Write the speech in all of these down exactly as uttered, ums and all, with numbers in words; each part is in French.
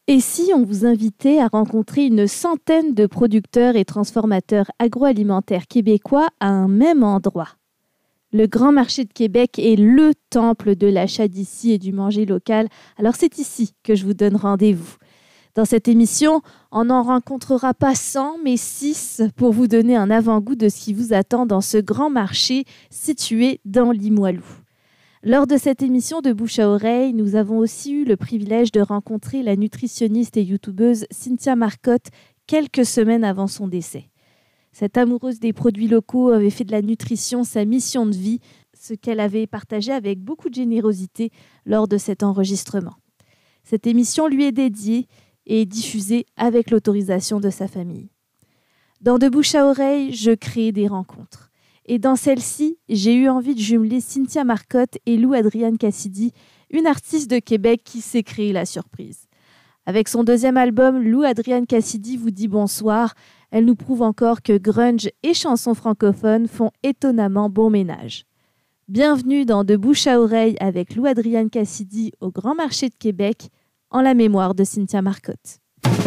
Et si on vous invitait à rencontrer une centaine de producteurs et transformateurs agroalimentaires québécois à un même endroit? Le Grand Marché de Québec est le temple de l'achat d'ici et du manger local, alors c'est ici que je vous donne rendez-vous. Dans cette émission, on n'en rencontrera pas cent, mais six pour vous donner un avant-goût de ce qui vous attend dans ce grand marché situé dans Limoilou. Lors de cette émission de Bouche à oreille, nous avons aussi eu le privilège de rencontrer la nutritionniste et youtubeuse Cynthia Marcotte quelques semaines avant son décès. Cette amoureuse des produits locaux avait fait de la nutrition sa mission de vie, ce qu'elle avait partagé avec beaucoup de générosité lors de cet enregistrement. Cette émission lui est dédiée et diffusée avec l'autorisation de sa famille. Dans De Bouche à oreille, je crée des rencontres. Et dans celle-ci, j'ai eu envie de jumeler Cynthia Marcotte et Lou Adrienne Cassidy, une artiste de Québec qui s'est créée la surprise. Avec son deuxième album, Lou Adrienne Cassidy vous dit bonsoir. Elle nous prouve encore que grunge et chansons francophones font étonnamment bon ménage. Bienvenue dans De Bouche à oreille avec Lou Adrienne Cassidy au Grand Marché de Québec, en la mémoire de Cynthia Marcotte.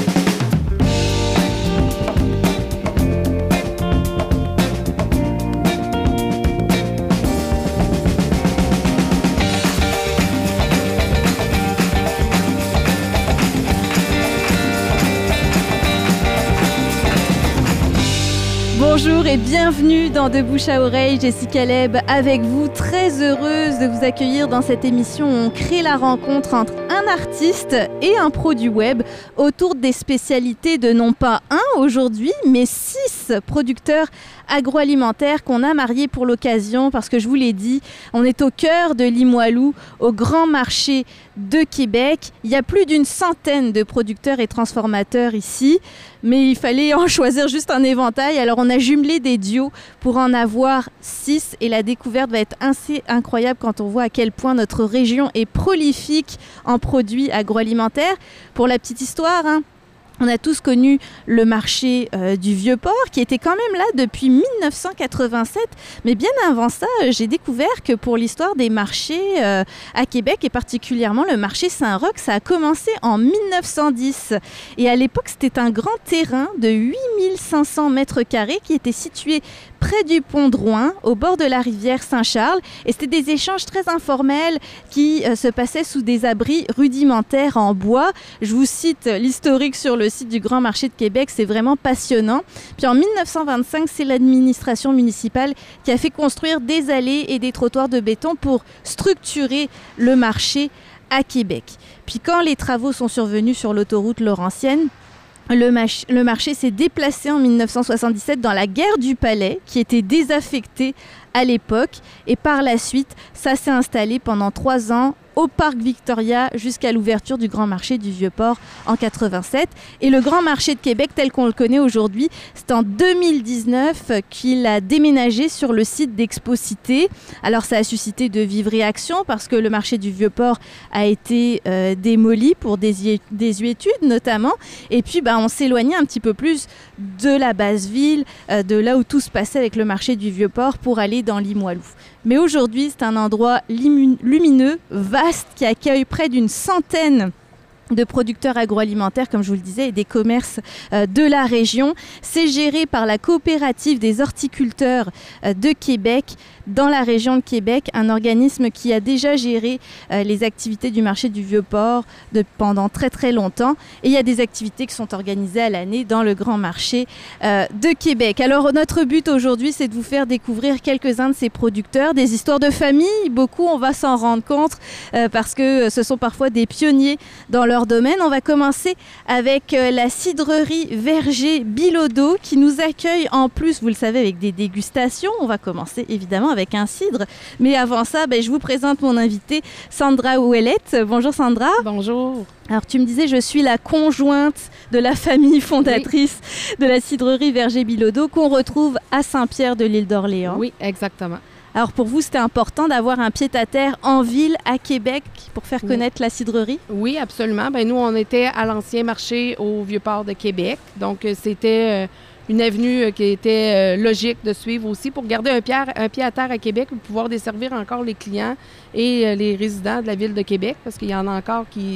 Bonjour et bienvenue dans De Bouche à oreille, Jessica Leb avec vous, très heureuse de vous accueillir dans cette émission où on crée la rencontre entre un artiste et un produit web autour des spécialités de non pas un aujourd'hui, mais six producteurs agroalimentaires qu'on a mariés pour l'occasion parce que je vous l'ai dit, on est au cœur de Limoilou, au Grand Marché de Québec. Il y a plus d'une centaine de producteurs et transformateurs ici, mais il fallait en choisir juste un éventail. Alors on a jumelé des duos pour en avoir six et la découverte va être assez incroyable quand on voit à quel point notre région est prolifique en produits agroalimentaires. Pour la petite histoire, hein, on a tous connu le marché euh, du Vieux-Port qui était quand même là depuis mille neuf cent quatre-vingt-sept. Mais bien avant ça, euh, j'ai découvert que pour l'histoire des marchés euh, à Québec et particulièrement le marché Saint-Roch, ça a commencé en mille neuf cent dix. Et à l'époque, c'était un grand terrain de huit mille cinq cents mètres carrés qui était situé près du pont de Rouyn, au bord de la rivière Saint-Charles. Et c'était des échanges très informels qui euh, se passaient sous des abris rudimentaires en bois. Je vous cite l'historique sur le site du Grand Marché de Québec, c'est vraiment passionnant. Puis en mille neuf cent vingt-cinq, c'est l'administration municipale qui a fait construire des allées et des trottoirs de béton pour structurer le marché à Québec. Puis quand les travaux sont survenus sur l'autoroute Laurentienne, Le, mach- le marché s'est déplacé en mille neuf cent soixante-dix-sept dans la guerre du Palais, qui était désaffectée à l'époque. Et par la suite, ça s'est installé pendant trois ans au Parc Victoria jusqu'à l'ouverture du Grand Marché du Vieux-Port en quatre-vingt-sept. Et le Grand Marché de Québec, tel qu'on le connaît aujourd'hui, c'est en deux mille dix-neuf qu'il a déménagé sur le site d'Expo-Cité. Alors ça a suscité de vives réactions parce que le marché du Vieux-Port a été euh, démoli pour des désuétude notamment. Et puis bah, on s'éloignait un petit peu plus de la basse ville, euh, de là où tout se passait avec le marché du Vieux-Port pour aller dans Limoilou. Mais aujourd'hui, c'est un endroit lumineux, vaste, qui accueille près d'une centaine de producteurs agroalimentaires, comme je vous le disais, et des commerces euh, de la région. C'est géré par la coopérative des horticulteurs euh, de Québec, dans la région de Québec, un organisme qui a déjà géré euh, les activités du marché du Vieux-Port de, pendant très très longtemps. Et il y a des activités qui sont organisées à l'année dans le Grand Marché euh, de Québec. Alors notre but aujourd'hui, c'est de vous faire découvrir quelques-uns de ces producteurs, des histoires de famille. Beaucoup, on va s'en rendre compte euh, parce que ce sont parfois des pionniers dans leur domaine. On va commencer avec euh, la cidrerie Verger Bilodeau qui nous accueille en plus, vous le savez, avec des dégustations. On va commencer évidemment avec un cidre. Mais avant ça, ben, je vous présente mon invitée, Sandra Ouellette. Bonjour Sandra. Bonjour. Alors tu me disais, je suis la conjointe de la famille fondatrice oui. de la cidrerie Verger Bilodeau qu'on retrouve à Saint-Pierre de l'île d'Orléans. Oui, exactement. Alors pour vous, c'était important d'avoir un pied-à-terre en ville, à Québec, pour faire connaître oui. la cidrerie? Oui, absolument. Ben, nous, on était à l'ancien marché au Vieux-Port de Québec. Donc, c'était une avenue qui était logique de suivre aussi pour garder un pied, un pied à terre à Québec pour pouvoir desservir encore les clients et les résidents de la ville de Québec, parce qu'il y en a encore qui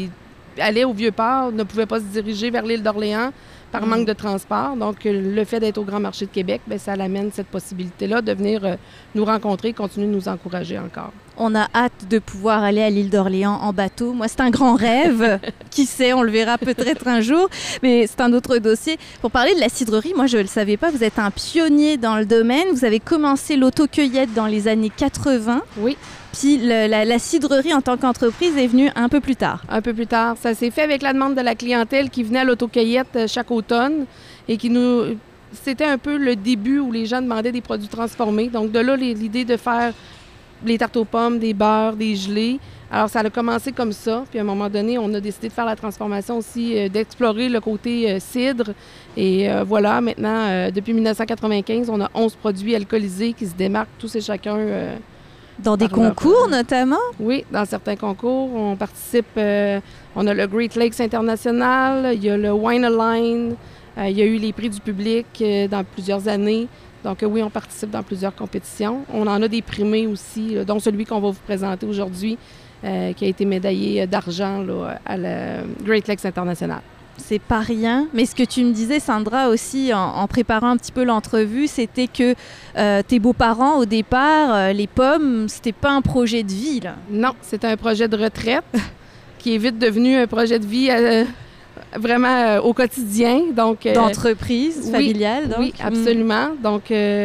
allaient au Vieux-Port ne pouvaient pas se diriger vers l'île d'Orléans par manque de transport. Donc, le fait d'être au Grand Marché de Québec, bien, ça l'amène cette possibilité-là de venir euh, nous rencontrer et continuer de nous encourager encore. On a hâte de pouvoir aller à l'île d'Orléans en bateau. Moi, c'est un grand rêve. Qui sait, on le verra peut-être un jour, mais c'est un autre dossier. Pour parler de la cidrerie, moi, je ne le savais pas, vous êtes un pionnier dans le domaine. Vous avez commencé l'autocueillette dans les années quatre-vingt. Oui. Puis le, la, la cidrerie en tant qu'entreprise est venue un peu plus tard. Un peu plus tard. Ça s'est fait avec la demande de la clientèle qui venait à l'autocueillette chaque automne et qui nous... C'était un peu le début où les gens demandaient des produits transformés. Donc de là, l'idée de faire les tartes aux pommes, des beurres, des gelées. Alors ça a commencé comme ça. Puis à un moment donné, on a décidé de faire la transformation aussi, euh, d'explorer le côté euh, cidre. Et euh, voilà, maintenant, euh, depuis dix-neuf cent quatre-vingt-quinze, on a onze produits alcoolisés qui se démarquent tous et chacun... Euh, Dans des concours, leur... notamment? Oui, dans certains concours. On participe, euh, on a le Great Lakes International, il y a le Wine Align, euh, il y a eu les prix du public euh, dans plusieurs années. Donc euh, oui, on participe dans plusieurs compétitions. On en a des primés aussi, là, dont celui qu'on va vous présenter aujourd'hui, euh, qui a été médaillé d'argent là, à la Great Lakes International. C'est pas rien. Mais ce que tu me disais, Sandra, aussi, en, en préparant un petit peu l'entrevue, c'était que euh, tes beaux-parents, au départ, euh, les pommes, c'était pas un projet de vie, là. Non, c'était un projet de retraite qui est vite devenu un projet de vie euh, vraiment euh, au quotidien. Donc, euh, d'entreprise familiale, oui, donc? Oui, absolument. Mm. Donc,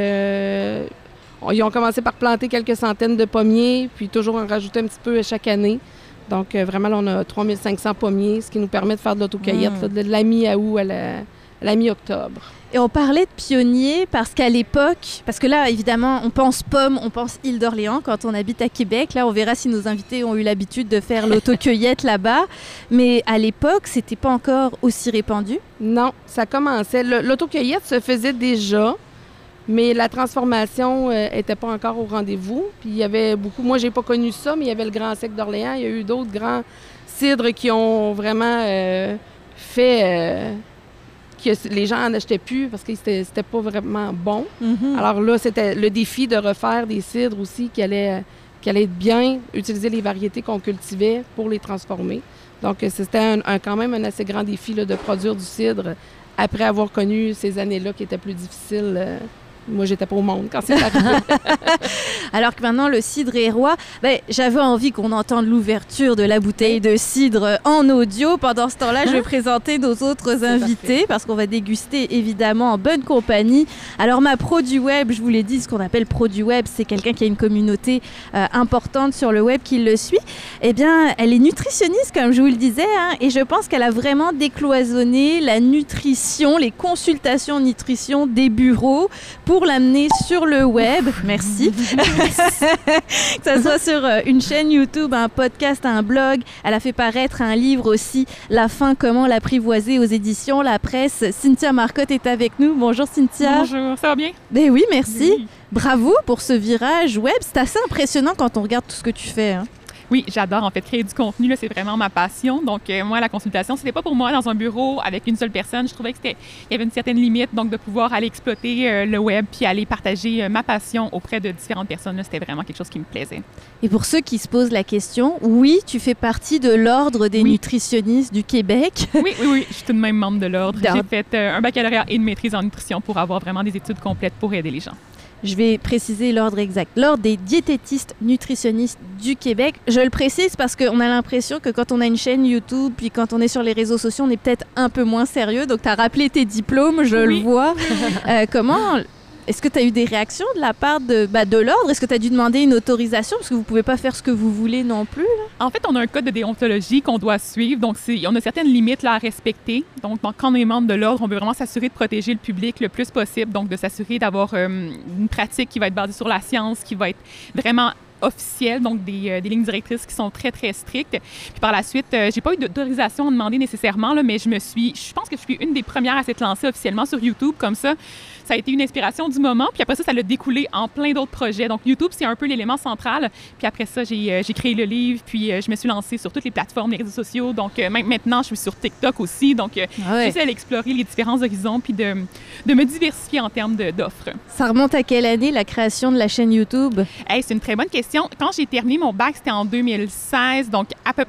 euh, ils ont commencé par planter quelques centaines de pommiers, puis toujours en rajouter un petit peu chaque année. Donc, euh, vraiment, là, on a trois mille cinq cents pommiers, ce qui nous permet de faire de l'autocueillette mmh. de la mi-août à la, à la mi-octobre. Et on parlait de pionniers parce qu'à l'époque, parce que là, évidemment, on pense pommes, on pense île d'Orléans quand on habite à Québec. Là, on verra si nos invités ont eu l'habitude de faire l'autocueillette là-bas. Mais à l'époque, c'était pas encore aussi répandu? Non, ça commençait. L'autocueillette se faisait déjà. Mais la transformation n'était euh, pas encore au rendez-vous. Puis il y avait beaucoup... Moi, j'ai pas connu ça, mais il y avait le Grand Sec d'Orléans. Il y a eu d'autres grands cidres qui ont vraiment euh, fait euh, que les gens n'en achetaient plus parce que c'était, c'était pas vraiment bon. Mm-hmm. Alors là, c'était le défi de refaire des cidres aussi qui allaient, qui allaient être bien, utiliser les variétés qu'on cultivait pour les transformer. Donc, c'était un, un, quand même un assez grand défi là, de produire du cidre après avoir connu ces années-là qui étaient plus difficiles. Euh, Moi, j'étais pas au monde quand c'est arrivé. Alors que maintenant, le cidre est roi. Ben, j'avais envie qu'on entende l'ouverture de la bouteille de cidre en audio. Pendant ce temps-là, je vais présenter nos autres c'est invités parfait. Parce qu'on va déguster évidemment en bonne compagnie. Alors, ma pro du web, je vous l'ai dit, ce qu'on appelle pro du web, c'est quelqu'un qui a une communauté euh, importante sur le web qui le suit. Eh bien, elle est nutritionniste, comme je vous le disais, hein, et je pense qu'elle a vraiment décloisonné la nutrition, les consultations nutrition des bureaux pour pour l'amener sur le web. Merci. Que ça soit sur une chaîne YouTube, un podcast, un blog. Elle a fait paraître un livre aussi, La faim, comment l'apprivoiser aux éditions La Presse. Cynthia Marcotte est avec nous. Bonjour Cynthia. Bonjour, ça va bien? Ben oui, merci. Oui. Bravo pour ce virage web. C'est assez impressionnant quand on regarde tout ce que tu fais, hein. Oui, j'adore en fait créer du contenu, là, c'est vraiment ma passion. Donc euh, moi, la consultation, c'était pas pour moi dans un bureau avec une seule personne. Je trouvais que c'était, il y avait une certaine limite, donc de pouvoir aller exploiter euh, le web puis aller partager euh, ma passion auprès de différentes personnes, là, c'était vraiment quelque chose qui me plaisait. Et pour ceux qui se posent la question, oui, tu fais partie de l'Ordre des oui. nutritionnistes du Québec. Oui, oui, oui, je suis tout de même membre de l'Ordre. J'ai fait euh, un baccalauréat et une maîtrise en nutrition pour avoir vraiment des études complètes pour aider les gens. Je vais préciser l'ordre exact. L'Ordre des diététistes nutritionnistes du Québec. Je le précise parce qu'on a l'impression que quand on a une chaîne YouTube, puis quand on est sur les réseaux sociaux, on est peut-être un peu moins sérieux. Donc, tu as rappelé tes diplômes, je oui. le vois. euh, comment... Est-ce que tu as eu des réactions de la part de, bah, de l'Ordre? Est-ce que tu as dû demander une autorisation? Parce que vous ne pouvez pas faire ce que vous voulez non plus, là. En fait, on a un code de déontologie qu'on doit suivre. Donc, c'est, on a certaines limites là, à respecter. Donc, quand on est membre de l'Ordre, on veut vraiment s'assurer de protéger le public le plus possible. Donc, de s'assurer d'avoir euh, une pratique qui va être basée sur la science, qui va être vraiment officielles, donc des, euh, des lignes directrices qui sont très, très strictes. Puis par la suite, euh, j'ai pas eu d'autorisation à demander nécessairement, là, mais je me suis, je pense que je suis une des premières à s'être lancée officiellement sur YouTube comme ça. Ça a été une inspiration du moment, puis après ça, ça l'a découlé en plein d'autres projets. Donc YouTube, c'est un peu l'élément central. Puis après ça, j'ai, euh, j'ai créé le livre, puis euh, je me suis lancée sur toutes les plateformes, les réseaux sociaux. Donc euh, même maintenant, je suis sur TikTok aussi. Donc euh, ah ouais. j'essaie d'explorer les différents horizons, puis de, de me diversifier en termes de, d'offres. Ça remonte à quelle année, la création de la chaîne YouTube? Hey, c'est une très bonne question. Quand j'ai terminé mon bac, c'était en deux mille seize, donc à peu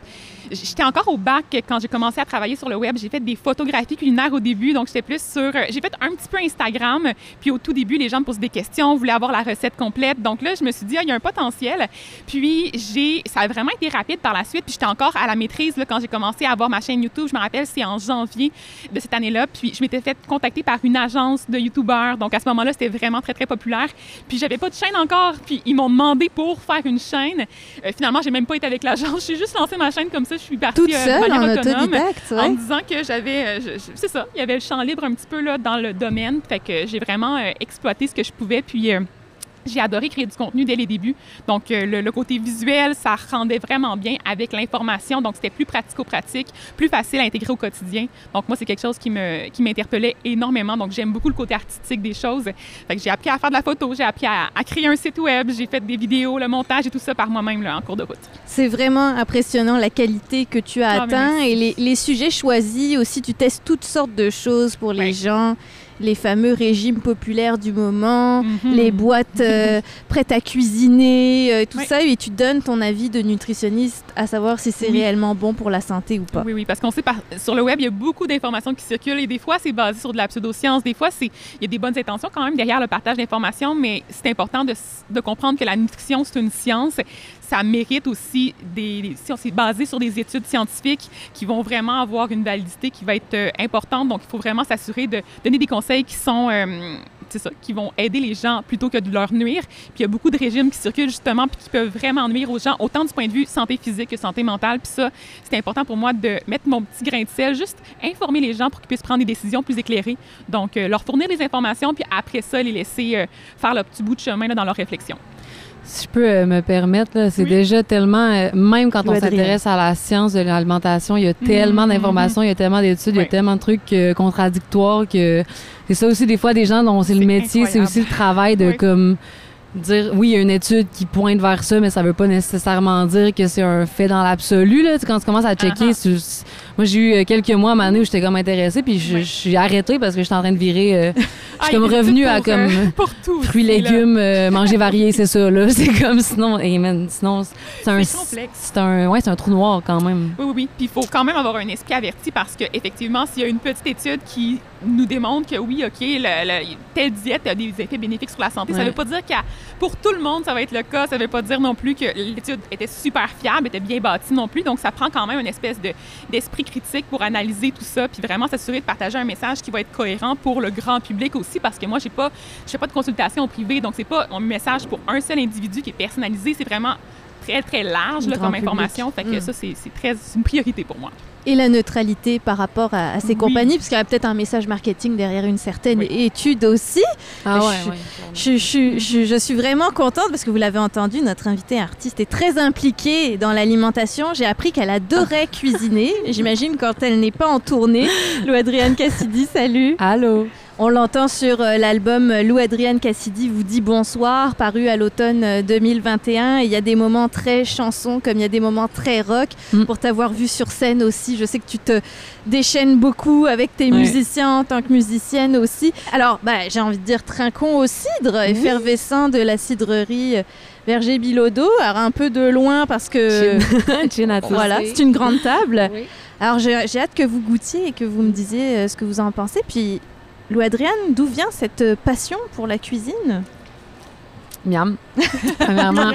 j'étais encore au bac quand j'ai commencé à travailler sur le web. J'ai fait des photographies culinaires au début, donc j'étais plus sur... J'ai fait un petit peu Instagram, puis au tout début, les gens me posaient des questions, voulaient avoir la recette complète. Donc là, je me suis dit, ah, il y a un potentiel. Puis j'ai... ça a vraiment été rapide par la suite, puis j'étais encore à la maîtrise là, quand j'ai commencé à avoir ma chaîne YouTube. Je me rappelle, c'est en janvier de cette année-là, puis je m'étais fait contacter par une agence de YouTubeurs. Donc à ce moment-là, c'était vraiment très, très populaire. Puis j'avais pas de chaîne encore, puis ils m'ont demandé pour faire une chaîne. Euh, finalement, j'ai même pas été avec l'agence. J'ai juste lancé ma chaîne comme ça. Je suis partie toute euh, seule, de manière en autonome, autodidacte, ouais. en me disant que j'avais... Euh, je, je, c'est ça, il y avait le champ libre un petit peu là, dans le domaine. Fait que j'ai vraiment euh, exploité ce que je pouvais. Puis... Euh, j'ai adoré créer du contenu dès les débuts. Donc, euh, le, le côté visuel, ça rendait vraiment bien avec l'information. Donc, c'était plus pratico-pratique, plus facile à intégrer au quotidien. Donc, moi, c'est quelque chose qui me, qui m'interpellait énormément. Donc, j'aime beaucoup le côté artistique des choses. Fait que j'ai appris à faire de la photo, j'ai appris à, à créer un site web, j'ai fait des vidéos, le montage et tout ça par moi-même là, en cours de route. C'est vraiment impressionnant la qualité que tu as ah, atteint et les, les sujets choisis aussi. Tu testes toutes sortes de choses pour les ouais. gens. Les fameux régimes populaires du moment, mm-hmm. les boîtes euh, prêtes à cuisiner, euh, tout oui. ça, et tu donnes ton avis de nutritionniste à savoir si c'est oui. réellement bon pour la santé ou pas. Oui, oui, parce qu'on sait, par... sur le web, il y a beaucoup d'informations qui circulent et des fois, c'est basé sur de la pseudoscience. Des fois, c'est... il y a des bonnes intentions quand même derrière le partage d'informations, mais c'est important de, de comprendre que la nutrition, c'est une science. Ça mérite aussi des... Si on s'est basé sur des études scientifiques qui vont vraiment avoir une validité qui va être euh, importante. Donc, il faut vraiment s'assurer de donner des conseils qui sont, euh, c'est ça, qui vont aider les gens plutôt que de leur nuire. Puis il y a beaucoup de régimes qui circulent justement puis qui peuvent vraiment nuire aux gens, autant du point de vue santé physique que santé mentale. Puis ça, c'est important pour moi de mettre mon petit grain de sel, juste informer les gens pour qu'ils puissent prendre des décisions plus éclairées. Donc, euh, leur fournir des informations, puis après ça, les laisser euh, faire leur petit bout de chemin là, dans leur réflexion. Si je peux euh, me permettre, là, c'est oui. déjà tellement... Euh, même quand on s'intéresse à la science de l'alimentation, il y a tellement mmh, d'informations, mmh. il y a tellement d'études, oui. il y a tellement de trucs euh, contradictoires que... C'est ça aussi, des fois, des gens dont c'est, c'est le métier, incroyable. C'est aussi le travail de oui. comme... dire, oui, il y a une étude qui pointe vers ça, mais ça veut pas nécessairement dire que c'est un fait dans l'absolu. Là. Quand tu commences à checker, uh-huh. tu, moi, j'ai eu quelques mois à ma année où j'étais comme intéressée, puis je, oui. je suis arrêtée parce que j'étais en train de virer. Euh, je suis comme revenue à comme euh, tout, fruits, légumes, euh, manger varié, c'est ça. Là. C'est comme sinon, hey man, sinon c'est un, c'est complexe. C'est un, ouais, c'est un trou noir quand même. Oui, oui, oui. Puis il faut quand même avoir un esprit averti parce que effectivement, s'il y a une petite étude qui nous démontre que oui, ok, le, le, telle diète a des effets bénéfiques sur la santé, ouais. ça veut pas dire qu'à pour tout le monde, ça va être le cas. Ça ne veut pas dire non plus que l'étude était super fiable, était bien bâtie non plus. Donc, ça prend quand même une espèce de, d'esprit critique pour analyser tout ça puis vraiment s'assurer de partager un message qui va être cohérent pour le grand public aussi parce que moi, je ne fais pas de consultation privée. Donc, ce n'est pas un message pour un seul individu qui est personnalisé. C'est vraiment très, très large là, comme public. Information. Fait que mmh. ça, c'est, c'est, très, c'est une priorité pour moi. Et la neutralité par rapport à, à ces oui. compagnies, parce qu'il y a peut-être un message marketing derrière une certaine oui. étude aussi. Ah ouais, je, ouais, je, je, je, je suis vraiment contente parce que vous l'avez entendu, notre invitée artiste est très impliquée dans l'alimentation. J'ai appris qu'elle adorait cuisiner. J'imagine quand elle n'est pas en tournée. Lou Adrienne Cassidy, salut. Allô. On l'entend sur euh, l'album Lou Adrienne Cassidy vous dit bonsoir, paru à l'automne euh, deux mille vingt et un. Il y a des moments très chansons comme il y a des moments très rock. Mm. Pour t'avoir vu sur scène aussi, je sais que tu te déchaînes beaucoup avec tes ouais. musiciens en tant que musicienne aussi. Alors, bah, j'ai envie de dire trinquons au cidre, oui. effervescent de la cidrerie Verger Bilodeau. Alors, un peu de loin parce que voilà, c'est une grande table. Oui. Alors, j'ai, j'ai hâte que vous goûtiez et que vous me disiez euh, ce que vous en pensez. Puis, Lou Adrienne, d'où vient cette passion pour la cuisine? Miam. Premièrement,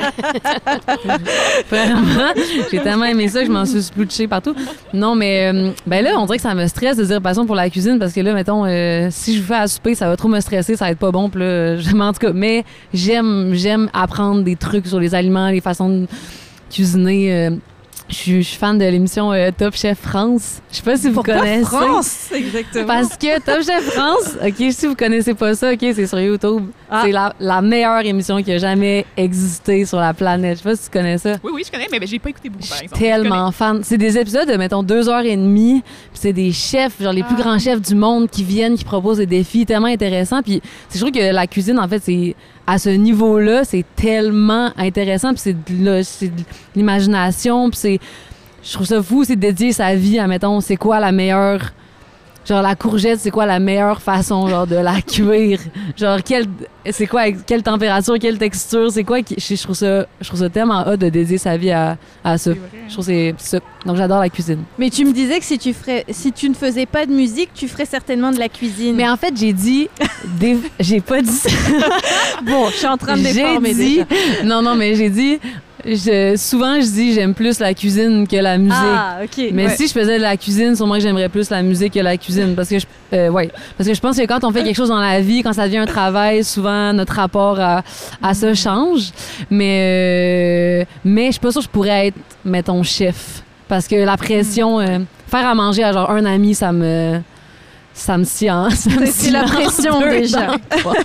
Premièrement j'ai tellement aimé ça que je m'en suis splouchée partout. Non, mais euh, ben là, on dirait que ça me stresse de dire passion pour la cuisine parce que là, mettons, euh, si je vous fais à souper, ça va trop me stresser, ça va être pas bon. Puis là, je, en tout cas, mais j'aime, j'aime apprendre des trucs sur les aliments, les façons de cuisiner. Euh, Je suis, je suis fan de l'émission euh, Top Chef France. Je sais pas si vous Pourquoi connaissez. France, exactement. Parce que Top Chef France, OK, si vous connaissez pas ça, OK, c'est sur YouTube. Ah. C'est la, la meilleure émission qui a jamais existé sur la planète. Je sais pas si tu connais ça. Oui, oui, je connais, mais ben, j'ai pas écouté beaucoup, par exemple. Je suis tellement fan. C'est des épisodes de, mettons, deux heures et demie. Puis c'est des chefs, genre les ah. plus grands chefs du monde qui viennent, qui proposent des défis tellement intéressants. Puis c'est sûr que la cuisine, en fait, c'est... à ce niveau-là, c'est tellement intéressant, puis c'est de, là, c'est de l'imagination, puis c'est... Je trouve ça fou, c'est de dédier sa vie à, mettons, c'est quoi la meilleure genre, la courgette, c'est quoi la meilleure façon, genre, de la cuire? Genre, quelle, c'est quoi, quelle température, quelle texture, c'est quoi? Qui, je, je trouve ça, je trouve ça tellement hot de dédier sa vie à, à ça. Je trouve que c'est ça. Donc, j'adore la cuisine. Mais tu me disais que si tu ferais, si tu ne faisais pas de musique, tu ferais certainement de la cuisine. Mais en fait, j'ai dit, des, j'ai pas dit ça. Bon, je suis en train de déformer dit, déjà. Non, non, mais j'ai dit, je, souvent, je dis j'aime plus la cuisine que la musique. Ah, OK. Mais ouais. si je faisais de la cuisine, sûrement que j'aimerais plus la musique que la cuisine. Parce que je, euh, ouais, parce que je pense que quand on fait quelque chose dans la vie, quand ça devient un travail, souvent notre rapport à, à ça change. Mais, euh, mais je suis pas sûre que je pourrais être, mettons, chef. Parce que la pression, euh, faire à manger à genre un ami, ça me... Ça me science. C'est la pression déjà.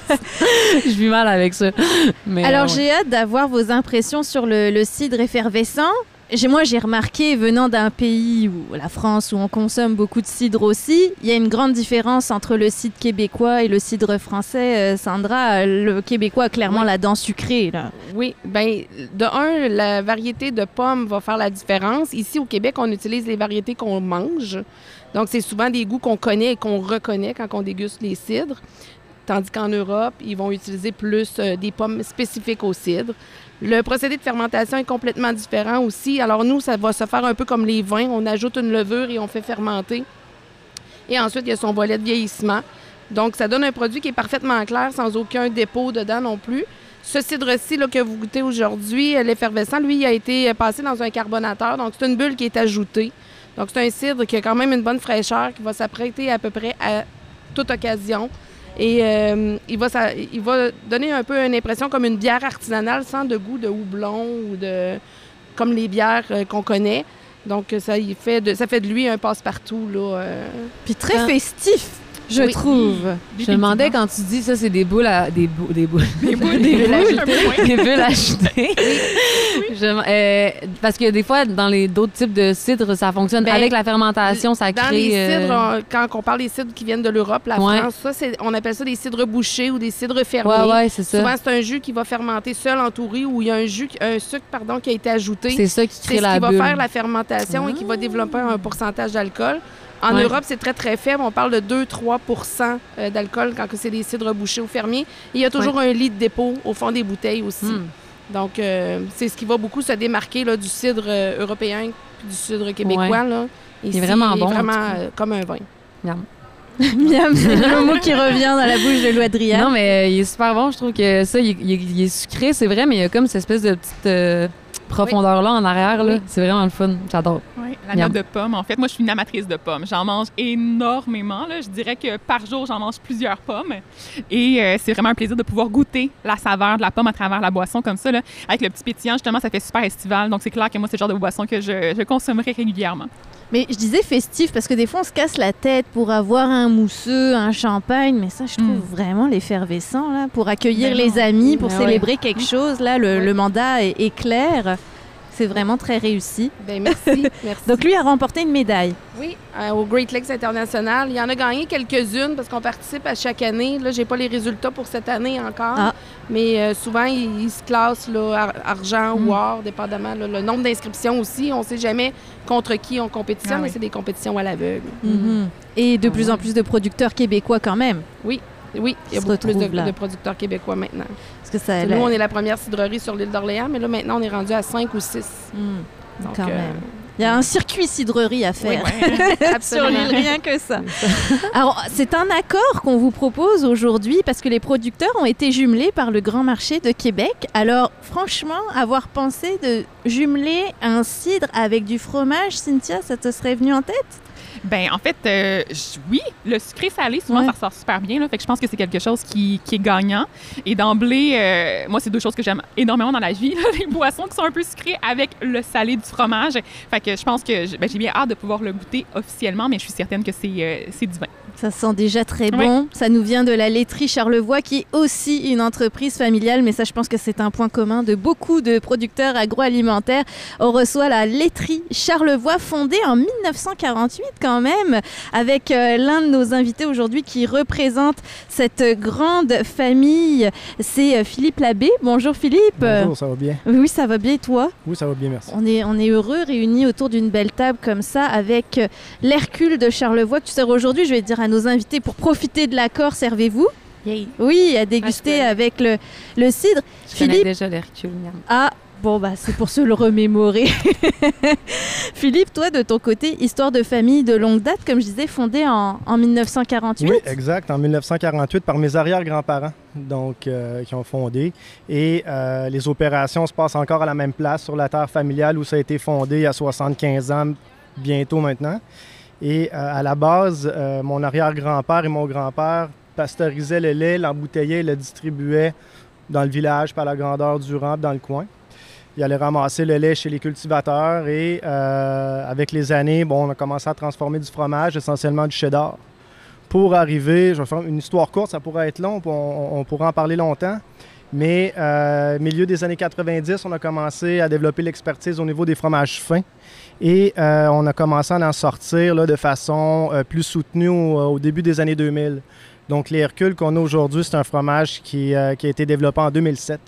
Je vis mal avec ça. Mais, Alors, euh, ouais. j'ai hâte d'avoir vos impressions sur le, le cidre effervescent. J'ai, moi, j'ai remarqué, venant d'un pays, où, la France, où on consomme beaucoup de cidre aussi, il y a une grande différence entre le cidre québécois et le cidre français. Euh, Sandra, le québécois a clairement Oui. la dent sucrée, là. Oui, bien, de un, la variété de pommes va faire la différence. Ici, au Québec, on utilise les variétés qu'on mange. Donc, c'est souvent des goûts qu'on connaît et qu'on reconnaît quand on déguste les cidres. Tandis qu'en Europe, ils vont utiliser plus euh, des pommes spécifiques au cidre. Le procédé de fermentation est complètement différent aussi. Alors, nous, ça va se faire un peu comme les vins. On ajoute une levure et on fait fermenter. Et ensuite, il y a son volet de vieillissement. Donc, ça donne un produit qui est parfaitement clair, sans aucun dépôt dedans non plus. Ce cidre-ci là, que vous goûtez aujourd'hui, l'effervescent, lui, il a été passé dans un carbonateur. Donc, c'est une bulle qui est ajoutée. Donc, c'est un cidre qui a quand même une bonne fraîcheur, qui va s'apprêter à peu près à toute occasion. Et euh, il, va, ça, il va donner un peu une impression comme une bière artisanale sans de goût de houblon ou de comme les bières euh, qu'on connaît. Donc, ça, il fait de, ça fait de lui un passe-partout, là. Euh... Puis très Ah. festif, je Oui. trouve. Je me demandais quand tu dis ça, c'est des boules à... Des, bou... des boules. Des boules, des des bulles boules, un peu ajoutées. moins. Des bulles ajoutées. Je- euh, parce que des fois, dans les d'autres types de cidres, ça fonctionne. Ben, Avec la fermentation, ça Dans crée... les euh, cidres, on- quand on parle des cidres qui viennent de l'Europe, la Ouais. France, ça, c'est, on appelle ça des cidres bouchés ou des cidres fermiers. Ouais, ouais, c'est ça. Souvent, c'est un jus qui va fermenter seul, entouré, où il y a un jus, un sucre, pardon, qui a été ajouté. C'est ça qui C'est crée ce la qui va bulle. faire la fermentation et qui va développer un pourcentage d'alcool. En Ouais. Europe, c'est très, très faible. On parle de deux à trois pour cent d'alcool quand c'est des cidres bouchés ou fermiers. Et il y a toujours un lit de dépôt au fond des bouteilles aussi. Mm. Donc, euh, c'est ce qui va beaucoup se démarquer là, du cidre euh, européen et du cidre québécois. Ouais. Là. Ici, Il est vraiment il bon, en vraiment tout cas. euh, comme un vin. Miam. Miam, c'est le mot qui revient dans la bouche de Lou Adriane. Non, mais euh, il est super bon. Je trouve que ça, il, il- il est sucré, c'est vrai, mais il y a comme cette espèce de petite euh, profondeur-là en arrière. Là. Oui. C'est vraiment le fun. J'adore. Oui, la Miam. note de pomme. En fait, moi, je suis une amatrice de pommes. J'en mange énormément. Là. Je dirais que par jour, j'en mange plusieurs pommes. Et euh, c'est vraiment un plaisir de pouvoir goûter la saveur de la pomme à travers la boisson comme ça. Là. Avec le petit pétillant, justement, ça fait super estival. Donc, c'est clair que moi, c'est le genre de boisson que je, je consommerai régulièrement. Mais je disais festif parce que des fois, on se casse la tête pour avoir un mousseux, un champagne. Mais ça, je trouve Mm. vraiment l'effervescent, là, pour accueillir Ben les non. amis, pour Ben célébrer quelque chose. Là, le, Oui. le mandat est, est clair. C'est vraiment très réussi. Bien, merci. merci. Donc, lui a remporté une médaille. Oui, euh, au Great Lakes International. Il y en a gagné quelques-unes parce qu'on participe à chaque année. Là, j'ai pas les résultats pour cette année encore. Ah. Mais euh, souvent, ils, ils se classent là, ar- argent Mm. ou or, dépendamment. Là, le nombre d'inscriptions aussi. On sait jamais contre qui on compétitionne, Ah mais oui. c'est des compétitions à l'aveugle. Mhm. Et de Ah plus ouais. en plus de producteurs québécois quand même. Oui, il y Se a beaucoup plus de, retrouvent là. de producteurs québécois maintenant. Parce que ça, Nous, on est la première cidrerie sur l'île d'Orléans, mais là, maintenant, on est rendu à cinq ou six. Mhm. Donc, Quand euh, même. Il y a un circuit cidrerie à Oui, faire. ouais. Sur absolument. l'île, rien que ça. Alors, c'est un accord qu'on vous propose aujourd'hui parce que les producteurs ont été jumelés par le Grand Marché de Québec. Alors, franchement, avoir pensé de jumeler un cidre avec du fromage, Cynthia, ça te serait venu en tête? Ben en fait, euh, j- oui, le sucré salé, souvent, Ouais. ça ressort super bien. Là, fait que je pense que c'est quelque chose qui, qui est gagnant. Et d'emblée, euh, moi, c'est deux choses que j'aime énormément dans la vie. là, les boissons qui sont un peu sucrées avec le salé du fromage. Fait que je pense que j- ben, j'ai bien hâte de pouvoir le goûter officiellement, mais je suis certaine que c'est euh, c'est divin. Ça sent déjà très bon. Oui. Ça nous vient de la laiterie Charlevoix, qui est aussi une entreprise familiale, mais ça, je pense que c'est un point commun de beaucoup de producteurs agroalimentaires. On reçoit la laiterie Charlevoix, fondée en mille neuf cent quarante-huit quand même, avec euh, l'un de nos invités aujourd'hui qui représente cette grande famille. C'est euh, Philippe Labbé. Bonjour Philippe. Bonjour, ça va bien? Oui, ça va bien et toi? Oui, ça va bien, merci. On est, on est heureux réunis autour d'une belle table comme ça, avec euh, l'Hercule de Charlevoix que tu sers aujourd'hui. Je vais te dire à nos invités, pour profiter de l'accord, servez-vous. Yay. Oui, à déguster ah, avec le, le cidre. Je Philippe... connais déjà l'Hercule. Ah, bon, bah, c'est pour se le remémorer. Philippe, toi, de ton côté, histoire de famille de longue date, comme je disais, fondée en, en mille neuf cent quarante-huit. Oui, exact, en mille neuf cent quarante-huit, par mes arrière-grands-parents, donc, euh, qui ont fondé. Et euh, les opérations se passent encore à la même place, sur la terre familiale où ça a été fondé il y a soixante-quinze ans, bientôt maintenant. Et euh, à la base, euh, mon arrière-grand-père et mon grand-père pasteurisaient le lait, l'emboutteillaient et le distribuaient dans le village par la grandeur du rang, dans le coin. Ils allaient ramasser le lait chez les cultivateurs et euh, avec les années, bon, on a commencé à transformer du fromage, essentiellement du cheddar. Pour arriver, je vais faire une histoire courte, ça pourrait être long, on, on pourrait en parler longtemps, mais euh, milieu des années quatre-vingt-dix, on a commencé à développer l'expertise au niveau des fromages fins. Et euh, on a commencé à en sortir là, de façon euh, plus soutenue au, au début des années deux mille. Donc, les Hercules qu'on a aujourd'hui, c'est un fromage qui, euh, qui a été développé en deux mille sept.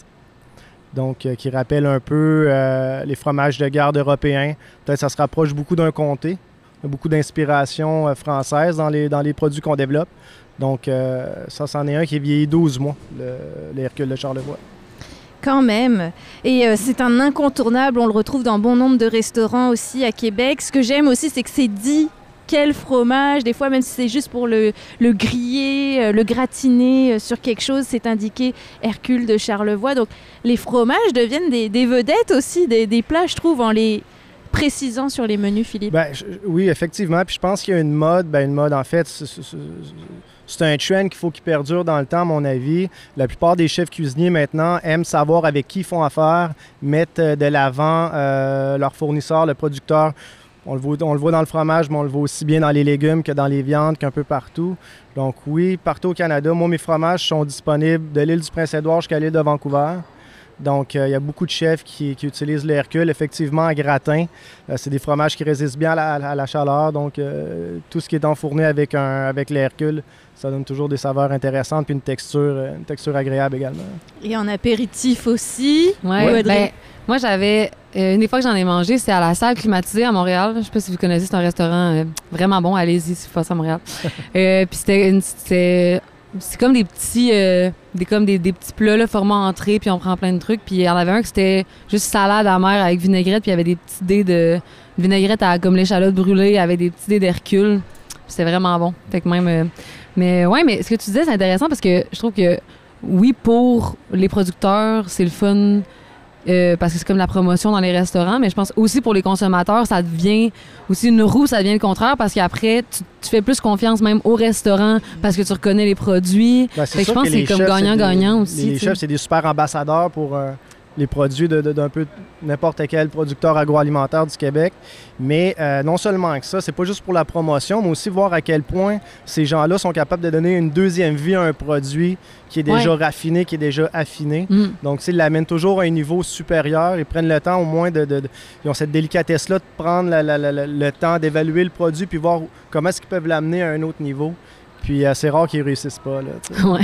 Donc, euh, qui rappelle un peu euh, les fromages de garde européens. Peut-être que ça se rapproche beaucoup d'un comté. Il y a beaucoup d'inspiration euh, française dans les, dans les produits qu'on développe. Donc, euh, ça, c'en est un qui est vieilli douze mois, le, les Hercules de Charlevoix. Quand même. Et euh, c'est un incontournable. On le retrouve dans bon nombre de restaurants aussi à Québec. Ce que j'aime aussi, c'est que c'est dit quel fromage. Des fois, même si c'est juste pour le, le griller, euh, le gratiner euh, sur quelque chose, c'est indiqué Hercule de Charlevoix. Donc, les fromages deviennent des, des vedettes aussi, des, des plats, je trouve, en les précisant sur les menus, Philippe. Ben, je, oui, effectivement. Puis je pense qu'il y a une mode. Ben, une mode, en fait, c'est, c'est, c'est, c'est un trend qu'il faut qu'il perdure dans le temps, à mon avis. La plupart des chefs cuisiniers, maintenant, aiment savoir avec qui ils font affaire, mettent de l'avant euh, leur fournisseur, le producteur. On le, voit, on le voit dans le fromage, mais on le voit aussi bien dans les légumes que dans les viandes, qu'un peu partout. Donc oui, partout au Canada, moi, mes fromages sont disponibles de l'île du Prince-Édouard jusqu'à l'île de Vancouver. Donc, il euh, y a beaucoup de chefs qui, qui utilisent le Hercule, effectivement, en gratin. Euh, c'est des fromages qui résistent bien à la, à la chaleur. Donc, euh, tout ce qui est enfourné avec, un, avec le Hercule, ça donne toujours des saveurs intéressantes puis une texture, une texture agréable également. Et en apéritif aussi. Oui, ouais, ben, moi, j'avais... Euh, une des fois que j'en ai mangé, c'est à la salle climatisée à Montréal. Je ne sais pas si vous connaissez, c'est un restaurant euh, vraiment bon. Allez-y si vous passez à Montréal. euh, puis c'était... Une, c'était C'est comme des petits euh, des, comme des, des petits plats là, format entrée, puis on prend plein de trucs. Puis il y en avait un qui c'était juste salade amère avec vinaigrette, puis il y avait des petits dés de vinaigrette à, comme l'échalote brûlée avec des petits dés d'Hercule. C'était vraiment bon. Fait que même... Euh, mais ouais, mais ce que tu disais, c'est intéressant parce que je trouve que, oui, pour les producteurs, c'est le fun... Euh, parce que c'est comme la promotion dans les restaurants, mais je pense aussi pour les consommateurs, ça devient aussi une roue, ça devient le contraire parce qu'après, tu, tu fais plus confiance même au restaurant parce que tu reconnais les produits. Ben, fait que je pense que c'est comme gagnant-gagnant aussi. Les, les chefs, c'est des super ambassadeurs pour euh, les produits de, de, d'un peu n'importe quel producteur agroalimentaire du Québec. Mais euh, non seulement que ça, c'est pas juste pour la promotion, mais aussi voir à quel point ces gens-là sont capables de donner une deuxième vie à un produit qui est déjà ouais. raffiné, qui est déjà affiné. Mm. Donc, ils l'amènent toujours à un niveau supérieur. Ils prennent le temps au moins de... de, de ils ont cette délicatesse-là de prendre la, la, la, la, le temps d'évaluer le produit puis voir comment est-ce qu'ils peuvent l'amener à un autre niveau. Puis euh, c'est rare qu'ils réussissent pas, là. T'sais. Ouais.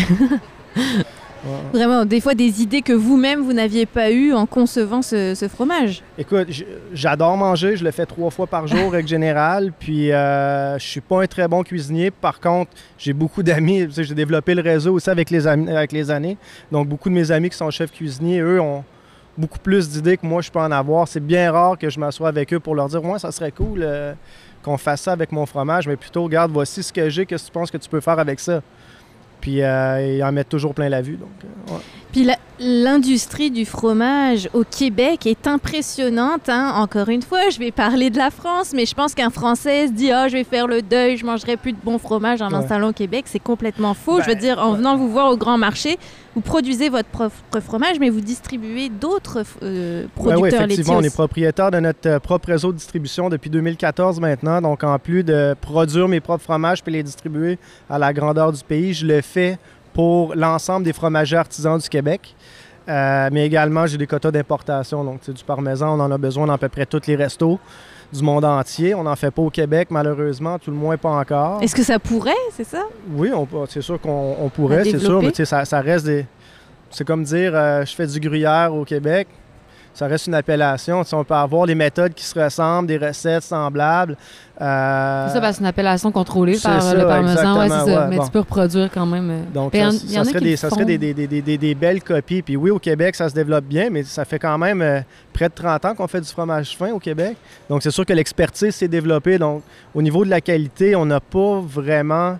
Ouais. Vraiment, des fois, des idées que vous-même, vous n'aviez pas eues en concevant ce, ce fromage. Écoute, j'adore manger. Je le fais trois fois par jour, règle générale. Puis, euh, je suis pas un très bon cuisinier. Par contre, j'ai beaucoup d'amis. Tu sais, j'ai développé le réseau aussi avec les, amis, avec les années. Donc, beaucoup de mes amis qui sont chefs cuisiniers, eux, ont beaucoup plus d'idées que moi, je peux en avoir. C'est bien rare que je m'assoie avec eux pour leur dire « Ouais, ça serait cool euh, qu'on fasse ça avec mon fromage. » Mais plutôt, regarde, voici ce que j'ai. Qu'est-ce que tu penses que tu peux faire avec ça? Puis euh, ils en mettent toujours plein la vue. Donc, euh, ouais. Puis la, l'industrie du fromage au Québec est impressionnante. Hein? Encore une fois, je vais parler de la France, mais je pense qu'un Français se dit « Ah, oh, je vais faire le deuil, je mangerai plus de bon fromage en m'installant ouais. au Québec. » C'est complètement faux. Ben, je veux dire, en ouais. venant vous voir au grand marché, vous produisez votre propre fromage, mais vous distribuez d'autres euh, producteurs ben oui, effectivement, laitiers. On est propriétaire de notre propre réseau de distribution depuis deux mille quatorze maintenant. Donc, en plus de produire mes propres fromages puis les distribuer à la grandeur du pays, je le fais pour l'ensemble des fromagers artisans du Québec. Euh, mais également, j'ai des quotas d'importation. Donc, du parmesan, on en a besoin dans à peu près tous les restos du monde entier. On n'en fait pas au Québec, malheureusement, tout le moins pas encore. Est-ce que ça pourrait, c'est ça? Oui, on, c'est sûr qu'on on pourrait, c'est sûr, mais ça, ça reste des... C'est comme dire, euh, je fais du gruyère au Québec. Ça reste une appellation. Tu sais, on peut avoir des méthodes qui se ressemblent, des recettes semblables. Euh... C'est ça, parce que c'est une appellation contrôlée par ça, le parmesan. Ouais, c'est ça. Ouais, mais bon. Tu peux reproduire quand même. Donc, ça, ça, ça serait, des, ça serait des, des, des, des, des belles copies. Puis oui, au Québec, ça se développe bien, mais ça fait quand même euh, près de trente ans qu'on fait du fromage fin au Québec. Donc, c'est sûr que l'expertise s'est développée. Donc, au niveau de la qualité, on n'a pas vraiment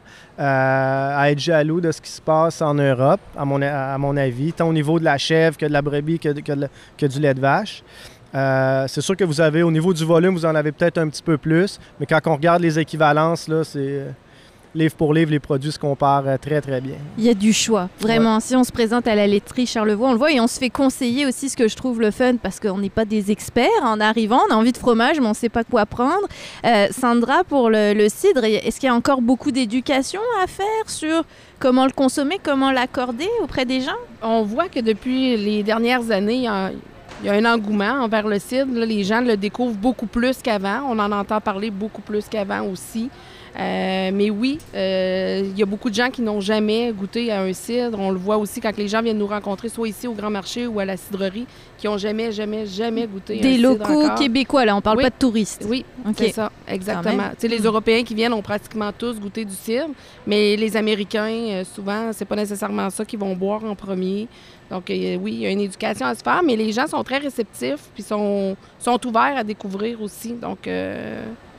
euh, à être jaloux de ce qui se passe en Europe, à mon, à mon avis, tant au niveau de la chèvre que de la brebis que, que, de, que du lait de vache. Euh, c'est sûr que vous avez, au niveau du volume, vous en avez peut-être un petit peu plus, mais quand on regarde les équivalences, là, c'est euh, livre pour livre, les produits se comparent euh, très, très bien. Il y a du choix, vraiment. Ouais. Si on se présente à la laiterie Charlevoix, on le voit et on se fait conseiller aussi, ce que je trouve le fun, parce qu'on n'est pas des experts. En arrivant, on a envie de fromage, mais on ne sait pas quoi prendre. Euh, Sandra, pour le, le cidre, est-ce qu'il y a encore beaucoup d'éducation à faire sur comment le consommer, comment l'accorder auprès des gens? On voit que depuis les dernières années, il y a... Il y a un engouement envers le cidre. Là, les gens le découvrent beaucoup plus qu'avant. On en entend parler beaucoup plus qu'avant aussi. Euh, mais oui, euh, il y a beaucoup de gens qui n'ont jamais goûté à un cidre. On le voit aussi quand les gens viennent nous rencontrer, soit ici au Grand Marché ou à la cidrerie, qui n'ont jamais, jamais, jamais goûté Des un cidre locaux encore. Québécois, là, on parle oui. pas de touristes. Oui, okay. c'est ça, exactement. Tu sais, les Européens qui viennent ont pratiquement tous goûté du cidre, mais les Américains, euh, souvent, c'est pas nécessairement ça qu'ils vont boire en premier. Donc, euh, oui, il y a une éducation à se faire, mais les gens sont très réceptifs puis sont, sont ouverts à découvrir aussi. Donc, euh,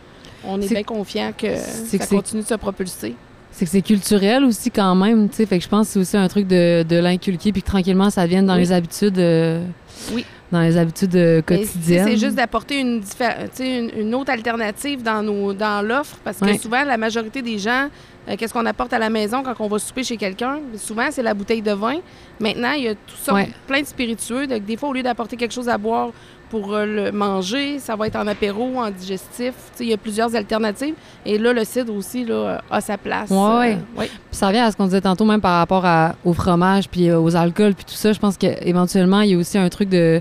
on est, est bien confiants que ça que continue de se propulser. C'est que c'est culturel aussi quand même, tu sais. Fait que je pense que c'est aussi un truc de, de l'inculquer puis que tranquillement, ça vienne dans oui. les habitudes... Euh, oui. Dans les habitudes euh, quotidiennes. C'est juste d'apporter une, une, une autre alternative dans, nos, dans l'offre parce que ouais. souvent, la majorité des gens, euh, qu'est-ce qu'on apporte à la maison quand on va souper chez quelqu'un? Souvent, c'est la bouteille de vin. Maintenant, il y a tout ça, ouais. plein de spiritueux. Donc, des fois, au lieu d'apporter quelque chose à boire pour euh, le manger, ça va être en apéro, en digestif. Il y a plusieurs alternatives. Et là, le cidre aussi là, a sa place. Oui, euh, ouais. ouais. Ça revient à ce qu'on disait tantôt, même par rapport à, au fromage puis aux alcools puis tout ça. Je pense qu'éventuellement, il y a aussi un truc de...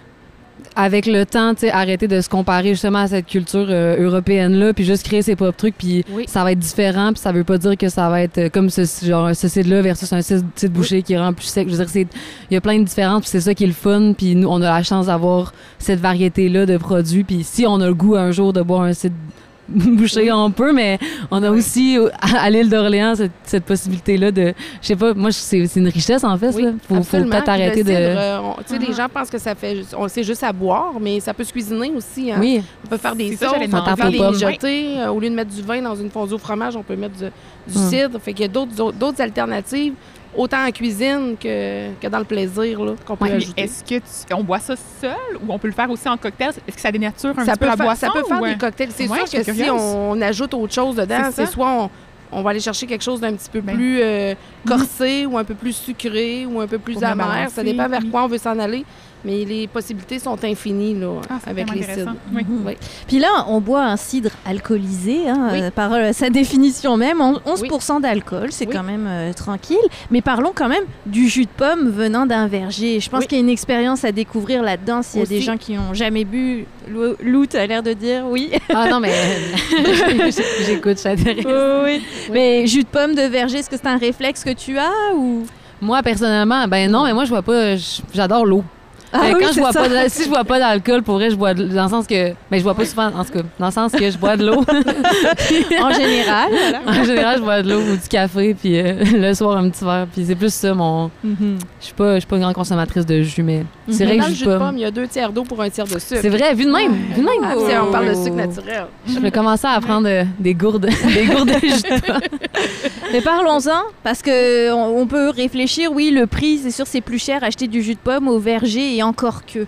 Avec le temps, tu sais, arrêter de se comparer justement à cette culture euh, européenne-là, puis juste créer ses propres trucs, puis oui. ça va être différent, puis ça veut pas dire que ça va être euh, comme ce, genre, ce cidre-là versus un cidre bouché oui. qui rend plus sec. Je veux dire, il y a plein de différences, puis c'est ça qui est le fun, puis nous, on a la chance d'avoir cette variété-là de produits, puis si on a le goût un jour de boire un cidre boucher, oui. on peut, mais on a oui. aussi à, à l'île d'Orléans cette, cette possibilité-là de, je sais pas, moi c'est, c'est une richesse en fait. Il oui, faut, faut peut-être arrêter cidre, de. Euh, tu sais, uh-huh. les gens pensent que ça fait, on sait juste à boire, mais ça peut se cuisiner aussi. Hein? Oui. On peut faire des c'est sauces, ça, on peut faire des mijotés. Oui. Euh, au lieu de mettre du vin dans une fondue au fromage, on peut mettre du, du hum. cidre. Fait qu'il y a d'autres, d'autres alternatives. Autant en cuisine que, que dans le plaisir là, qu'on peut ouais, ajouter. Est-ce que tu, on boit ça seul ou on peut le faire aussi en cocktail? Est-ce que ça dénature un ça petit peu la faire, boisson? Ça peut faire ou... des cocktails. C'est ouais, sûr que si on, on ajoute autre chose dedans, c'est, c'est soit on, on va aller chercher quelque chose d'un petit peu ben. plus euh, corsé mmh. ou un peu plus sucré ou un peu plus Pour amer. Ça dépend vers quoi on veut s'en aller. Mais les possibilités sont infinies là, ah, avec les cidres. Oui. Mmh. Oui. Puis là, on boit un cidre alcoolisé, hein, oui. euh, par euh, sa définition même, onze pour cent oui. d'alcool, c'est oui. quand même euh, tranquille. Mais parlons quand même du jus de pomme venant d'un verger. Je pense oui. qu'il y a une expérience à découvrir là-dedans s'il y a Aussi. des gens qui n'ont jamais bu. Lou, tu as l'air de dire oui. Ah non, mais j'écoute, ça intéresse. Oh, oui. oui. Mais jus de pomme de verger, est-ce que c'est un réflexe que tu as ou... Moi, personnellement, ben non, mais moi, je vois pas... J'adore l'eau. Ah Mais oui, quand je c'est bois ça. pas de- si je bois pas d'alcool, pour vrai, je bois de, dans le sens que. Mais je bois pas souvent, en tout cas, dans le sens que je bois de l'eau. En général, voilà. En général, je bois de l'eau ou du café, puis euh, le soir, un petit verre. Puis c'est plus ça, mon. Mhm. Je suis pas, je suis pas une grande consommatrice de jus, mais c'est vrai Dans que le je jus suis de pas. pomme, il y a deux tiers d'eau pour un tiers de sucre. C'est vrai, vu de même, vu de même. Ah, tu sais, on parle de sucre naturel. Je vais commencer à prendre euh, des gourdes, des gourdes de jus de pomme. Mais parlons-en, parce que on, on peut réfléchir, oui, le prix, c'est sûr, c'est plus cher acheter du jus de pomme au verger et encore que.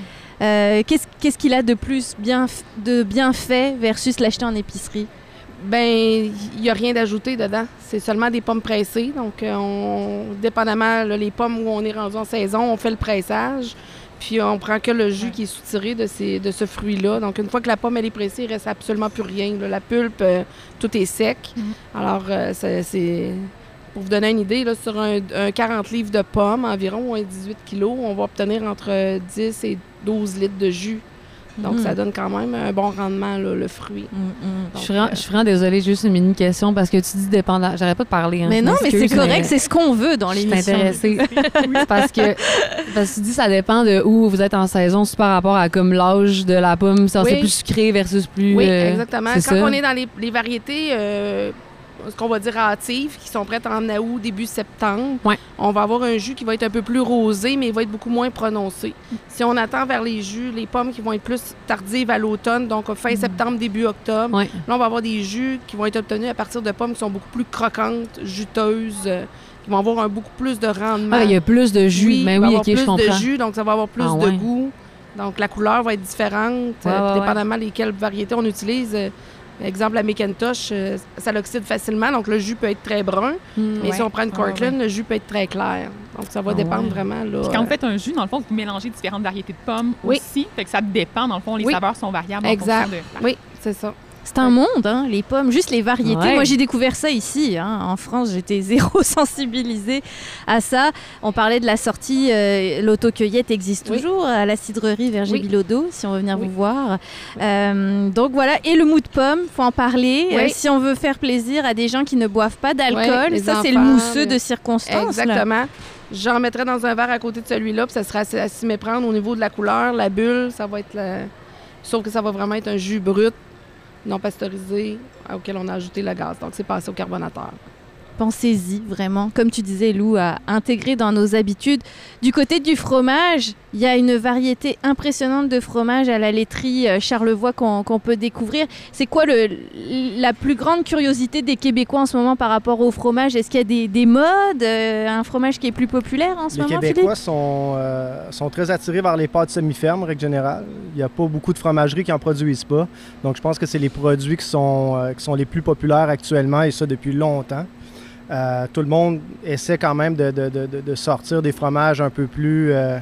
Euh, qu'est-ce, qu'est-ce qu'il a de plus bien, f- de bien fait versus l'acheter en épicerie? Ben, il n'y a rien d'ajouté dedans. C'est seulement des pommes pressées. Donc, euh, on, dépendamment, là, les pommes où on est rendu en saison, on fait le pressage. Puis, on prend que le jus qui est soutiré de, ces, de ce fruit-là. Donc, une fois que la pomme elle est pressée, il ne reste absolument plus rien. Là. La pulpe, euh, tout est sec. Mhm. Alors, euh, c'est, c'est... Pour vous donner une idée, là, sur un, un quarante livres de pommes, environ un dix-huit kilos, on va obtenir entre dix et douze litres de jus. Donc, Mhm. ça donne quand même un bon rendement, là, le fruit. Mhm. Je suis vraiment, je suis vraiment désolée, juste une mini question parce que tu dis dépendant. J'arrête pas de parler. Hein, Mais je non, mais c'est m'excuse, correct, mais c'est ce qu'on veut dans je suis l'émission. intéressée. C'est parce que parce que tu dis ça dépend de où vous êtes en saison, c'est par rapport à comme l'âge de la pomme, ça Oui. c'est plus sucré versus plus. Oui, euh, exactement. c'est Quand ça. on est dans les, les variétés, euh, ce qu'on va dire hâtives, qui sont prêtes en août, début septembre, Ouais. on va avoir un jus qui va être un peu plus rosé, mais il va être beaucoup moins prononcé. Si on attend vers les jus, les pommes qui vont être plus tardives à l'automne, donc fin septembre, début octobre, Ouais. là, on va avoir des jus qui vont être obtenus à partir de pommes qui sont beaucoup plus croquantes, juteuses, euh, qui vont avoir un beaucoup plus de rendement. Ah, il y a plus de jus, Oui, mais il va oui, avoir ok, je plus de comprends. jus, donc ça va avoir plus Ah, de ouais. goût. Donc la couleur va être différente, Ouais, euh, ouais, dépendamment lesquelles variétés on utilise. Euh, exemple, la McIntosh, euh, ça l'oxyde facilement, donc le jus peut être très brun. Hmm. Mais si on prend une Ah, Cortland, le jus peut être très clair. Donc ça va Ah, dépendre ouais. vraiment. Là, Puis quand vous euh, faites un jus, dans le fond, vous mélangez différentes variétés de pommes Oui. aussi. Fait que ça dépend, dans le fond, les Oui. saveurs sont variables Exact. en fonction de... Oui, c'est ça. C'est un monde, hein, les pommes, juste les variétés. Ouais. Moi, j'ai découvert ça ici. Hein. En France, j'étais zéro sensibilisée à ça. On parlait de la sortie, euh, l'autocueillette existe Oui. toujours à la cidrerie Verger-Bilodeau, si on veut venir Oui. vous voir. Euh, donc voilà, et le mou de pomme, faut en parler. Oui. Euh, si on veut faire plaisir à des gens qui ne boivent pas d'alcool, Oui, les ça c'est le enfants, mousseux les- de circonstance. là. Exactement. J'en mettrais dans un verre à côté de celui-là, puis ça sera à, à s'y méprendre au niveau de la couleur, la bulle, ça va être la... Sauf que ça va vraiment être un jus brut, non pasteurisé, auquel on a ajouté le gaz. Donc, c'est passé au carbonateur. Pensez-y, vraiment. Comme tu disais, Lou, à intégrer dans nos habitudes. Du côté du fromage, il y a une variété impressionnante de fromage à la laiterie euh, Charlevoix qu'on qu'on peut découvrir. C'est quoi le, la plus grande curiosité des Québécois en ce moment par rapport au fromage? Est-ce qu'il y a des, des modes, euh, un fromage qui est plus populaire en ce Les moment, Québécois sont, euh, sont très attirés vers les pâtes semi-fermes, règle générale. Il n'y a pas beaucoup de fromageries qui en produisent pas. Donc, je pense que c'est les produits qui sont, euh, qui sont les plus populaires actuellement, et ça depuis longtemps. Euh, tout le monde essaie quand même de, de- de- de sortir des fromages un peu plus, euh,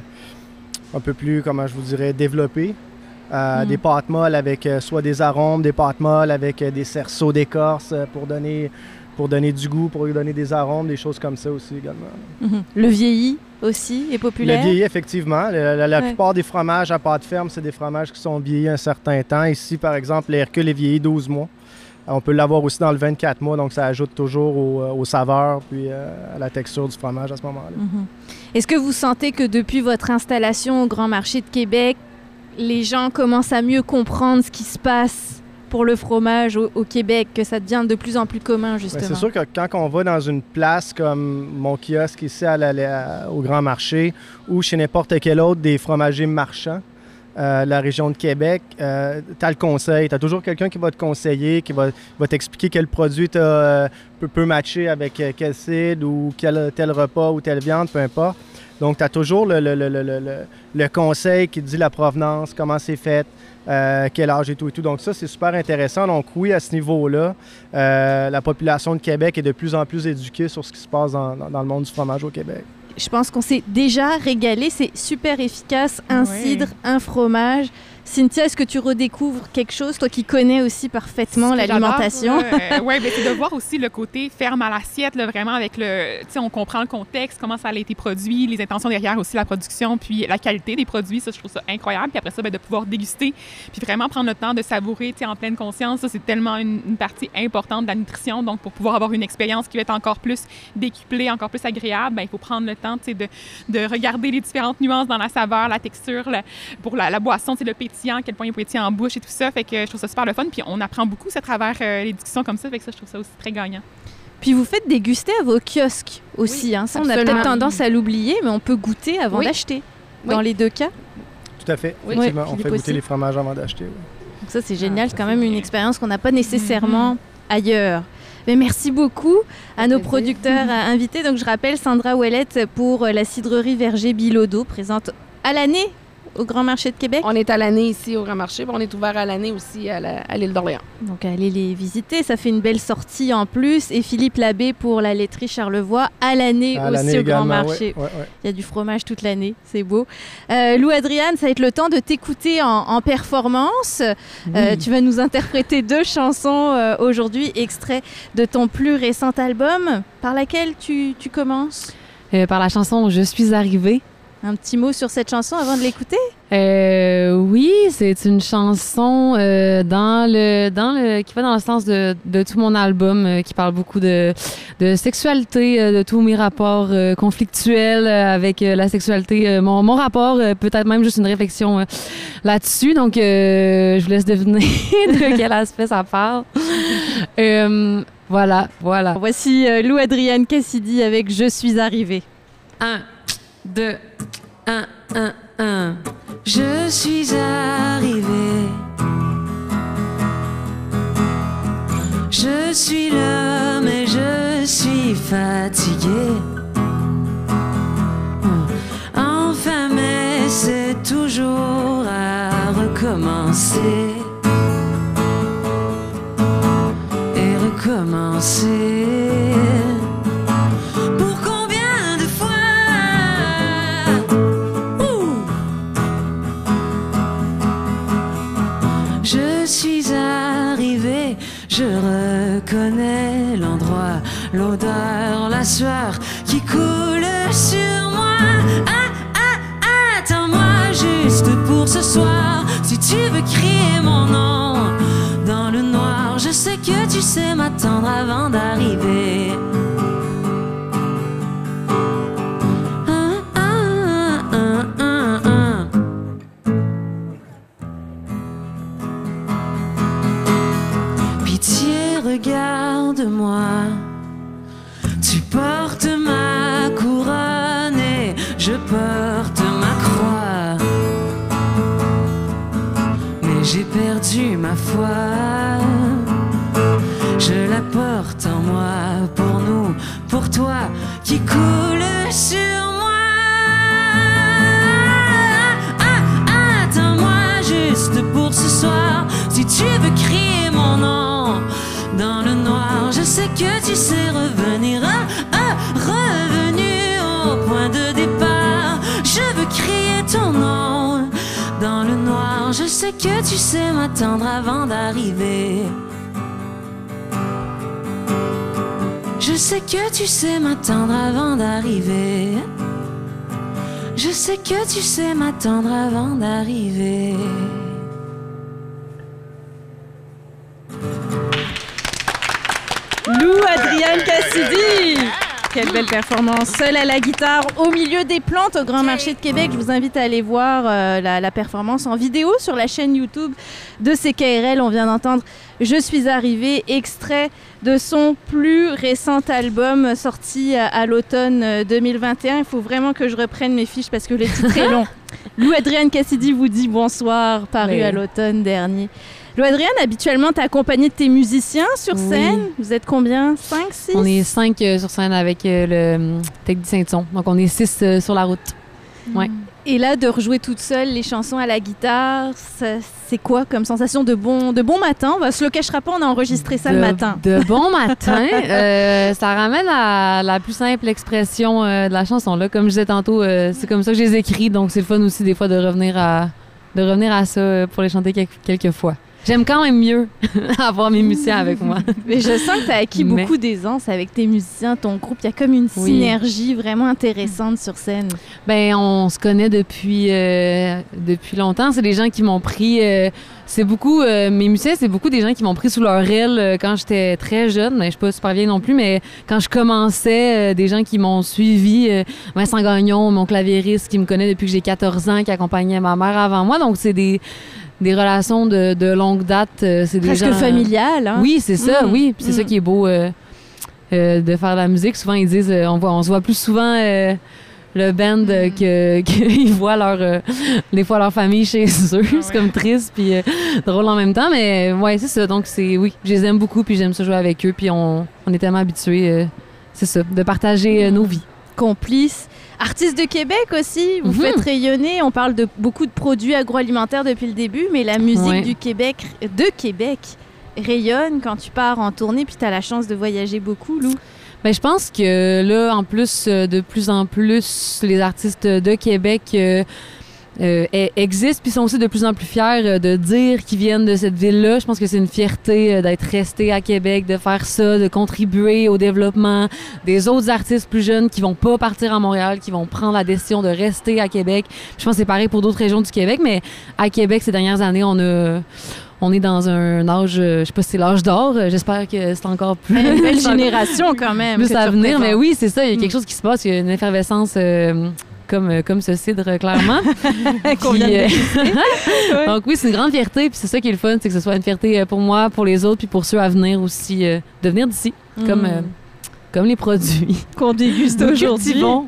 un peu plus, comment je vous dirais, développés. Euh, Mm. Des pâtes molles avec euh, soit des arômes, des pâtes molles avec euh, des cerceaux d'écorce euh, pour donner, pour donner du goût, pour lui donner des arômes, des choses comme ça aussi également. Philippe? Mhm. Le vieilli aussi est populaire. Le vieilli, effectivement. Le- la la Ouais. plupart des fromages à pâte ferme, c'est des fromages qui sont vieillis un certain temps. Ici, par exemple, l'Hercule est vieilli douze mois. On peut l'avoir aussi dans le vingt-quatre mois, donc ça ajoute toujours au, euh, aux saveurs puis euh, à la texture du fromage à ce moment-là. Mhm. Est-ce que vous sentez que depuis votre installation au Grand Marché de Québec, les gens commencent à mieux comprendre ce qui se passe pour le fromage au, au Québec, que ça devient de plus en plus commun, Ben, justement? c'est sûr que quand on va dans une place comme mon kiosque ici à la- la- au Grand Marché ou chez n'importe quel autre des fromagers marchands, euh, la région de Québec, euh, tu as le conseil. Tu as toujours quelqu'un qui va te conseiller, qui va, va t'expliquer quel produit t'as, euh, peut, peut matcher avec euh, quel cidre ou quel, tel repas ou telle viande, peu importe. Donc, tu as toujours le, le, le, le, le, le conseil qui te dit la provenance, comment c'est fait, euh, quel âge et tout et tout. Donc, ça, c'est super intéressant. Donc, oui, à ce niveau-là, euh, la population de Québec est de plus en plus éduquée sur ce qui se passe dans, dans, dans le monde du fromage au Québec. Je pense qu'on s'est déjà régalé. C'est super efficace. Un Ouais. cidre, un fromage. Cynthia, est-ce que tu redécouvres quelque chose, toi qui connais aussi parfaitement l'alimentation? Euh, oui, ben, c'est de voir aussi le côté ferme à l'assiette, là, vraiment avec le... Tu sais, on comprend le contexte, comment ça a été produit, les intentions derrière aussi la production, puis la qualité des produits, ça, je trouve ça incroyable. Puis après ça, ben, de pouvoir déguster, puis vraiment prendre le temps de savourer, tu sais, en pleine conscience, ça, c'est tellement une, une partie importante de la nutrition. Donc, pour pouvoir avoir une expérience qui va être encore plus décuplée, encore plus agréable, ben, il faut prendre le temps, tu sais, de, de regarder les différentes nuances dans la saveur, la texture, la, pour la, la boisson, tu sais, le pétillant, à quel point il est pétillant en bouche et tout ça. Fait que je trouve ça super le fun. Puis on apprend beaucoup à travers euh, les discussions comme ça. Fait que ça, je trouve ça aussi très gagnant. Puis vous faites déguster à vos kiosques aussi. Oui, hein. Ça, on a peut-être tendance à l'oublier, mais on peut goûter avant oui. d'acheter. Dans oui. les deux cas. Tout à fait. Oui. Effectivement, on fait goûter les fromages avant d'acheter. Oui. Donc ça, c'est génial. C'est quand même une expérience qu'on n'a pas nécessairement mm-hmm. ailleurs. Mais merci beaucoup à nos producteurs mmh. invités. Donc, je rappelle Sandra Ouellette pour la cidrerie Verger Bilodeau, présente à l'année au Grand Marché de Québec. On est à l'année ici au Grand Marché, on est ouvert à l'année aussi à, la, à l'île d'Orléans. Donc, allez les visiter, ça fait une belle sortie en plus. Et Philippe Labbé pour la laiterie Charlevoix à l'année à aussi l'année au également, Grand Marché. Ouais, ouais, ouais. Il y a du fromage toute l'année, c'est beau. Euh, Lou Adriane, ça va être le temps de t'écouter en, en performance. Oui. Euh, tu vas nous interpréter deux chansons euh, aujourd'hui, extraits de ton plus récent album. Par laquelle tu, tu commences? Euh, par la chanson « Je suis arrivée ». Un petit mot sur cette chanson avant de l'écouter? Euh, oui, c'est une chanson euh, dans le, dans le, qui va dans le sens de, de tout mon album, euh, qui parle beaucoup de, de sexualité, euh, de tous mes rapports euh, conflictuels euh, avec euh, la sexualité. Euh, mon, mon rapport, euh, peut-être même juste une réflexion euh, là-dessus. Donc, euh, je vous laisse deviner de quel aspect ça parle. euh, voilà, voilà. Voici euh, Lou Adriane Cassidy avec « Je suis arrivée ». Un, deux, un, un, un. Je suis arrivée. Je suis là, mais je suis fatiguée. Enfin, mais c'est toujours à recommencer. Et recommencer. Je suis arrivée, je reconnais l'endroit, l'odeur, la sueur qui coule sur moi. Ah, ah, attends-moi juste pour ce soir. Si tu veux crier mon nom dans le noir, je sais que tu sais m'attendre avant d'arriver. Regarde-moi, tu portes ma couronne et je porte ma croix. Mais j'ai perdu ma foi, je la porte en moi, pour nous, pour toi, qui coule sur moi. Ah, ah, attends-moi juste pour ce soir, si tu veux crier mon nom dans le noir, je sais que tu sais revenir, ah, ah, revenu au point de départ. Je veux crier ton nom dans le noir, je sais que tu sais m'attendre avant d'arriver. Je sais que tu sais m'attendre avant d'arriver. Je sais que tu sais m'attendre avant d'arriver. Lou Adriane Cassidy! Quelle belle performance! Seule à la guitare, au milieu des plantes au Grand Marché de Québec. Je vous invite à aller voir euh, la, la performance en vidéo sur la chaîne YouTube de C K R L. On vient d'entendre « Je suis arrivée », extrait de son plus récent album sorti à, à l'automne deux mille vingt et un. Il faut vraiment que je reprenne mes fiches parce que le titre est long. Lou Adriane Cassidy vous dit bonsoir, paru oui. à l'automne dernier. Lou Adriane, habituellement, tu es accompagnée de tes musiciens sur scène. Oui. Vous êtes combien? cinq, six? On est cinq euh, sur scène avec euh, le euh, technicien de son. Donc, on est six euh, sur la route. Mmh. Ouais. Et là, de rejouer toute seule les chansons à la guitare, ça, c'est quoi comme sensation de bon, de bon matin? On va se le cachera pas, on a enregistré ça de, le matin. De bon matin. euh, ça ramène à la plus simple expression euh, de la chanson. Là. Comme je disais tantôt, euh, c'est comme ça que je les écris. Donc, c'est le fun aussi des fois de revenir à... de revenir à ça pour les chanter quelques, quelques fois. J'aime quand même mieux avoir mes musiciens avec moi. Mais je sens que tu as acquis Mais... beaucoup d'aisance avec tes musiciens, ton groupe. Il y a comme une oui. synergie vraiment intéressante sur scène. Bien, on se connaît depuis, euh, depuis longtemps. C'est des gens qui m'ont pris... Euh, c'est beaucoup... Euh, mes musiciens, c'est beaucoup des gens qui m'ont pris sous leur aile euh, quand j'étais très jeune. Je ne suis pas super vieille non plus, mais quand je commençais, euh, des gens qui m'ont suivi. Euh, Vincent Gagnon, mon claviériste, qui me connaît depuis que j'ai quatorze ans, qui accompagnait ma mère avant moi. Donc, c'est des... des relations de, de longue date. Euh, c'est des Presque gens, familiales, hein? Oui, c'est ça, mmh. oui. Puis c'est mmh. ça qui est beau euh, euh, de faire de la musique. Souvent, ils disent, euh, on, voit, on se voit plus souvent euh, le band mmh. que qu'ils voient leur, euh, des fois leur famille chez eux. Ah, c'est ouais. comme triste puis euh, drôle en même temps. Mais ouais, c'est ça. Donc, c'est oui, je les aime beaucoup puis j'aime ça jouer avec eux. Puis on, on est tellement habitués, euh, c'est ça, de partager euh, nos vies. Complices. Artistes de Québec aussi, vous mm-hmm. faites rayonner. On parle de beaucoup de produits agroalimentaires depuis le début, mais la musique ouais. du Québec, de Québec rayonne quand tu pars en tournée, puis tu as la chance de voyager beaucoup, Lou. Bien, je pense que là, en plus, de plus en plus, les artistes de Québec euh, euh, existent, puis sont aussi de plus en plus fiers de dire qu'ils viennent de cette ville-là. Je pense que c'est une fierté d'être resté à Québec, de faire ça, de contribuer au développement des autres artistes plus jeunes qui vont pas partir à Montréal, qui vont prendre la décision de rester à Québec. Je pense que c'est pareil pour d'autres régions du Québec, mais à Québec, ces dernières années, on a... On est dans un âge, je sais pas si c'est l'âge d'or, j'espère que c'est encore plus... Une belle génération quand même. Plus à venir, mais oui, c'est ça, il y a quelque chose qui se passe, il y a une effervescence... Euh, Comme, comme ce cidre, clairement. Puis, euh... ouais. Donc oui, c'est une grande fierté. Puis c'est ça qui est le fun, c'est que ce soit une fierté pour moi, pour les autres, puis pour ceux à venir aussi, euh, de venir d'ici, mm. comme, euh, comme les produits. Qu'on déguste aujourd'hui. Bon.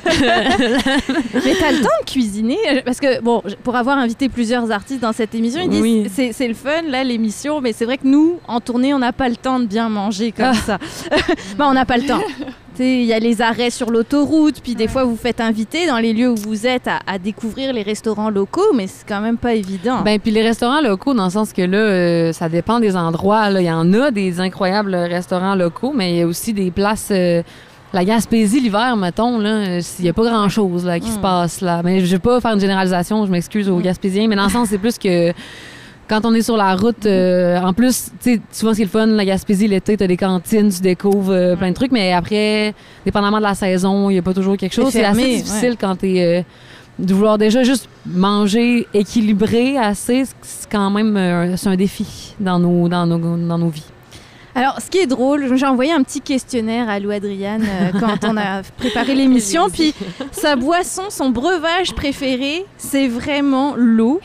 Mais t'as le temps de cuisiner? Parce que, bon, pour avoir invité plusieurs artistes dans cette émission, ils disent oui. c'est, c'est le fun, là, l'émission, mais c'est vrai que nous, en tournée, on n'a pas le temps de bien manger comme ah. ça. Ben, on n'a pas le temps. Il y a les arrêts sur l'autoroute, puis des ouais. fois, vous faites inviter dans les lieux où vous êtes à, à découvrir les restaurants locaux, mais c'est quand même pas évident. Bien, puis les restaurants locaux, dans le sens que là, euh, ça dépend des endroits. Là. Il y en a des incroyables restaurants locaux, mais il y a aussi des places... Euh, la Gaspésie, l'hiver, mettons, là, il n'y a pas grand-chose là, qui mm. se passe là. Mais je ne vais pas faire une généralisation, je m'excuse aux Gaspésiens, mais dans le sens, c'est plus que... Quand on est sur la route, euh, en plus, tu sais, souvent, ce qui est le fun, la Gaspésie, l'été, t'as des cantines, tu découvres euh, plein de trucs, mais après, dépendamment de la saison, il n'y a pas toujours quelque chose. C'est, fermé, c'est assez difficile ouais. quand t'es... Euh, de vouloir déjà juste manger équilibré assez, c'est quand même euh, c'est un défi dans nos, dans nos, dans nos vies. Alors, ce qui est drôle, j'ai envoyé un petit questionnaire à Lou Adriane euh, quand on a préparé l'émission, puis sa boisson, son breuvage préféré, c'est vraiment l'eau.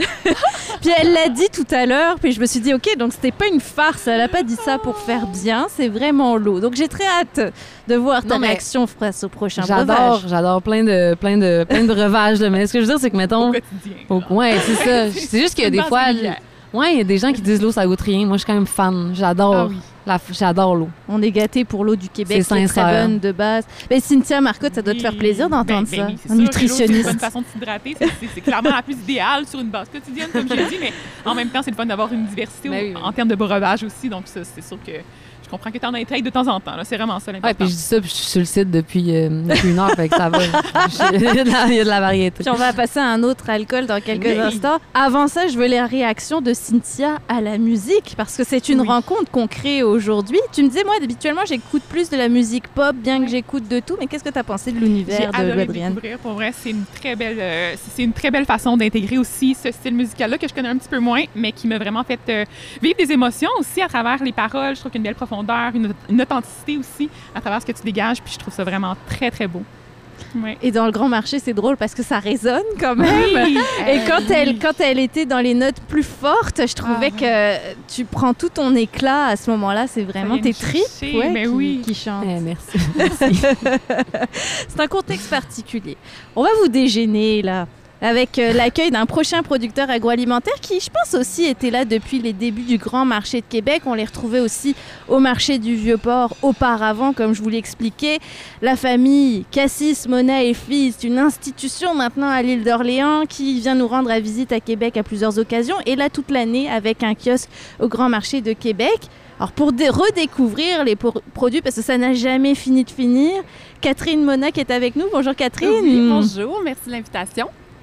Puis elle l'a dit tout à l'heure, puis je me suis dit, OK, donc c'était pas une farce, elle a pas dit ça pour faire bien, c'est vraiment l'eau. Donc j'ai très hâte de voir ta non, réaction face au prochain j'adore, breuvage. J'adore plein de, plein de, plein de breuvages, mais ce que je veux dire, c'est que, mettons... Au quotidien. Au, ouais, c'est ça. C'est juste que des fois... Ouais, il y a des gens qui disent l'eau, ça goûte rien. Moi, je suis quand même fan. J'adore. Ah oui. La, j'adore l'eau. On est gâtés pour l'eau du Québec, c'est, c'est très bonne de base. Mais Cynthia Marcotte, ça doit te faire plaisir d'entendre ben, ben, ça. Oui, c'est un sûr, nutritionniste. C'est une bonne façon de s'hydrater. C'est, c'est, c'est clairement la plus idéale sur une base quotidienne, comme je l'ai dit. Mais en même temps, c'est le fun d'avoir une diversité ben, au, oui. en termes de breuvage aussi. Donc, ça, c'est sûr que je comprends que tu en intègres de temps en temps. Là. C'est vraiment ça l'important. Ouais, puis je dis ça, puis je suis sur le site depuis, euh, depuis une heure, fait que ça va. Il y a de la variété. Puis on va passer à un autre alcool dans quelques oui. instants. Avant ça, je veux les réactions de Cynthia à la musique, parce que c'est une oui. rencontre qu'on crée aujourd'hui. Tu me disais, moi, habituellement, j'écoute plus de la musique pop, bien oui. que j'écoute de tout. Mais qu'est-ce que tu as pensé de l'univers J'ai de Lou Adriane? Découvrir. Pour vrai, c'est une très belle, euh, c'est une très belle façon d'intégrer aussi ce style musical-là que je connais un petit peu moins, mais qui m'a vraiment fait euh, vivre des émotions aussi à travers les paroles. Je trouve qu'il y a une belle profondeur, une, une authenticité aussi à travers ce que tu dégages, puis je trouve ça vraiment très, très beau. Ouais. Et dans le grand marché, c'est drôle parce que ça résonne quand même. Oui. Et quand elle, quand elle était dans les notes plus fortes, je trouvais ah. que tu prends tout ton éclat à ce moment-là. C'est vraiment tes tripes ouais, mais qui, oui. qui chantent. Eh, merci. merci. C'est un contexte particulier. On va vous déjeuner là, avec euh, l'accueil d'un prochain producteur agroalimentaire qui, je pense aussi, était là depuis les débuts du Grand Marché de Québec. On les retrouvait aussi au marché du Vieux-Port auparavant, comme je vous l'ai expliqué. La famille Cassis, Mona et Fils, c'est une institution maintenant à l'île d'Orléans qui vient nous rendre à visite à Québec à plusieurs occasions et là toute l'année avec un kiosque au Grand Marché de Québec. Alors pour dé- redécouvrir les pour- produits, parce que ça n'a jamais fini de finir, Catherine Mona qui est avec nous. Bonjour Catherine. Oui, bonjour, merci de l'invitation.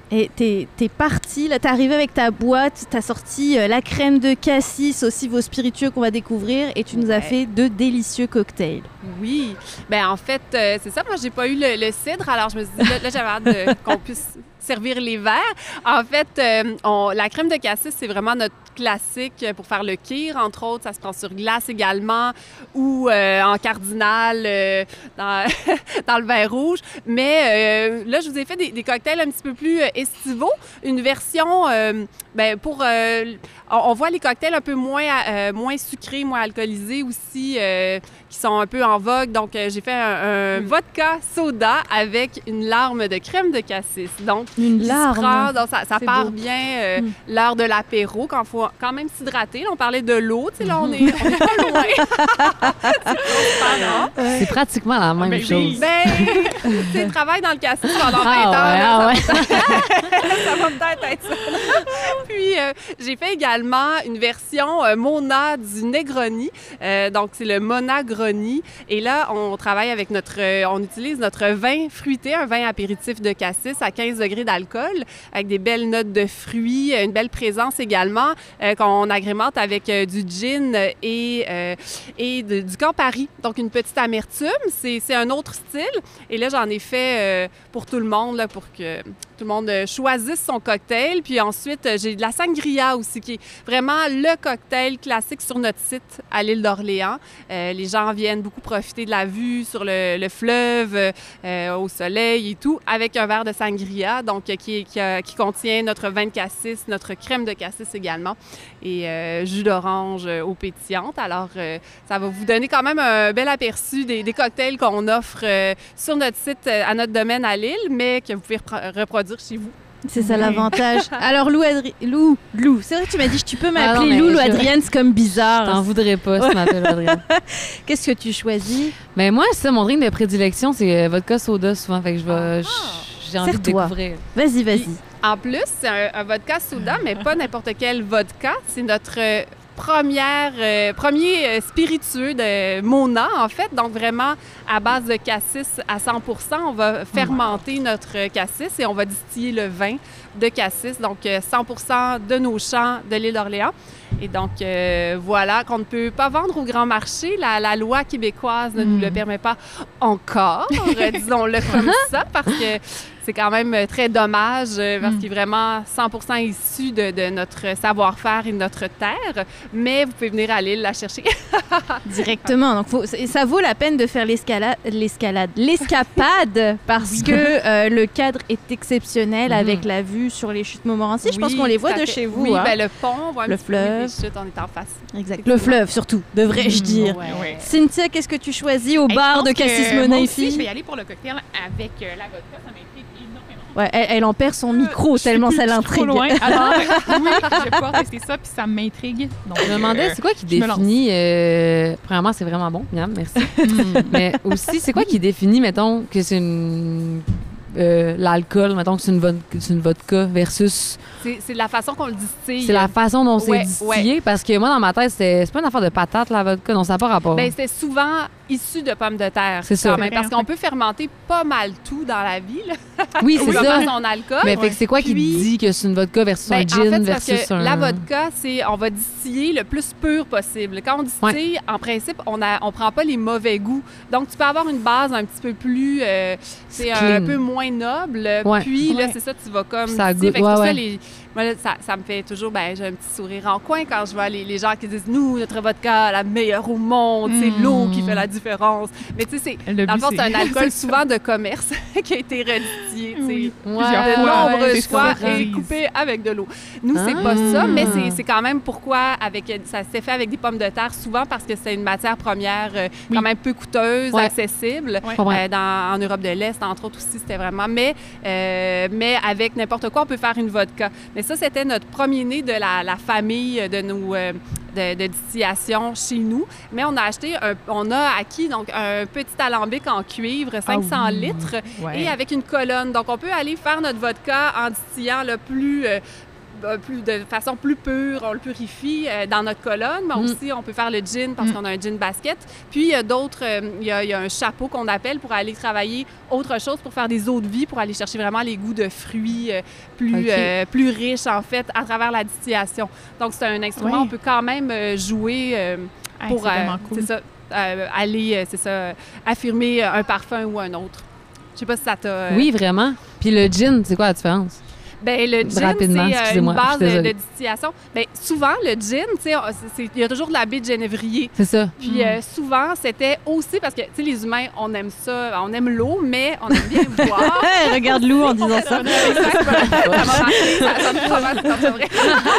Et t'es, t'es parti, là, t'es arrivé avec ta boîte, t'as sorti euh, la crème de cassis, aussi vos spiritueux qu'on va découvrir, et tu nous as Ouais. fait de délicieux cocktails. Oui. Ben en fait, euh, c'est ça. Moi, j'ai pas eu le, le cidre, alors je me suis dit, là, là, j'avais hâte de- qu'on puisse servir les verres. En fait, euh, on- la crème de cassis, c'est vraiment notre classique pour faire le kir, entre autres. Ça se prend sur glace également ou euh, en cardinal euh, dans, dans le vin rouge. Mais euh, là, je vous ai fait des, des cocktails un petit peu plus euh, estivaux. Une version, euh, ben, pour... euh, on, on voit les cocktails un peu moins, euh, moins sucrés, moins alcoolisés aussi, euh, qui sont un peu en vogue. Donc, euh, j'ai fait un, un vodka soda avec une larme de crème de cassis. Donc, Une qui se larme. prend, donc ça, ça C'est part beau. bien euh, Mm. l'heure de l'apéro, quand il faut quand même s'hydrater. Là, on parlait de l'eau, tu sais, là, on est, on est pas loin. C'est transparent. C'est pratiquement la même ben oui. chose. Ben, tu sais, travaille dans le cassis pendant vingt Ah ans. ouais, là, ah ça, ouais. ça va peut-être être ça. Puis, euh, j'ai fait également une version euh, Mona du Negroni. Euh, donc, c'est le Monagroni. Et là, on travaille avec notre... euh, on utilise notre vin fruité, un vin apéritif de cassis à quinze degrés d'alcool, avec des belles notes de fruits, une belle présence également, euh, qu'on agrémente avec euh, du gin et, euh, et de- du Campari. Donc, une petite amertume. C'est c'est un autre style. Et là, j'en ai fait euh, pour tout le monde, là, pour que tout le monde euh, choisisse son cocktail. Puis ensuite, euh, j'ai de la sangria aussi, qui est vraiment le cocktail classique sur notre site à l'île d'Orléans. Euh, les gens viennent beaucoup profiter de la vue sur le, le fleuve, euh, au soleil et tout, avec un verre de sangria, donc euh, qui, qui, euh, qui contient notre vin de cassis, notre crème de cassis également, et euh, jus d'orange euh, eau pétillante. Alors, euh, ça va vous donner quand même un bel aperçu des, des cocktails qu'on offre euh, sur notre site, euh, à notre domaine à Lille, mais que vous pouvez repro- reproduire chez vous. C'est ça Oui. l'avantage. Alors, Lou, Adri... Lou, Lou, c'est vrai que tu m'as dit, tu peux Ah non, m'appeler mais Lou, Lou je- Adrienne, c'est comme T'en bizarre. voudrais pas si tu m'appelles Adrienne. Qu'est-ce que tu choisis? Mais moi, c'est ça, mon drink de prédilection, c'est euh, vodka soda souvent. Fait que je vais. j- J'ai envie de Serre-toi. découvrir. Vas-y, vas-y. En plus, c'est un, un vodka soda, mais pas n'importe quel vodka. C'est notre euh, première, euh, premier euh, spiritueux de Mona, en fait. Donc, vraiment, à base de cassis à cent pour cent, on va fermenter notre euh, cassis et on va distiller le vin de cassis. Donc, euh, cent pour cent de nos champs de l'île d'Orléans. Et donc, euh, voilà, qu'on ne peut pas vendre au grand marché. La, la loi québécoise ne nous le permet pas encore, euh, disons-le comme ça, parce que c'est quand même euh, très dommage, euh, parce qu'il est vraiment cent pour cent issu de, de notre savoir-faire et de notre terre. Mais vous pouvez venir à l'île la chercher. Directement. Donc, faut- et ça vaut la peine de faire l'escalade, l'escalade, l'escapade, parce que euh, le cadre est exceptionnel Mhm. avec la vue sur les chutes Montmorency. Je pense Oui, qu'on les tout voit à de fait. chez vous. Oui, hein. ben, le pont, on voit un Le petit peu, oui, fleuve. les chutes, on est en face. Exact. Le fleuve, surtout, devrais-je dire. Ouais. Oui. Cynthia, qu'est-ce que tu choisis au Hey, bar je de pense que Cassis moi Mona et aussi, je vais filles? y aller pour le cocktail avec euh, la vodka. Ça m'intrigue énormément. Ouais, elle, elle en perd son micro Euh, je sais tellement plus, ça je suis trop l'intrigue. loin. Alors, oui, je vais pouvoir tester ça, puis ça m'intrigue. Donc, Je me demandais, euh, c'est quoi qui je me lance. définit. euh, Premièrement, c'est vraiment bon, Miam, merci. Mais aussi, c'est quoi qui définit, mettons, que c'est une. euh, L'alcool, mettons que c'est une, vod- que c'est une vodka versus. C'est c'est la façon qu'on le distille. C'est la façon dont c'est Ouais, distillé. Parce que moi, dans ma tête, c'était- c'est pas une affaire de patate, la vodka. Non, ça n'a pas rapport. Ben, c'est souvent issu de pommes de terre. C'est ça. quand même, parce qu'on peut fermenter pas mal tout dans la vie. Là. oui, On c'est va ça. faire son alcool. Mais fait que c'est quoi qui Puis- dit que c'est une vodka versus Ben, un en gin fait, c'est parce versus que un. la vodka, c'est on va distiller le plus pur possible. Quand on distille, en principe, on a, on prend pas les mauvais goûts. Donc, tu peux avoir une base un petit peu plus, euh, c'est un Clean. peu moins noble. Ouais. Puis là, Ouais. c'est ça, tu vas comme Ça distiller. goûte- Fait que pour ouais, ça, ouais. les, moi, là, ça, ça me fait toujours, ben, j'ai un petit sourire en coin quand je vois les, les gens qui disent, nous, notre vodka, la meilleure au monde, c'est Mm. l'eau qui fait la différence. Mais tu sais, c'est Le dans le but, fond, c'est un alcool c'est ça. souvent de commerce qui a été redistillé, tu sais, Oui. Ouais, Plusieurs de fois, ouais, nombreuses c'est fois ça. et coupé avec de l'eau. Nous, c'est Ah. pas ça, mais c'est- c'est quand même pourquoi avec, ça s'est fait avec des pommes de terre, souvent parce que c'est une matière première euh, quand Oui. même peu coûteuse, Ouais. accessible. Ouais. Comprends. Euh, dans, en Europe de l'Est, entre autres aussi, c'était vraiment... Mais, euh, mais avec n'importe quoi, on peut faire une vodka. Mais ça, c'était notre premier-né de la, la famille de nos... euh, de, de distillation chez nous. Mais on a acheté, un- on a acquis donc un petit alambic en cuivre, cinq cents Ah oui. litres, Ouais. et avec une colonne. Donc, on peut aller faire notre vodka en distillant le plus, euh, plus, de façon plus pure, on le purifie euh, dans notre colonne, mais mm. aussi on peut faire le gin parce mm. qu'on a un gin basket. Puis il y a d'autres, euh, il y a, il y a un chapeau qu'on appelle pour aller travailler autre chose, pour faire des eaux de vie, pour aller chercher vraiment les goûts de fruits euh, plus, okay. euh, plus riches en fait à travers la distillation. Donc c'est un instrument, oui. on peut quand même euh, jouer euh, pour, hey, c'est euh, cool. c'est ça, euh, aller, euh, c'est ça, affirmer un parfum ou un autre. Je sais pas si ça t'a... Euh... Oui, vraiment. Puis le gin, c'est quoi la différence? Bien, le gin, Rapidement, c'est euh, une base de, de distillation. Bien, souvent, le gin, tu sais, il y a toujours de la baie de genévrier. C'est ça. Puis mm. euh, souvent, c'était aussi parce que, tu sais, les humains, on aime ça, on aime l'eau, mais on aime bien boire. Regarde l'eau en disant ça. Ça m'a marqué, ça sonne pas mal, c'est vrai.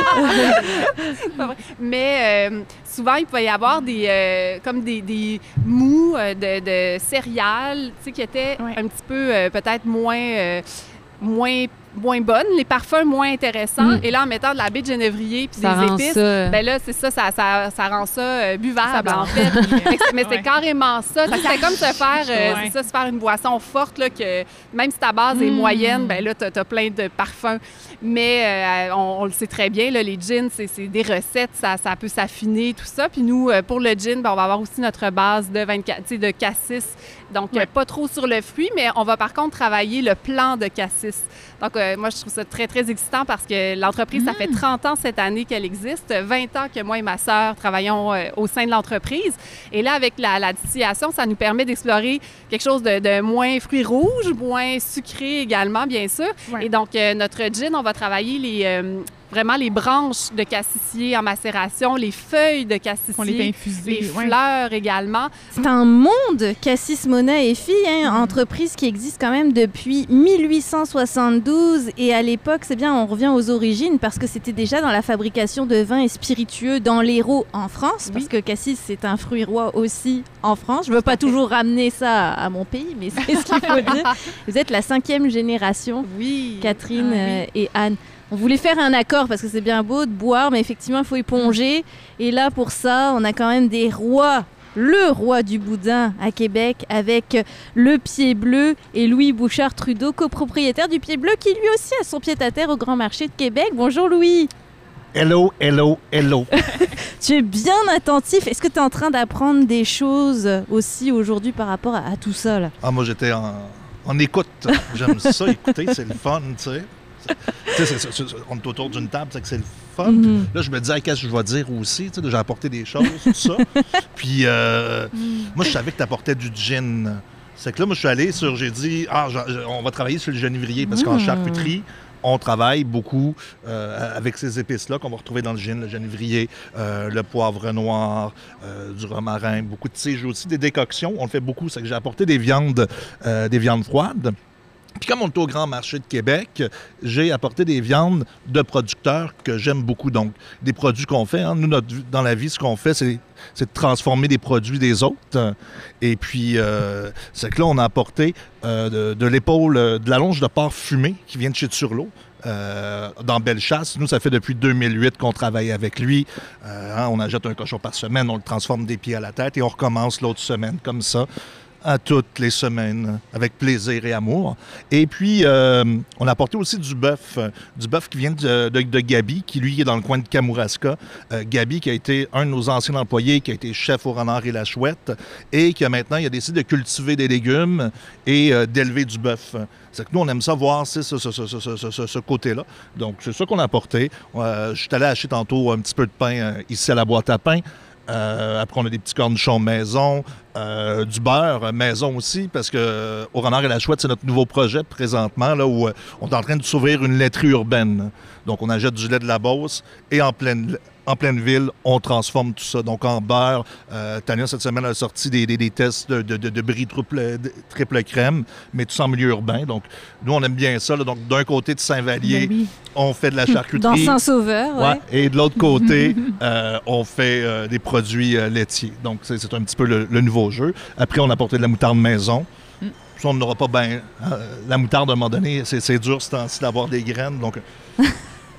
Pas vrai. Mais euh, souvent, il pouvait y avoir des, euh, comme des, des mous euh, de, de céréales, tu sais, qui étaient ouais. un petit peu, euh, peut-être moins... Euh, moins moins bonnes, les parfums moins intéressants. Mm. Et là, en mettant de la baie de genévrier puis des épices, ça... ben là, c'est ça, ça, ça, ça rend ça euh, buvable, ça en fait. Mais c'est ouais. carrément ça. C'est comme se faire, euh, ouais. c'est ça, se faire une boisson forte, là, que même si ta base mm. est moyenne, ben là, t'as as plein de parfums. Mais euh, on, on le sait très bien, là, les gins, c'est des recettes, ça, ça peut s'affiner, tout ça. Puis nous, euh, pour le gin, ben, on va avoir aussi notre base de vingt-quatre, tu sais, de cassis. Donc, ouais. euh, pas trop sur le fruit, mais on va par contre travailler le plant de cassis. Donc, euh, moi, je trouve ça très, très excitant parce que l'entreprise, mmh. ça fait trente ans cette année qu'elle existe, vingt ans que moi et ma sœur travaillons euh, au sein de l'entreprise. Et là, avec la, la distillation, ça nous permet d'explorer quelque chose de, de moins fruits rouges, moins sucré également, bien sûr. Ouais. Et donc, euh, notre gin, on va travailler les... Euh, vraiment les branches de cassissier en macération, les feuilles de cassissier, on les fait infuser, les ouais. fleurs également. C'est un monde, Cassis Mona et Filles, hein, mmh. entreprise qui existe quand même depuis mille huit cent soixante-douze. Et à l'époque, c'est bien, on revient aux origines parce que c'était déjà dans la fabrication de vins et spiritueux dans l'Hérault en France, oui. parce que Cassis, c'est un fruit roi aussi en France. Je ne veux pas toujours ramener ça à mon pays, mais c'est ce qu'il faut dire. Vous êtes la cinquième génération, oui. Catherine ah, oui. et Anne. On voulait faire un accord parce que c'est bien beau de boire, mais effectivement, il faut éponger. Et là, pour ça, on a quand même des rois. Le roi du boudin à Québec avec le Pied Bleu et Louis Bouchard-Trudeau, copropriétaire du Pied Bleu, qui lui aussi a son pied-à-terre au Grand Marché de Québec. Bonjour Louis. Hello, hello, hello. Tu es bien attentif. Est-ce que tu es en train d'apprendre des choses aussi aujourd'hui par rapport à, à tout ça là? Ah, moi, j'étais en, en écoute. J'aime ça, écouter, c'est le fun, tu sais. C'est, c'est, c'est, c'est, on est autour d'une table, c'est que c'est le fun. Mm-hmm. Là, je me disais, qu'est-ce que je vais dire aussi? J'ai apporté des choses, tout ça. Puis, euh, mm. moi, je savais que tu apportais du gin. C'est que là, moi, je suis allé sur, j'ai dit, ah, je, je, on va travailler sur le genévrier. Parce mm. qu'en charcuterie, on travaille beaucoup euh, avec ces épices-là qu'on va retrouver dans le gin, le genévrier, euh, le poivre noir, euh, du romarin, beaucoup de tige aussi, des décoctions. On le fait beaucoup, c'est que j'ai apporté des viandes, euh, des viandes froides. Puis comme on est au Grand Marché de Québec, j'ai apporté des viandes de producteurs que j'aime beaucoup. Donc, des produits qu'on fait. Hein. Nous, notre, dans la vie, ce qu'on fait, c'est, c'est de transformer des produits des autres. Et puis, euh, c'est que là, on a apporté euh, de, de l'épaule, de la longe de porc fumée qui vient de chez Turlot. Euh, dans Bellechasse. Nous, ça fait depuis deux mille huit qu'on travaille avec lui. Euh, hein, on achète un cochon par semaine, on le transforme des pieds à la tête et on recommence l'autre semaine comme ça. À toutes les semaines, avec plaisir et amour. Et puis, euh, on a apporté aussi du bœuf, du bœuf qui vient de, de, de Gabi, qui lui est dans le coin de Kamouraska. Euh, Gabi, qui a été un de nos anciens employés, qui a été chef au Renard et la Chouette, et qui a maintenant, il a décidé de cultiver des légumes et euh, d'élever du bœuf. C'est que nous, on aime ça voir ce, ce, ce, ce, ce, ce, ce côté-là. Donc, c'est ça qu'on a apporté. Euh, je suis allé acheter tantôt un petit peu de pain euh, ici à la boîte à pain. Euh, après, on a des petits cornichons maison, euh, du beurre maison aussi, parce que euh, au Renard et la Chouette, c'est notre nouveau projet présentement, là, où euh, on est en train de s'ouvrir une laiterie urbaine. Donc, on achète du lait de la Beauce et en pleine, en pleine ville, on transforme tout ça. Donc, en beurre, euh, Tania, cette semaine, a sorti des, des, des tests de, de, de, de brie triple, de, triple crème, mais tout ça en milieu urbain. Donc, nous, on aime bien ça. Là. Donc, d'un côté de Saint-Vallier, ben oui. on fait de la charcuterie. Dans Saint-Sauveur, oui. Ouais, et de l'autre côté, euh, on fait euh, des produits euh, laitiers. Donc, c'est, c'est un petit peu le, le nouveau jeu. Après, on a apporté de la moutarde maison. Mm. Ça, on n'aura pas bien... Euh, la moutarde, à un moment donné, c'est, c'est dur ce temps-ci d'avoir des graines. Donc...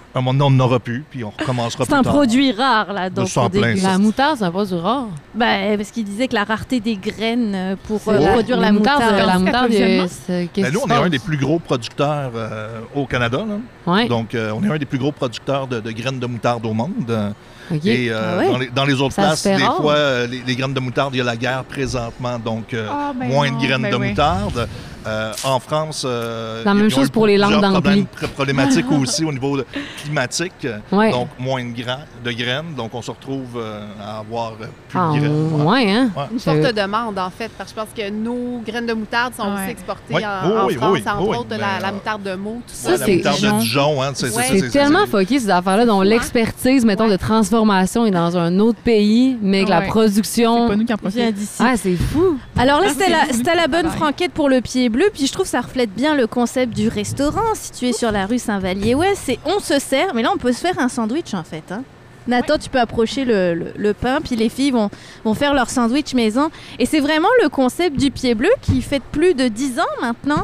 un moment donné, on n'en aura plus, puis on recommencera plus tard. C'est un tard. produit rare, là, donc, pour plein, La moutarde, c'est un produit rare? Ben, parce qu'il disait que la rareté des graines pour oh. euh, produire la moutarde... moutarde la moutarde, c'est... Ben, nous, on est un des plus gros producteurs euh, au Canada. Là. Ouais. Donc, euh, on est un des plus gros producteurs de, de graines de moutarde au monde. Okay. Et euh, ah ouais. dans, les, dans les autres Ça places, des rare. fois, euh, les, les graines de moutarde, il y a la guerre présentement, donc euh, oh, ben moins non, de graines ben de oui. moutarde. Euh, en France, euh, la même chose pour les langues d'anglais. d'anglais. Problèmes problématiques aussi au niveau de, climatique, ouais. donc moins de, gra- de graines, donc on se retrouve euh, à avoir plus ah, de graines. Ouais, hein? Ouais. Une forte demande, en fait, parce que je pense que nos graines de moutarde sont ouais. aussi exportées oui. en, oui, en oui, France, oui, entre oui, autres oui. la, Ben, la moutarde de Meaux, tout Ça, Ouais, ça. la c'est moutarde Dijon. de Dijon, hein, c'est, Ouais. c'est, C'est, c'est, tellement c'est, fucké, ces affaires-là, dont Ouais. l'expertise, mettons, Ouais. de transformation est dans un autre pays, mais que la Ouais. production... C'est pas nous qui en vient profitons. d'ici. Ah, c'est fou! Alors là, Ah, c'était c'est la, fou. c'était la bonne Travail. franquette pour le pied bleu, puis je trouve que ça reflète bien le concept du restaurant situé sur la rue Saint-Vallier-Ouest. C'est on se sert, mais là, on peut se faire un sandwich, en fait. Hein. Nathan, tu peux approcher le, le, le pain, puis les filles vont, vont faire leur sandwich maison. Et c'est vraiment le concept du pied bleu qui fait plus de dix ans maintenant.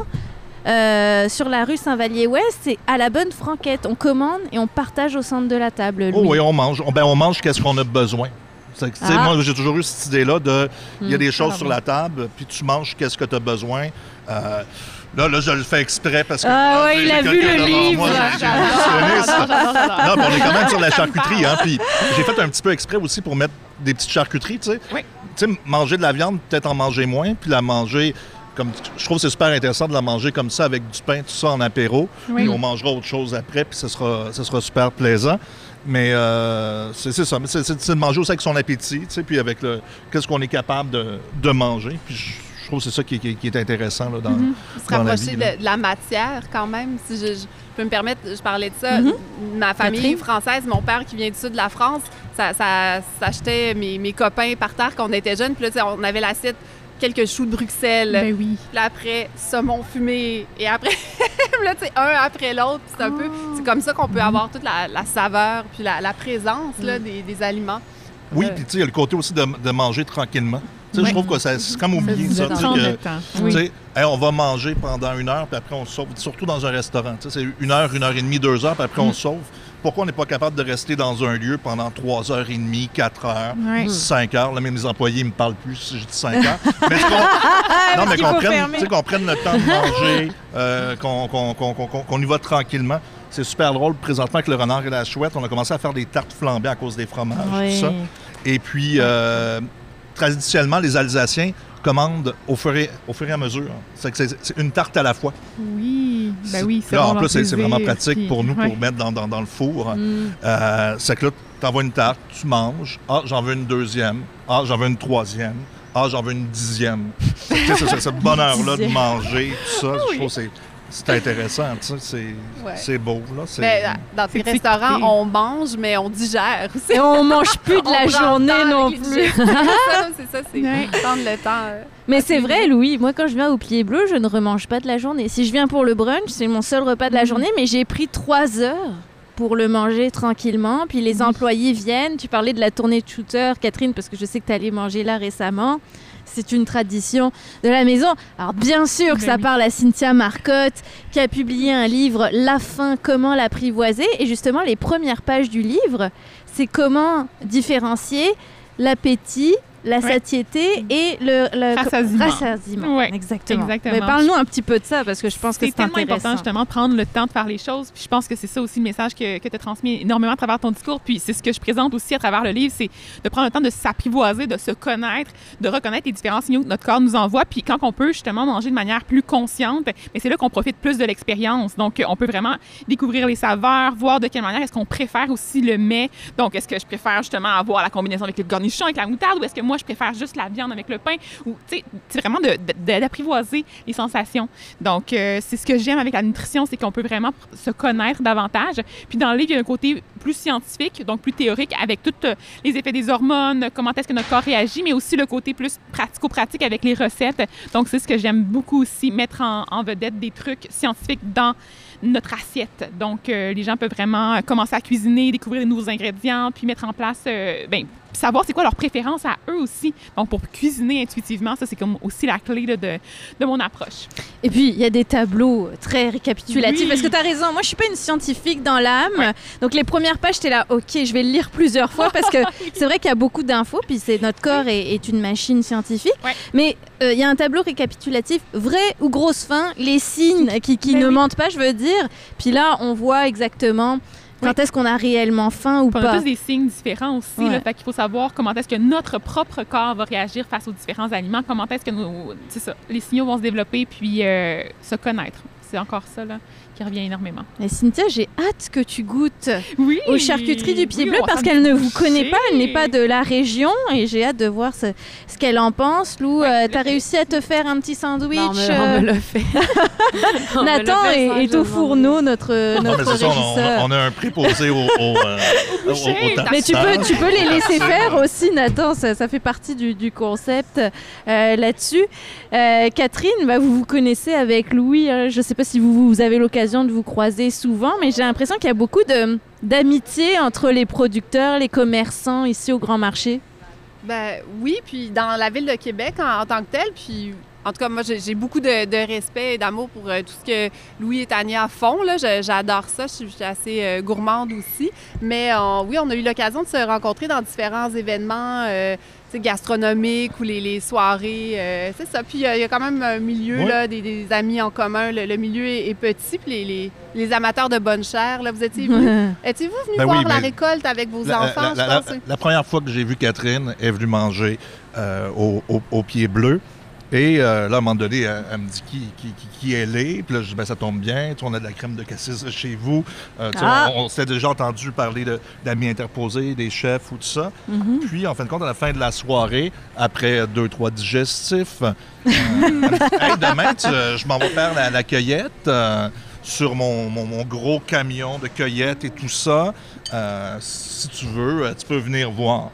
Euh, sur la rue Saint-Vallier-Ouest, c'est à la bonne franquette. On commande et on partage au centre de la table. Oh Louis. oui, on mange. On, ben, on mange qu'est-ce qu'on a besoin. C'est que, tu sais, Ah. Moi, j'ai toujours eu cette idée-là de... Il y a Hmm. des choses Ah, sur bon. la table, puis tu manges qu'est-ce que tu as besoin. Euh, là, là, je le fais exprès parce que... Ah ouais, j'ai- il a j'ai vu quelqu'un le devant livre. moi, j'ai- j'ai un J'adore, nutritionniste. j'adore, j'adore. Non, mais on est quand même sur la charcuterie, hein, puis j'ai fait un petit peu exprès aussi pour mettre des petites charcuteries, tu sais. Oui. Tu sais, manger de la viande, peut-être en manger moins, puis la manger... Comme, je trouve que c'est super intéressant de la manger comme ça, avec du pain, tout ça en apéro. Oui. Puis on mangera autre chose après, puis ce sera, ce sera super plaisant. Mais euh, c'est, c'est ça, c'est, c'est, c'est de manger aussi avec son appétit, tu sais, puis avec le, qu'est-ce qu'on est capable de, de manger. Puis je, je trouve que c'est ça qui, qui, qui est intéressant là, dans, Mm-hmm. Se dans la rapprocher vie. là. de, de la matière, quand même. Si je, je peux me permettre, je parlais de ça. Mhm. Ma famille Catherine? française, mon père qui vient du sud de la France, ça, ça, ça achetait mes, mes copains par terre quand on était jeunes. Puis là, tu sais, on avait l'assiette, quelques choux de Bruxelles. Ben oui. Puis là, après, saumon fumé. Et après, là, tu sais, un après l'autre. Puis c'est un peu... C'est comme ça qu'on peut avoir toute la, la saveur puis la, la présence là, des, des aliments. Oui, Euh, puis tu sais, il y a le côté aussi de, de manger tranquillement. Tu sais, Ouais. je trouve que ça, c'est comme oublié ça. tu sais, Prendre que- le temps. Tu Oui. sais, hey, on va manger pendant une heure, puis après on se sauve. Surtout dans un restaurant. Tu sais, c'est une heure, une heure et demie, deux heures, puis après on se sauve. Pourquoi on n'est pas capable de rester dans un lieu pendant trois heures et demie, quatre heures, Ouais. cinq heures? Là, même les employés me parlent plus si je dis cinq heures. Mais qu'on, non, mais qu'on prenne, tu sais, qu'on prenne le temps de manger, euh, qu'on, qu'on, qu'on, qu'on, qu'on y va tranquillement. C'est super drôle. Présentement, avec le renard et la chouette, on a commencé à faire des tartes flambées à cause des fromages, Oui. tout ça. Et puis, euh, traditionnellement, les Alsaciens commandent au fur et, au fur et à mesure. C'est, que c'est, c'est une tarte à la fois. Oui. Ben oui, c'est Là, en vraiment plus, c'est, c'est plaisir, vraiment pratique puis- pour nous ouais. pour mettre dans, dans, dans le four. Mm. Euh, c'est que là, tu envoies une tarte, tu manges. Ah, j'en veux une deuxième. Ah, j'en veux une troisième. Ah, j'en veux une dixième. Tu sais, c'est, c'est ce bonheur-là de Dixième. manger, tout ça. Je trouve que c'est, c'est intéressant. Tu sais, c'est, Ouais. c'est beau. Là, c'est... Mais euh, dans tes C'est restaurants, équité. on mange, mais on digère aussi. Et on mange plus de On la prend le journée temps non avec les plus. chips. c'est ça, c'est ça, c'est Ouais. prendre le temps. euh. Mais c'est vrai, Louis. Moi, quand je viens au Pied Bleu, je ne remange pas de la journée. Si je viens pour le brunch, c'est mon seul repas de la journée, mais j'ai pris trois heures pour le manger tranquillement. Puis les employés viennent. Tu parlais de la tournée de shooter, Catherine, parce que je sais que tu allais manger là récemment. C'est une tradition de la maison. Alors bien sûr que Ben ça oui. parle à Cynthia Marcotte, qui a publié un livre, La faim, comment l'apprivoiser. Et justement, les premières pages du livre, c'est comment différencier l'appétit, la Ouais. satiété et le, le Rassasiement. rassasiement. Ouais, exactement. exactement. Mais parle-nous un petit peu de ça, parce que je pense que C'est c'est tellement intéressant. important justement de prendre le temps de faire les choses. Puis je pense que c'est ça aussi le message que, que tu as transmis énormément à travers ton discours. Puis c'est ce que je présente aussi à travers le livre, c'est de prendre le temps de s'apprivoiser, de se connaître, de reconnaître les différents signaux que notre corps nous envoie. Puis quand on peut justement manger de manière plus consciente, mais c'est là qu'on profite plus de l'expérience. Donc on peut vraiment découvrir les saveurs, voir de quelle manière est-ce qu'on préfère aussi le mets. Donc est-ce que je préfère justement avoir la combinaison avec le garnichon, avec la moutarde, ou est-ce que moi je préfère juste la viande avec le pain, ou tu sais, c'est vraiment de, de- d'apprivoiser les sensations. Donc, euh, c'est ce que j'aime avec la nutrition, c'est qu'on peut vraiment pr- se connaître davantage. Puis dans le livre, il y a un côté plus scientifique, donc plus théorique, avec tous euh, les effets des hormones, comment est-ce que notre corps réagit, mais aussi le côté plus pratico-pratique avec les recettes. Donc, c'est ce que j'aime beaucoup aussi, mettre en, en vedette des trucs scientifiques dans notre assiette. Donc, euh, les gens peuvent vraiment commencer à cuisiner, découvrir de nouveaux ingrédients, puis mettre en place, euh, ben, puis savoir c'est quoi leurs préférences à eux aussi. Donc, pour cuisiner intuitivement, ça, c'est comme aussi la clé là, de, de mon approche. Et puis, il y a des tableaux très récapitulatifs. Oui. Parce que tu as raison, moi, je suis pas une scientifique dans l'âme. Ouais. Donc, les premières pages, j'étais là, OK, je vais le lire plusieurs fois parce que c'est vrai qu'il y a beaucoup d'infos, puis c'est, notre corps est, est une machine scientifique. Ouais. Mais il euh, y a un tableau récapitulatif, vrai ou grosse fin, les signes qui, qui ne oui. mentent pas, je veux dire. Puis là, on voit exactement... Quand oui. est-ce qu'on a réellement faim ou on pas? On a tous des signes différents aussi. Ouais. Là, fait qu'il faut savoir comment est-ce que notre propre corps va réagir face aux différents aliments, comment est-ce que nos, c'est ça, les signaux vont se développer puis euh, se connaître. C'est encore ça là, qui revient énormément. Et Cynthia, j'ai hâte que tu goûtes oui, aux charcuteries du Pied oui, Bleu parce qu'elle ne vous connaît pas, elle n'est pas de la région et j'ai hâte de voir ce, ce qu'elle en pense. Lou, ouais, euh, tu as réussi à te faire un petit sandwich? Non, mais on me l'a fait. Nathan est, est au fourneau, notre, notre non, régisseur. Ça, on, a, on a un préposé au, au, euh, au, au, au Mais tu peux, tu peux les laisser faire aussi, Nathan. Ça, ça fait partie du, du concept euh, là-dessus. Euh, Catherine, bah, vous vous connaissez avec Louis. Hein, je ne sais pas si vous, vous avez l'occasion de vous croiser souvent, mais j'ai l'impression qu'il y a beaucoup de, d'amitié entre les producteurs, les commerçants ici au Grand Marché. Ben oui, puis dans la ville de Québec en, en tant que telle, puis en tout cas, moi, j'ai, j'ai beaucoup de, de respect et d'amour pour euh, tout ce que Louis et Tania font. Là. Je, j'adore ça. Je suis, je suis assez euh, gourmande aussi. Mais euh, oui, on a eu l'occasion de se rencontrer dans différents événements euh, gastronomiques ou les, les soirées. Euh, c'est ça. Puis il y, y a quand même un milieu, oui. là, des, des amis en commun. Le, le milieu est, est petit. Puis les, les, les amateurs de bonne chair, là, vous étiez vous, étiez-vous venu ben voir oui, la récolte avec vos la, enfants? La, je la, pense, la, la première fois que j'ai vu Catherine, elle est venue manger euh, au, au, au Pied Bleu. Et euh, là, à un moment donné, elle, elle me dit qui, qui, qui, qui elle est. Puis là, je dis, ben, ça tombe bien. Tu sais, on a de la crème de cassis chez vous. Euh, ah. On, on s'était déjà entendu parler de, d'amis interposés, des chefs ou tout ça. Mm-hmm. Puis, en fin de compte, à la fin de la soirée, après deux, trois digestifs, euh, elle me dit, hey, demain, tu, je m'en vais faire la, la cueillette euh, sur mon, mon, mon gros camion de cueillette et tout ça. Euh, si tu veux, tu peux venir voir.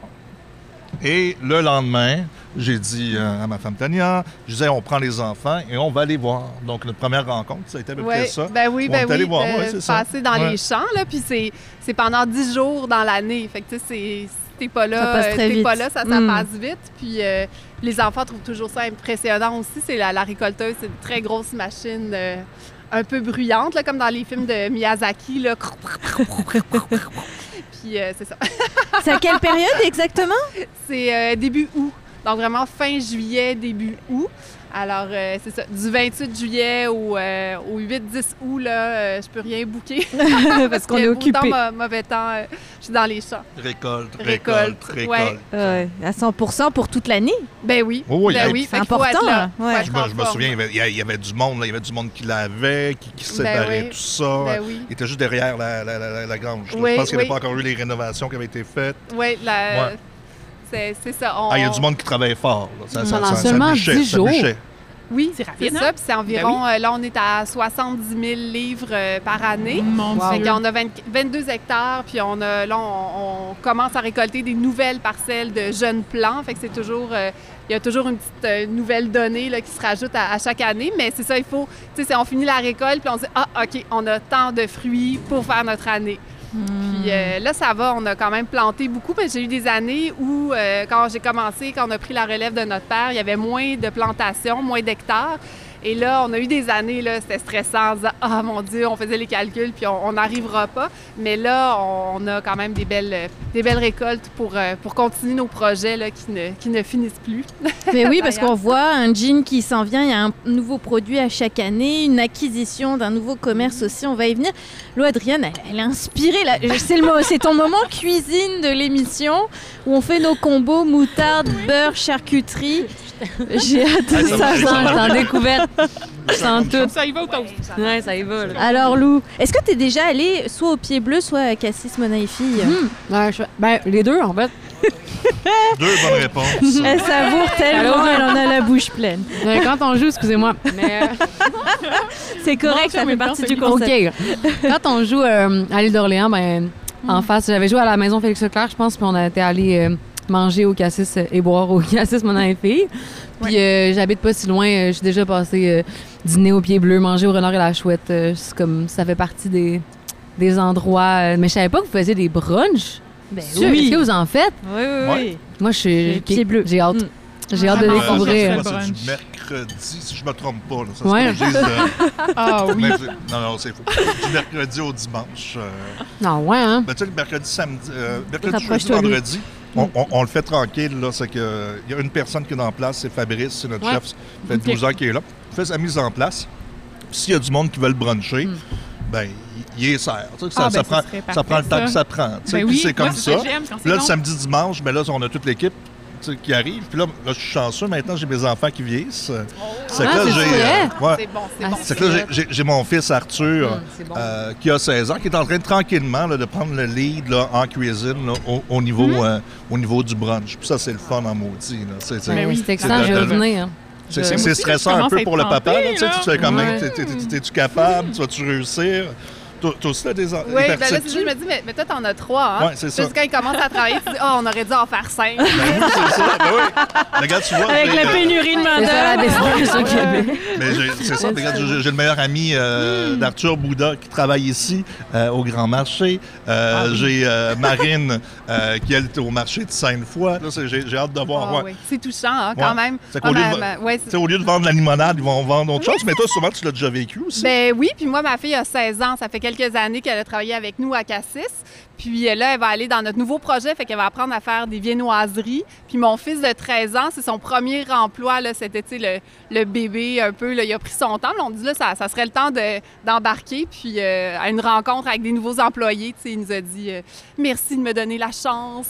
Et le lendemain, j'ai dit euh, à ma femme Tania, je disais, on prend les enfants et on va aller voir. Donc, notre première rencontre, ça a été à peu ouais, près ça. Ben oui, ben on est allé oui, voir, euh, ouais, c'est ça. passer dans ouais. les champs, là, puis c'est, c'est pendant dix jours dans l'année. Fait que, tu sais, c'est, si t'es pas là, ça passe très t'es vite. pas là, ça, ça mm. passe vite. Puis euh, les enfants trouvent toujours ça impressionnant aussi. C'est la, la récolteuse, c'est une très grosse machine euh, un peu bruyante, là, comme dans les films de Miyazaki, là. Puis euh, c'est ça. C'est à quelle période exactement? C'est euh, début août. Donc vraiment fin juillet, début août. Alors, euh, c'est ça, du vingt-huit juillet au, euh, au huit dix août, là, euh, je peux rien booker. parce, parce qu'on est occupé. Beau temps, mauvais temps, euh, je suis dans les champs. Récolte, récolte, récolte, récolte. Ouais. Euh, à cent pour cent pour toute l'année? Ben oui. Oh, oui, ben a... oui. C'est important. Là. Ouais. Je, me, je me souviens, il y, avait, il y avait du monde, là, il y avait du monde qui l'avait, qui, qui se séparait, ben oui. tout ça. Ben oui. Il était juste derrière la, la, la, la grange. Oui, je pense qu'il n'y oui. avait pas encore eu les rénovations qui avaient été faites. Oui, la... ouais. c'est, c'est ça. On... Ah, il y a du monde qui travaille fort. Là. Ça, ça, Pendant ça, seulement ça bûchait, dix jours. Ça bûchait. Oui, c'est rapide. C'est hein? ça, puis c'est environ, ben oui. euh, là, on est à soixante-dix mille livres euh, par année. Mon Fait Dieu. qu'on a vingt, vingt-deux hectares, puis on a, là, on, on commence à récolter des nouvelles parcelles de jeunes plants. Fait que c'est toujours, euh, il y a toujours une petite euh, nouvelle donnée là, qui se rajoute à, à chaque année. Mais c'est ça, il faut, tu sais, on finit la récolte, puis on se dit, ah, OK, on a tant de fruits pour faire notre année. Mmh. Puis euh, là, ça va, on a quand même planté beaucoup. Parce que j'ai eu des années où, euh, quand j'ai commencé, quand on a pris la relève de notre père, il y avait moins de plantations, moins d'hectares. Et là, on a eu des années, là, c'était stressant, en disant « Ah, mon Dieu, on faisait les calculs, puis on n'arrivera pas. » Mais là, on a quand même des belles, des belles récoltes pour, pour continuer nos projets là, qui, ne, qui ne finissent plus. Mais oui, parce qu'on voit un jean qui s'en vient, il y a un nouveau produit à chaque année, une acquisition d'un nouveau commerce aussi, on va y venir. Lou Adrienne, elle, elle est inspirée. Là. C'est, le, c'est ton moment cuisine de l'émission où on fait nos combos moutarde, beurre, charcuterie. J'ai hâte de ça. Je sens en découverte. Je sens tout. Ça y va au toast. Ouais, ça y va. Là. Alors, Lou, est-ce que tu es déjà allée soit au Pied Bleu, soit à Cassis Monaï-Fille? Mmh. Ouais, je... ben, les deux, en fait. Deux bonnes réponses. Elle savoure tellement, elle en a la bouche pleine. Ouais, quand on joue, excusez-moi. Mais euh... c'est correct, ça fait partie du concept. OK. Quand on joue euh, à l'île d'Orléans, ben, mmh. en face, j'avais joué à la maison Félix-Leclerc, je pense, puis on était allé euh, manger au Cassis et boire au Cassis Monaï-Fille. Puis euh, j'habite pas si loin. Euh, j'ai déjà passé euh, dîner au Pied Bleu, manger au Renard et la Chouette. Euh, c'est comme, ça fait partie des, des endroits. Euh, mais je savais pas que vous faisiez des brunchs Ben Sûr, oui. Est-ce que vous en faites? Oui, oui, oui. Ouais. Moi, je suis... Pieds bleus. J'ai hâte. Mm. J'ai hâte de Ah, découvrir. ça, C'est brunch. du mercredi, si je me trompe pas. Là. Ça, Ouais. c'est ce que je dis, euh, Ah oui. mais c'est- non, non, c'est faux. Du mercredi au dimanche. Euh, Non, ouais, hein? ben, tu sais, le mercredi, samedi, euh, mercredi, jeudi, Rapproche-toi, lui. vendredi, on, on- on le fait tranquille. Là, c'est que il y a une personne qui est en place, c'est Fabrice, c'est notre Ouais. chef. Ça fait Ok. douze ans qu'il est là. Il fait sa mise en place. Puis s'il y a du monde qui veut le bruncher, Mm. ben, il, il est serre. Tu sais, Ça, Ah, ça ben, prend, ça serait ça prend le parfait, temps ça. que ça prend. tu sais, Ben puis oui, c'est comme moi, ça. que j'aime quand c'est Puis là, le long. samedi, dimanche, ben là, on a toute l'équipe tu sais, qui arrive. Puis là, là, je suis chanceux. Maintenant, j'ai mes enfants qui vieillissent. C'est Ah, que là, c'est j'ai. vrai? euh, ouais. C'est bon, c'est Ah, bon. C'est que là, j'ai- j'ai- j'ai mon fils Arthur, Hum, c'est bon. euh, qui a seize ans, qui est en train de tranquillement là, de prendre le lead là, en cuisine là, au, au niveau, Mm-hmm. euh, au niveau du brunch. Puis ça, c'est le fun en maudit. là. C'est c'est- Ben oui. C'est excellent, C'est je vais de- venir. c'est- Je- c'est- Moi c'est aussi, stressant je un commence peu à pour être le papa. là, tu sais, tentée, tu fais quand même, Ouais. t'es- t'es- t'es- t'es-tu capable? Tu vas-tu réussir? Toi toi aussi, t'as des en- Oui, ben là, c'est ça, hyperceptus? je me dis, mais, mais toi, t'en as trois, hein? Ouais, c'est ça. Parce que quand ils commencent à travailler, tu dis, oh, on aurait dû en faire cinq. Ben oui, c'est ça. Ben oui. Mais regarde, tu vois. Avec j'ai- la pénurie de C'est ça la main-d'œuvre. business au Québec. Mais j'ai- c'est ça, regarde, j'ai j'ai le meilleur ami euh, d'Arthur Bouda qui travaille ici euh, au Grand Marché. Euh, J'ai euh, Marine euh, qui elle est au marché de Sainte-Foy. Là, c'est- j'ai j'ai hâte de voir. Ah ouais. oui. C'est touchant, hein, quand Ouais. même. C'est qu'au Ah, lieu ma- de- ma- ouais, Tu c'est- sais, au lieu de vendre la limonade, ils vont vendre autre chose. Mais toi, souvent, tu l'as déjà vécu aussi. Ben oui, puis moi, ma fille a seize ans. Ça fait quelques années qu'elle a travaillé avec nous à Cassis. Puis euh, là, elle va aller dans notre nouveau projet, fait qu'elle va apprendre à faire des viennoiseries. Puis mon fils de treize ans, c'est son premier emploi, là, c'était, tu sais, le, le bébé un peu, là, il a pris son temps. Là, on dit, là, ça, ça serait le temps de- d'embarquer. Puis euh, à une rencontre avec des nouveaux employés, tu sais, il nous a dit euh, merci de me donner la chance.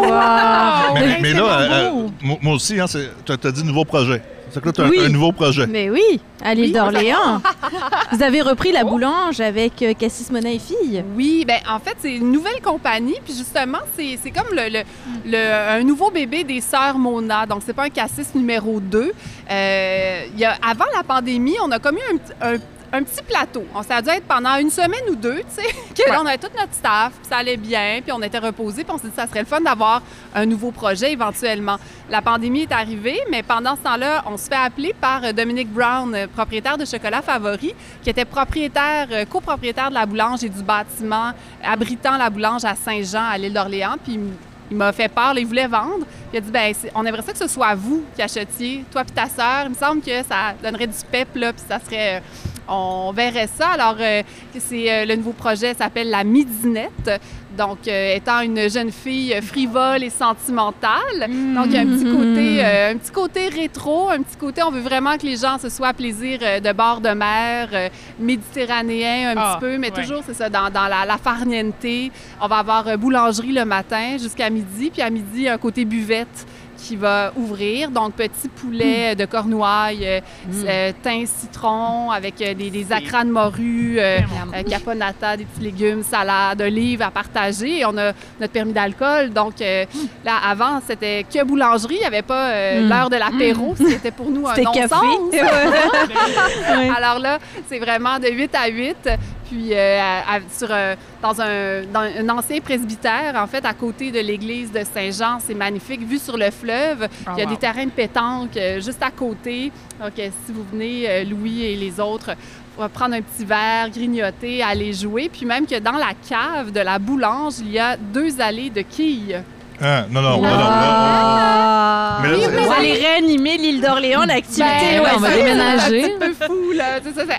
Wow. mais, hey, mais c'est là, bon euh, beau. moi moi aussi, hein, tu as dit nouveau projet. C'est que là, tu as Oui. un nouveau projet. Mais oui, à l'île Oui. d'Orléans. Vous avez repris la boulange avec euh, Cassis Monnaie et Filles. Oui, ben en fait, c'est une nouvelle compagnie. Puis justement, c'est c'est comme le, le- le- un nouveau bébé des sœurs Mona. Donc, c'est pas un Cassis numéro deux. Euh, il y a, avant la pandémie, on a commis un, petit- un, un petit plateau. On, ça a dû être pendant une semaine ou deux, tu sais, que là, on avait tout notre staff, puis ça allait bien, puis on était reposés, puis on s'est dit que ça serait le fun d'avoir un nouveau projet éventuellement. La pandémie est arrivée, mais pendant ce temps-là, on se fait appeler par euh, Dominique Brown, euh, propriétaire de Chocolat Favori, qui était propriétaire, euh, copropriétaire de la boulange et du bâtiment abritant la boulange à Saint-Jean, à l'île d'Orléans. Puis il m'a fait peur, là, il voulait vendre. Puis il a dit, ben c'est- on aimerait ça que ce soit vous qui achetiez, toi puis ta sœur. Il me semble que ça donnerait du pep, là, puis ça serait... euh, on verrait ça. Alors, euh, c'est euh, le nouveau projet s'appelle la Midinette. Donc, euh, étant une jeune fille frivole et sentimentale. Donc, il y a un petit côté, euh, un petit côté rétro, un petit côté, on veut vraiment que les gens se soient à plaisir euh, de bord de mer, euh, méditerranéen un Ah, petit peu, mais ouais. toujours, c'est ça, dans, dans la, la farniente. On va avoir euh, boulangerie le matin jusqu'à midi, puis à midi, un côté buvette qui va ouvrir. Donc, petit poulet euh, de Cornouailles, euh, euh, thym citron avec euh, des, des acras de morue, euh, euh, caponata, des petits légumes, salade, olives à partager. Et on a notre permis d'alcool. Donc, euh, là, avant, c'était que boulangerie. Il n'y avait pas euh, Mm. l'heure de l'apéro. C'était pour nous un C'était café. non-sens. Ouais. Alors là, c'est vraiment de huit à huit. Puis euh, à- à- sur, euh, dans, un, dans un ancien presbytère, en fait, à côté de l'église de Saint-Jean. C'est magnifique, vue sur le fleuve. Ah, Il y a wow. des terrains de pétanque euh, juste à côté. Donc, euh, si vous venez, euh, Louis et les autres, on va prendre un petit verre, grignoter, aller jouer. Puis même que dans la cave de la boulange, il y a deux allées de quilles. Hein? Non, non, non, non. non. Ah. Mais là, c'est- On va aller réanimer l'île d'Orléans, l'activité. Ben, ouais, on va ça- déménager. C'est un petit peu fou, là. Tu sais, ça, c'est...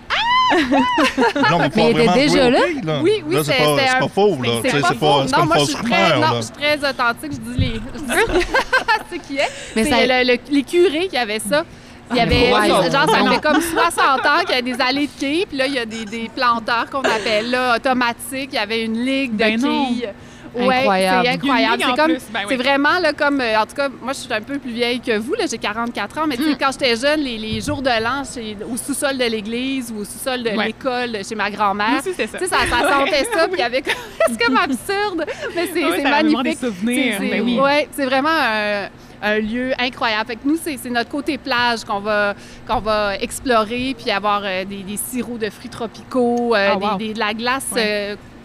Non, mais Mais il était déjà là? là. Oui, oui, Là, c'est c'est- pas, c'est c'est un- pas faux, là. Tu sais, C'est pas c'est faux. pas, c'est pas Non, une moi, je fausse suis très, rumeur, non, là. je suis très authentique. Je dis les... Je dis ce qui est. Mais C'est ça- le- le- les curés qui avaient ça. Il y avait, Ouais, genre, ça non. fait comme soixante ans qu'il y a des allées de quilles, puis là, il y a des, des planteurs qu'on appelle là, automatiques. Il y avait une ligue de Ben non. quilles. Ouais, Incroyable. c'est incroyable. Il y a une ligue C'est en comme, plus, ben oui. c'est vraiment là, comme, euh, en tout cas, moi, je suis un peu plus vieille que vous, là, j'ai quarante-quatre ans, mais tu sais, quand j'étais jeune, les, les jours de l'an, chez- au sous-sol de l'église ou au sous-sol de Ouais. l'école chez ma Moi grand-mère, aussi, c'est ça. tu sais, ça, ça sentait ça, puis il y avait comme, c'est comme absurde, mais c'est Ouais, c'est ça a vraiment magnifique. des souvenirs. C'est- c'est- Ben oui. ouais, c'est vraiment un, un lieu incroyable. Fait que nous, c'est c'est notre côté plage qu'on va, qu'on va explorer, puis avoir euh, des, des sirops de fruits tropicaux, euh, Ah, wow. des, des- de la glace Ouais. euh,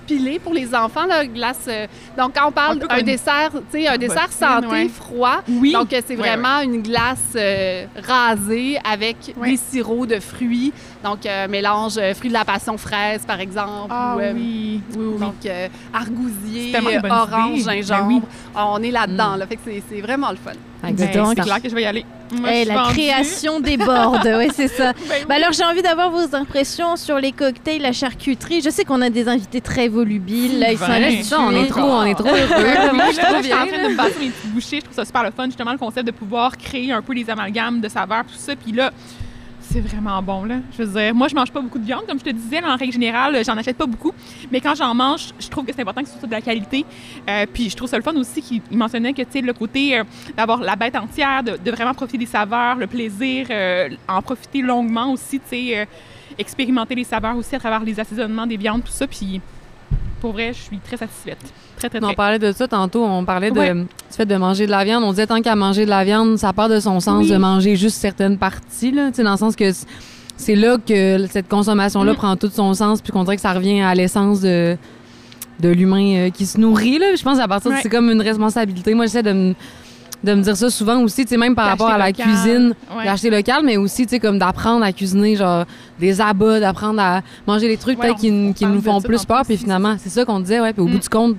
pilée pour les enfants, là, glace. Euh, donc, quand on parle Un peu d'un comme dessert, tu sais, un dessert bottine, santé ouais. froid. Oui. Donc, euh, c'est Ouais, vraiment une glace euh, rasée avec Ouais. des sirops de fruits. Donc, euh, mélange euh, fruits de la passion fraise, par exemple. Ah ou, euh, oui, oui, oui. Donc, euh, argousier, C'est tellement une bonne orange, idée. Ben gingembre. oui. On est là-dedans, Mm. là. Fait que c'est, c'est vraiment le fun. Fait que Ben, donc, c'est clair que je vais y aller. Moi, je Eh, suis la vendue. création déborde, oui, c'est ça. Ben oui. Bah alors j'ai envie d'avoir vos impressions sur les cocktails, la charcuterie. Je sais qu'on a des invités très volubiles, là, ils sont Ben, habitués. ça, on est trop, on est trop heureux. Oui, Moi, là, je suis là, trop je suis en bien. train de me passer mes petites bouchées. Je trouve ça super le fun, justement, le concept de pouvoir créer un peu les amalgames de saveurs, tout ça. Puis là, c'est vraiment bon, là. Je veux dire, moi, je mange pas beaucoup de viande, comme je te disais. Là, en règle générale, j'en achète pas beaucoup. Mais quand j'en mange, je trouve que c'est important que ce soit de la qualité. Euh, puis je trouve ça le fun aussi qu'il il mentionnait que, tu sais, le côté euh, d'avoir la bête entière, de, de vraiment profiter des saveurs, le plaisir, euh, en profiter longuement aussi, tu sais, euh, expérimenter les saveurs aussi à travers les assaisonnements des viandes, tout ça. Puis pour vrai, je suis très satisfaite. Très, très, très. On parlait de ça tantôt, on parlait de, Ouais. du fait de manger de la viande. On disait tant qu'à manger de la viande, ça part de son sens Oui. de manger juste certaines parties, là, tu sais, dans le sens que c- c'est là que cette consommation-là Mm. prend tout son sens, puis qu'on dirait que ça revient à l'essence de, de l'humain euh, qui se nourrit. Là. Je pense à partir de Ouais. c'est comme une responsabilité. Moi, j'essaie de me de me dire ça souvent aussi, tu sais, même par D'acheter rapport à la local. cuisine, Ouais. d'acheter local, mais aussi, tu sais, comme d'apprendre à cuisiner, genre, des abats, d'apprendre à manger des trucs Ouais, peut-être qui, on- on qui parle nous de font ça plus tantôt peur, puis aussi, finalement, c'est ça qu'on disait, ouais, puis au Mm. bout du compte,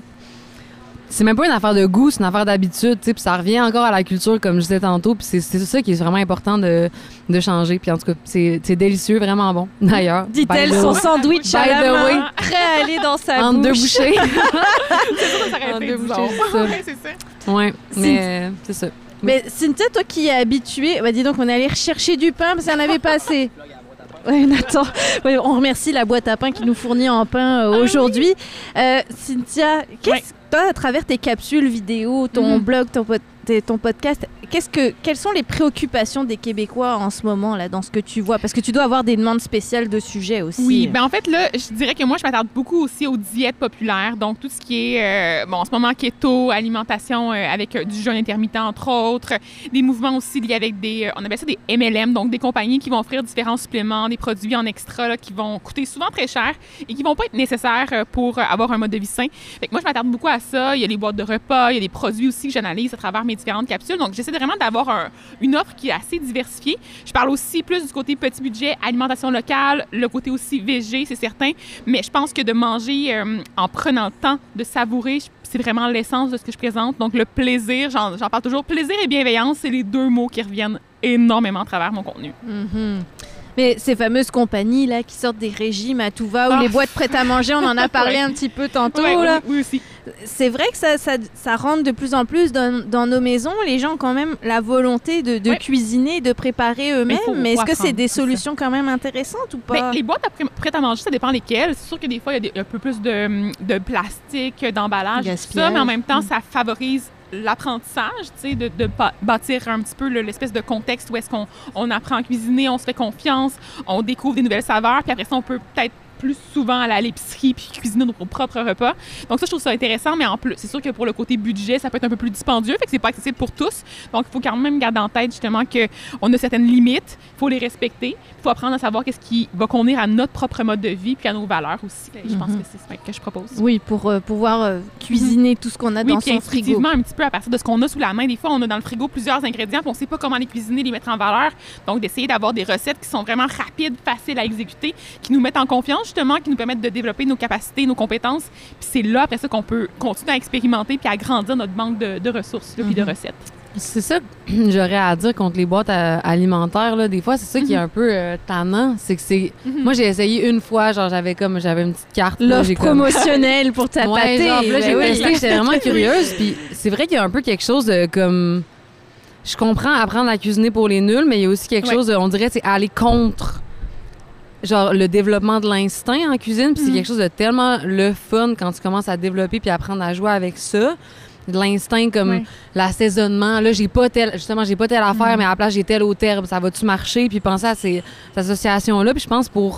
c'est même pas une affaire de goût, c'est une affaire d'habitude, tu sais, puis ça revient encore à la culture, comme je disais tantôt, puis c'est, c'est ça qui est vraiment important de, de changer, puis en tout cas, c'est, c'est délicieux, vraiment bon, d'ailleurs. Dit-elle, By the son way. sandwich à By la the main, way. prêt à aller dans sa Entre deux bouche. bouchées. C'est sûr que ça aurait En été, deux disons. bouchées, c'est ça. Ouais, c'est ça. Ouais, mais euh, c'est ça. Mais Cynthia, toi qui es habituée, bah dis donc, on est allé rechercher du pain parce qu'il n'y en avait pas assez. Ouais, Nathan. Ouais, on remercie la boîte à pain qui nous fournit en pain euh, aujourd'hui. Euh, Cynthia, qu'est-ce, Ouais. toi, à travers tes capsules vidéo, ton Mhm. blog, ton, pod- tes- ton podcast, qu'est-ce que, quelles sont les préoccupations des Québécois en ce moment, là, dans ce que tu vois? Parce que tu dois avoir des demandes spéciales de sujets aussi. Oui, ben en fait, là, je dirais que moi, je m'attarde beaucoup aussi aux diètes populaires. Donc, tout ce qui est, euh, bon, en ce moment, keto, alimentation euh, avec euh, du jeûne intermittent, entre autres. Des mouvements aussi liés avec des, euh, on appelle ça des M L M, donc des compagnies qui vont offrir différents suppléments, des produits en extra là, qui vont coûter souvent très cher et qui vont pas être nécessaires euh, pour euh, avoir un mode de vie sain. Fait que moi, je m'attarde beaucoup à ça. Il y a les boîtes de repas, il y a des produits aussi que j'analyse à travers mes différentes capsules. Donc, j'essaie vraiment d'avoir un- une offre qui est assez diversifiée. Je parle aussi plus du côté petit budget, alimentation locale, le côté aussi végé, c'est certain. Mais je pense que de manger euh, en prenant le temps de savourer, je- c'est vraiment l'essence de ce que je présente. Donc, le plaisir, j'en, j'en parle toujours. Plaisir et bienveillance, c'est les deux mots qui reviennent énormément à travers mon contenu. Mhm. Mais ces fameuses compagnies là qui sortent des régimes à tout va ou Ah. les boîtes prêtes à manger, on en a parlé Ouais. un petit peu tantôt Ouais, là. oui, oui aussi. C'est vrai que ça, ça, ça rentre de plus en plus dans, dans nos maisons. Les gens ont quand même la volonté de, de Ouais. cuisiner, de préparer eux-mêmes. Mais il faut Mais est-ce que c'est apprendre, des c'est ça. solutions quand même intéressantes ou pas? Ben, les boîtes à pré- prêtes à manger, ça dépend lesquelles. C'est sûr que des fois, il y a des- un peu plus de, de plastique, d'emballage, tout ça, Gaspillage. mais en même temps, Mm. ça favorise l'apprentissage, tu sais, de, de ba- bâtir un petit peu le- l'espèce de contexte où est-ce qu'on on apprend à cuisiner, on se fait confiance, on découvre des nouvelles saveurs, puis après ça, on peut peut-être plus souvent aller à l'épicerie puis cuisiner nos propres repas. Donc ça, je trouve ça intéressant, mais en plus, c'est sûr que pour le côté budget, ça peut être un peu plus dispendieux, fait que c'est pas accessible pour tous. Donc, il faut quand même garder en tête justement qu'on a certaines limites, il faut les respecter, il faut apprendre à savoir qu'est-ce qui va convenir à notre propre mode de vie puis à nos valeurs aussi. Je pense Mhm. que c'est ça que je propose. Oui, pour euh, pouvoir euh, cuisiner tout ce qu'on a Oui, dans puis son frigo. intuitivement, un petit peu à partir de ce qu'on a sous la main. Des fois, on a dans le frigo plusieurs ingrédients, puis on ne sait pas comment les cuisiner, les mettre en valeur. Donc, d'essayer d'avoir des recettes qui sont vraiment rapides, faciles à exécuter, qui nous mettent en confiance, justement, qui nous permettent de développer nos capacités, nos compétences. Puis c'est là, après ça, qu'on peut continuer à expérimenter puis à agrandir notre banque de, de ressources là, puis de Mhm. recettes. C'est ça que j'aurais à dire contre les boîtes à- alimentaires. Là. Des fois, c'est ça qui est un peu euh, tannant. C'est que c'est. Mhm. Moi, j'ai essayé une fois, genre, j'avais comme. J'avais une petite carte. là, L'offre j'ai comme- promotionnelle pour ta Ouais, pâtée. genre, là, j'ai Ben oui. testé, j'étais vraiment curieuse. Puis c'est vrai qu'il y a un peu quelque chose de comme. Je comprends apprendre à cuisiner pour les nuls, mais il y a aussi quelque Ouais. chose, de, on dirait, c'est aller contre. Genre le développement de l'instinct en cuisine, puis c'est Mhm. quelque chose de tellement le fun quand tu commences à développer puis apprendre à jouer avec ça. De l'instinct comme Ouais. l'assaisonnement. Là, j'ai pas tel, justement, j'ai pas telle affaire, Mhm. mais à la place, j'ai tel autre herbe. Ça va-tu marcher? Puis penser à ces, ces associations-là. Puis je pense pour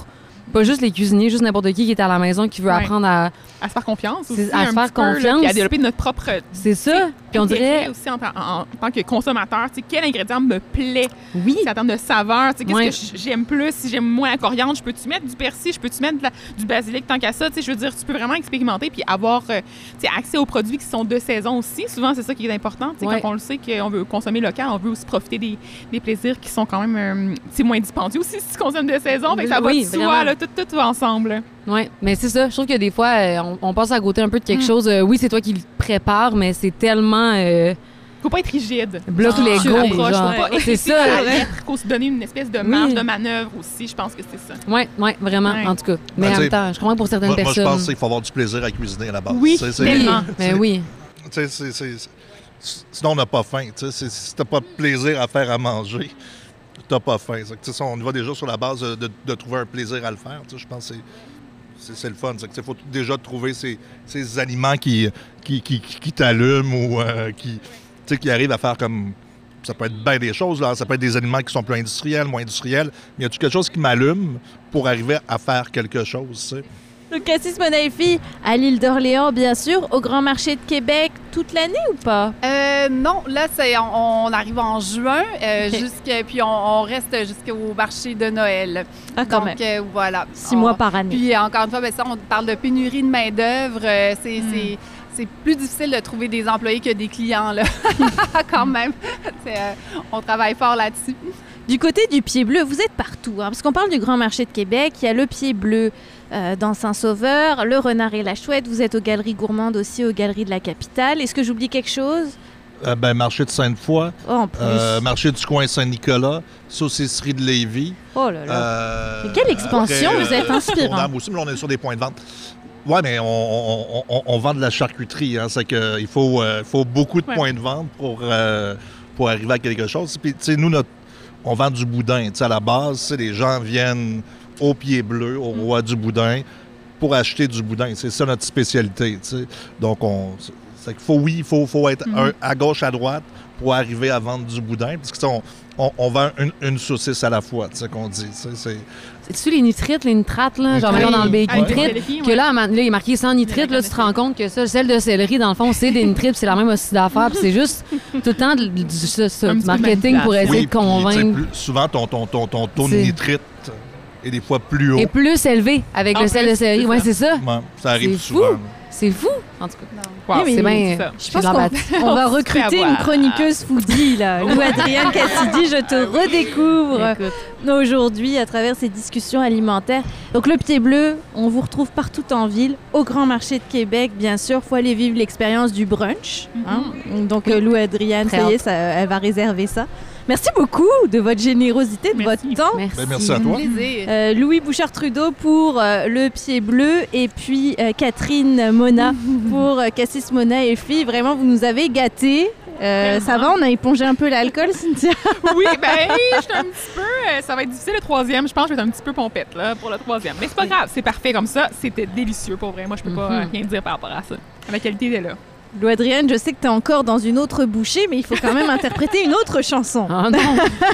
pas juste les cuisiniers, juste n'importe qui qui est à la maison qui veut Ouais. apprendre à... À se faire confiance aussi. C'est à un se faire petit peu, là, confiance. puis à développer notre propre. C'est ça. Puis on dirait... aussi en, en- en tant que consommateur, tu sais, quel ingrédient me plaît Oui. en termes de saveur, tu sais, qu'est-ce Ouais. que j- j'aime plus, si j'aime moins la coriandre, je peux-tu mettre du persil, je peux-tu mettre de la- du basilic tant qu'à ça, tu sais, je veux dire, tu peux vraiment expérimenter puis avoir euh, tu sais, accès aux produits qui sont de saison aussi. Souvent, c'est ça qui est important, tu sais, Ouais. quand on le sait qu'on veut consommer local, on veut aussi profiter des, des plaisirs qui sont quand même euh, tu sais, moins dispendieux aussi si tu consommes de saison, fait que ça va Oui, de soi, vraiment. là, tout, tout va ensemble. Oui, mais c'est ça. Je trouve que des fois, euh, on, on passe à côté un peu de quelque Mm. chose. Euh, oui, c'est toi qui le prépare, mais c'est tellement... Euh, Faut pas être rigide. bloc Ah, Lego, tu rapproches, genre. faut pas C'est exciter ça. la lettre, qu'on se donne une espèce de marge Oui. de manœuvre aussi, je pense que c'est ça. Oui, oui, vraiment, Ouais. en tout cas. Mais Ben, en tu même sais, temps, je comprends que pour certaines Moi, moi, je personnes... pense qu'il faut avoir du plaisir à cuisiner à la base. Oui, C'est- c'est- tellement. Mais c'est- oui. tu sais, c'est- c'est- c'est- Sinon, on n'a pas faim. tu sais. C'est- Si t'as pas de plaisir à faire à manger, t'as pas faim. C'est que, tu sais, on y va déjà sur la base de, de- de trouver un plaisir à le faire. tu sais. Je pense que c'est- c'est c'est le fun. Il faut déjà trouver ces, ces aliments qui, qui, qui, qui- qui t'allument ou euh, qui, tu sais, qui arrivent à faire comme... Ça peut être bien des choses. Là. Ça peut être des aliments qui sont plus industriels, moins industriels. Mais y a-tu quelque chose qui m'allume pour arriver à faire quelque chose? tu sais? Donc Cassis Monaïfi, à l'île d'Orléans, bien sûr, au Grand Marché de Québec, toute l'année ou pas? Euh, non, là, c'est, on, on arrive en juin, euh, Ok. jusqu'à- puis on, on reste jusqu'au marché de Noël. Ah, quand Donc, même. euh, voilà. Six On- mois par année. Puis, euh, encore une fois, ben, ça, on parle de pénurie de main-d'œuvre. euh, c'est, Mm. c'est, c'est plus difficile de trouver des employés que des clients, là. Quand même. C'est, euh, on travaille fort là-dessus. Du côté du Pied Bleu, vous êtes partout, hein, parce qu'on parle du Grand Marché de Québec, il y a le Pied Bleu euh, dans Saint-Sauveur, le Renard et la Chouette, vous êtes aux Galeries Gourmandes aussi, aux Galeries de la Capitale. Est-ce que j'oublie quelque chose? Euh, ben, marché de Sainte-Foy, Oh, en plus. euh, marché du coin Saint-Nicolas, saucisserie de Lévis. Oh là là. Euh, Mais quelle expansion, après, vous êtes inspirant. Tournable aussi, mais là, on est sur des points de vente. Oui, mais on, on- on- on vend de la charcuterie. Hein, c'est que il faut, euh, faut beaucoup de Ouais. points de vente pour, euh, pour arriver à quelque chose. Puis, tu sais, nous, notre, on vend du boudin. Tu sais, à la base, tu sais, les gens viennent au Pied Bleu, au Roi du Boudin, pour acheter du boudin. C'est ça notre spécialité. Tu sais. Donc, on, c'est qu'il faut, oui, il faut, faut être Mhm. un- à gauche, à droite pour arriver à vendre du boudin. Parce que, tu sais, on, on, on vend une, une saucisse à la fois, tu sais, qu'on dit. tu sais, C'est, C'est-tu les nitrites, les nitrates, là? Genre, Oui. mettons dans le bacon Avec le nitrite. céleri, Que ouais. là, à man- là, il est marqué sans nitrite, là, tu te rends compte que ça, celle de céleri, dans le fond, c'est des nitrites, puis c'est la même aussi d'affaires, puis c'est juste tout le temps de- du, ça, ça, Un du petit peu de marketing pour essayer Oui, de puis, tu sais, convaincre. plus- souvent, ton, ton, ton, ton taux de C'est- nitrite est des fois plus haut. Et plus élevé avec En le sel plus, de céleri. c'est Ouais, ça. c'est ça. Ouais, ça arrive C'est souvent. fou. C'est fou, en tout cas. Wow, Oui, mais c'est bien. ça. Je Je pense suis qu'on l'embâtie. on va On se fait recruter une avoir. chroniqueuse foodie, là. Lou Adrienne Cassidy, je te redécouvre Écoute. aujourd'hui à travers ces discussions alimentaires. Donc le Pied Bleu, on vous retrouve partout en ville, au Grand Marché de Québec, bien sûr. Il faut aller vivre l'expérience du brunch. hein. Donc euh, Lou Adrienne, Très ça y est, hâte. ça- elle va réserver ça. Merci beaucoup de votre générosité, de Merci. votre temps. Merci. Ben, merci à toi. Plaisir. Euh, Louis Bouchard-Trudeau pour euh, le Pied Bleu et puis euh, Catherine Mona pour euh, Cassis Mona et Filles. Vraiment, vous nous avez gâtés. Euh, ça va, on a épongé un peu l'alcool, Cynthia? Oui, ben, je suis un petit peu. euh, ça va être difficile le troisième. Je pense que je vais être un petit peu pompette là, pour le troisième. Mais c'est pas grave, c'est parfait comme ça. C'était délicieux pour vrai. Moi, je peux pas euh, Mhm. rien dire par rapport à ça. La qualité est là. Lou Adrienne, je sais que tu es encore dans une autre bouchée, mais il faut quand même interpréter une autre chanson. Ah non.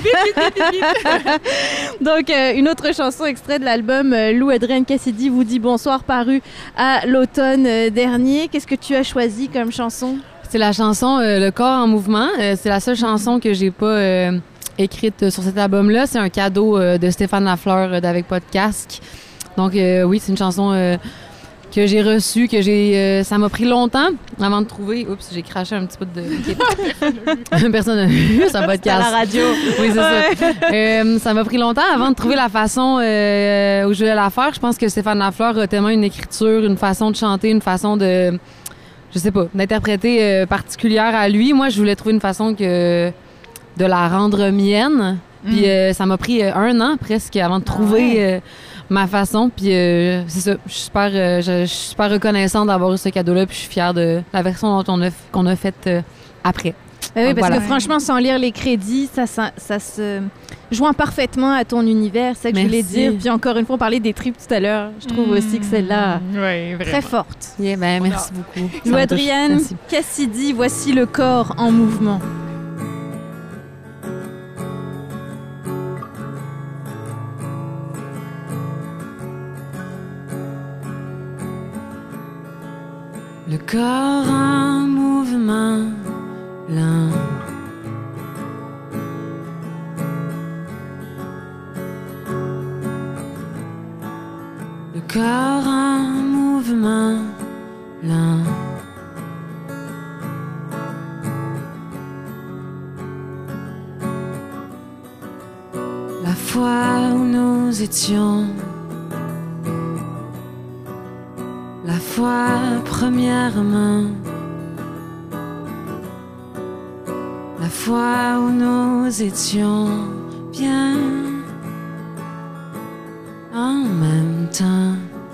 Donc, euh, une autre chanson extrait de l'album euh, Lou Adrienne Cassidy vous dit bonsoir, paru à l'automne euh, dernier. Qu'est-ce que tu as choisi comme chanson? C'est la chanson euh, Le corps en mouvement. Euh, c'est la seule chanson que j'ai pas euh, écrite euh, sur cet album-là. C'est un cadeau euh, de Stéphane Lafleur euh, d'Avec pas de casque. Donc euh, oui, c'est une chanson euh, que j'ai reçue, que j'ai. euh, ça m'a pris longtemps avant de trouver. Oups, j'ai craché un petit peu de. Ok. Personne n'a vu, c'est un À podcast. la radio. Oui, c'est ça. Euh, ça m'a pris longtemps avant de trouver la façon euh, où je voulais la faire. Je pense que Stéphane Lafleur a tellement une écriture, une façon de chanter, une façon de, je sais pas, d'interpréter euh, particulière à lui. Moi, je voulais trouver une façon que de la rendre mienne. Puis euh, ça m'a pris euh, un an presque avant de trouver euh, ma façon. Puis euh, c'est ça. Je suis super, euh, je, je suis super reconnaissante d'avoir eu ce cadeau-là. Puis je suis fière de la version dont on a, qu'on a faite euh, après. Ben oui, parce Voilà. que franchement, sans lire les crédits, ça, ça, ça se joint parfaitement à ton univers. C'est ça que je voulais Merci. dire. Puis encore une fois, on parlait des tripes tout à l'heure. Je trouve aussi que celle-là Oui, vraiment. très forte. Yeah, ben, merci beaucoup. Ça Lou me touche. Adrienne Merci. Cassidy, voici le corps en mouvement. Le corps en mouvement lent. Le corps en mouvement lent. La fois où nous étions, la fois premièrement, la fois où nous étions bien en même temps.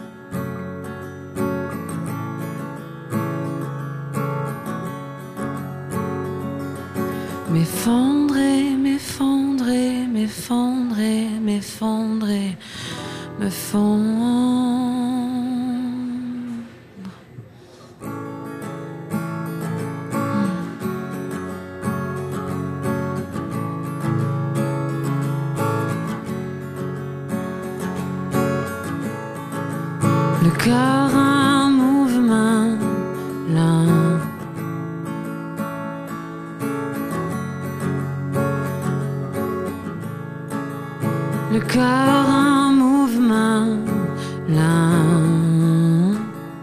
M'effondrer, m'effondrer, m'effondrer, m'effondrer, me fondre. Le corps en mouvement lent. Le corps en mouvement lent.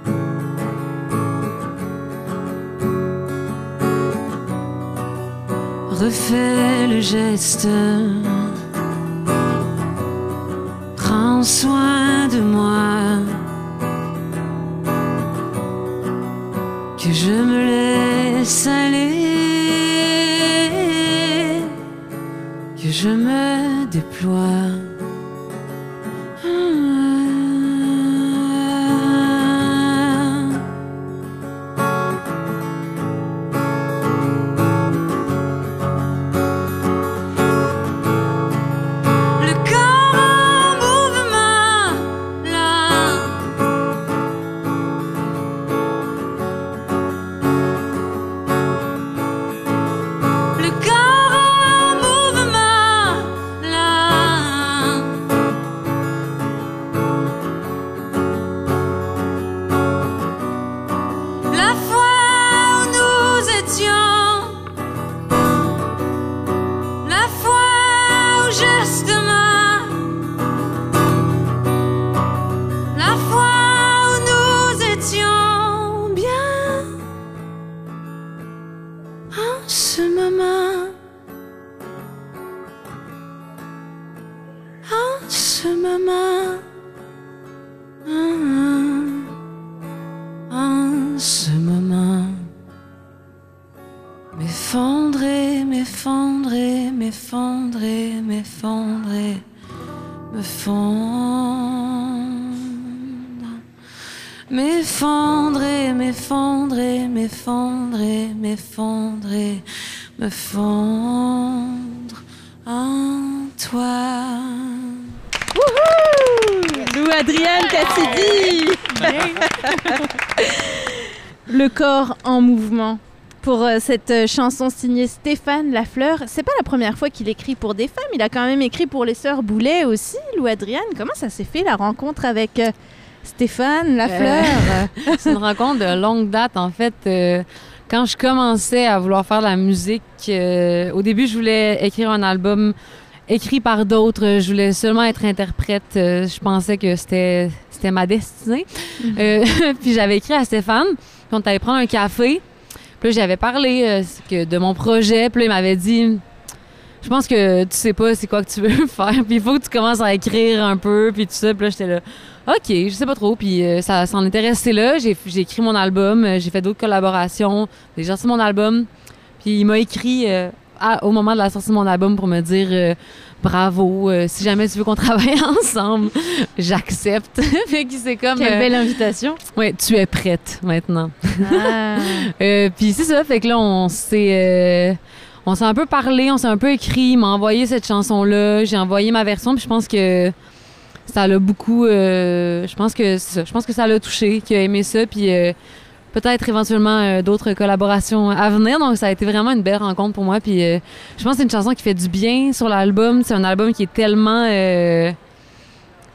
Refais le geste. Prends soin de moi. Que je me laisse aller. Que je me déploie. M'effondrer, m'effondrer, m'effondrer, m'effondrer, me fondre. M'effondrer, m'effondrer, m'effondrer, m'effondrer, me fondre en toi. Wouhou! Lou Adrienne Cassidy! Le corps en mouvement. Pour euh, cette euh, chanson signée Stéphane Lafleur. C'est pas la première fois qu'il écrit pour des femmes. Il a quand même écrit pour les Sœurs Boulet aussi, Lou Adrienne. Comment ça s'est fait, la rencontre avec euh, Stéphane Lafleur? Euh, c'est une rencontre de longue date, en fait. Euh, quand je commençais à vouloir faire de la musique, euh, au début, je voulais écrire un album écrit par d'autres. Je voulais seulement être interprète. Euh, je pensais que c'était, c'était ma destinée. Mm-hmm. Euh, puis j'avais écrit à Stéphane. Puis on est allé prendre un café. Puis là, j'avais parlé euh, que de mon projet. Puis là, il m'avait dit, je pense que tu sais pas c'est quoi que tu veux faire. Puis il faut que tu commences à écrire un peu. Puis tout ça. Puis là, j'étais là, OK, je sais pas trop. Puis euh, ça s'en est resté là. J'ai, j'ai écrit mon album. Euh, j'ai fait d'autres collaborations. J'ai sorti mon album. Puis il m'a écrit euh, à, au moment de la sortie de mon album pour me dire euh, bravo. Euh, si jamais tu veux qu'on travaille ensemble, j'accepte. Fait que c'est comme... Quelle euh, belle invitation. Oui, tu es prête maintenant. Ah. euh, puis c'est ça, fait que là, on s'est, euh, on s'est un peu parlé, on s'est un peu écrit. Il m'a envoyé cette chanson-là, j'ai envoyé ma version, puis je pense que ça l'a beaucoup... Euh, je pense que c'est ça, je pense que ça l'a touché, qu'il a aimé ça, puis euh, peut-être éventuellement euh, d'autres collaborations à venir. Donc ça a été vraiment une belle rencontre pour moi, puis euh, je pense que c'est une chanson qui fait du bien sur l'album. C'est un album qui est tellement... Euh,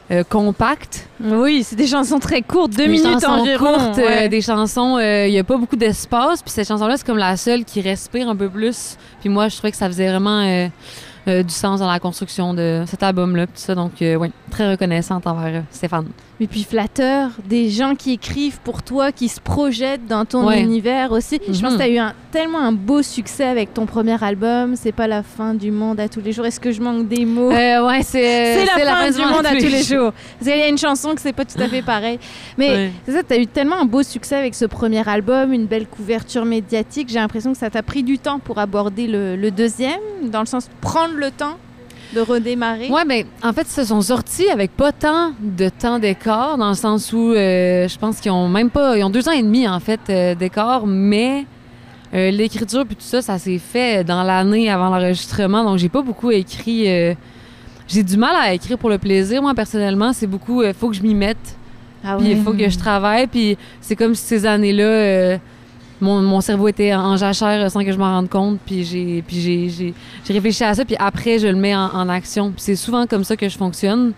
euh, compactes. Oui, c'est des chansons très courtes, deux des minutes chansons environ. courtes, ouais. euh, des chansons, il euh, n'y a pas beaucoup d'espace. Puis cette chanson-là, c'est comme la seule qui respire un peu plus. Puis moi, je trouvais que ça faisait vraiment euh, euh, du sens dans la construction de cet album-là. Tout ça, donc euh, oui, très reconnaissante envers euh, Stéphane. Et puis flatteur, des gens qui écrivent pour toi, qui se projettent dans ton ouais. univers aussi. Mm-hmm. Je pense que tu as eu un, tellement un beau succès avec ton premier album. C'est pas la fin du monde à tous les jours. Est-ce que je manque des mots? Euh, ouais, c'est, c'est la, c'est fin, la fin du monde à tous les jours. Parce qu'il y a une chanson que c'est pas tout à fait pareil. Mais ouais. c'est ça, tu as eu tellement un beau succès avec ce premier album, une belle couverture médiatique. J'ai l'impression que ça t'a pris du temps pour aborder le, le deuxième, dans le sens de prendre le temps de redémarrer. Oui, mais en fait, ils se sont sortis avec pas tant de temps d'écart, dans le sens où euh, je pense qu'ils ont même pas... Ils ont deux ans et demi, en fait, euh, d'écart, mais euh, l'écriture puis tout ça, ça s'est fait dans l'année avant l'enregistrement, donc j'ai pas beaucoup écrit... Euh, j'ai du mal à écrire pour le plaisir, moi, personnellement. C'est beaucoup... Il euh, faut que je m'y mette, ah puis il ouais. faut que je travaille, puis c'est comme si ces années-là... Euh, Mon, mon cerveau était en jachère sans que je m'en rende compte, puis j'ai, puis j'ai, j'ai, j'ai réfléchi à ça, puis après, je le mets en, en action. Puis c'est souvent comme ça que je fonctionne.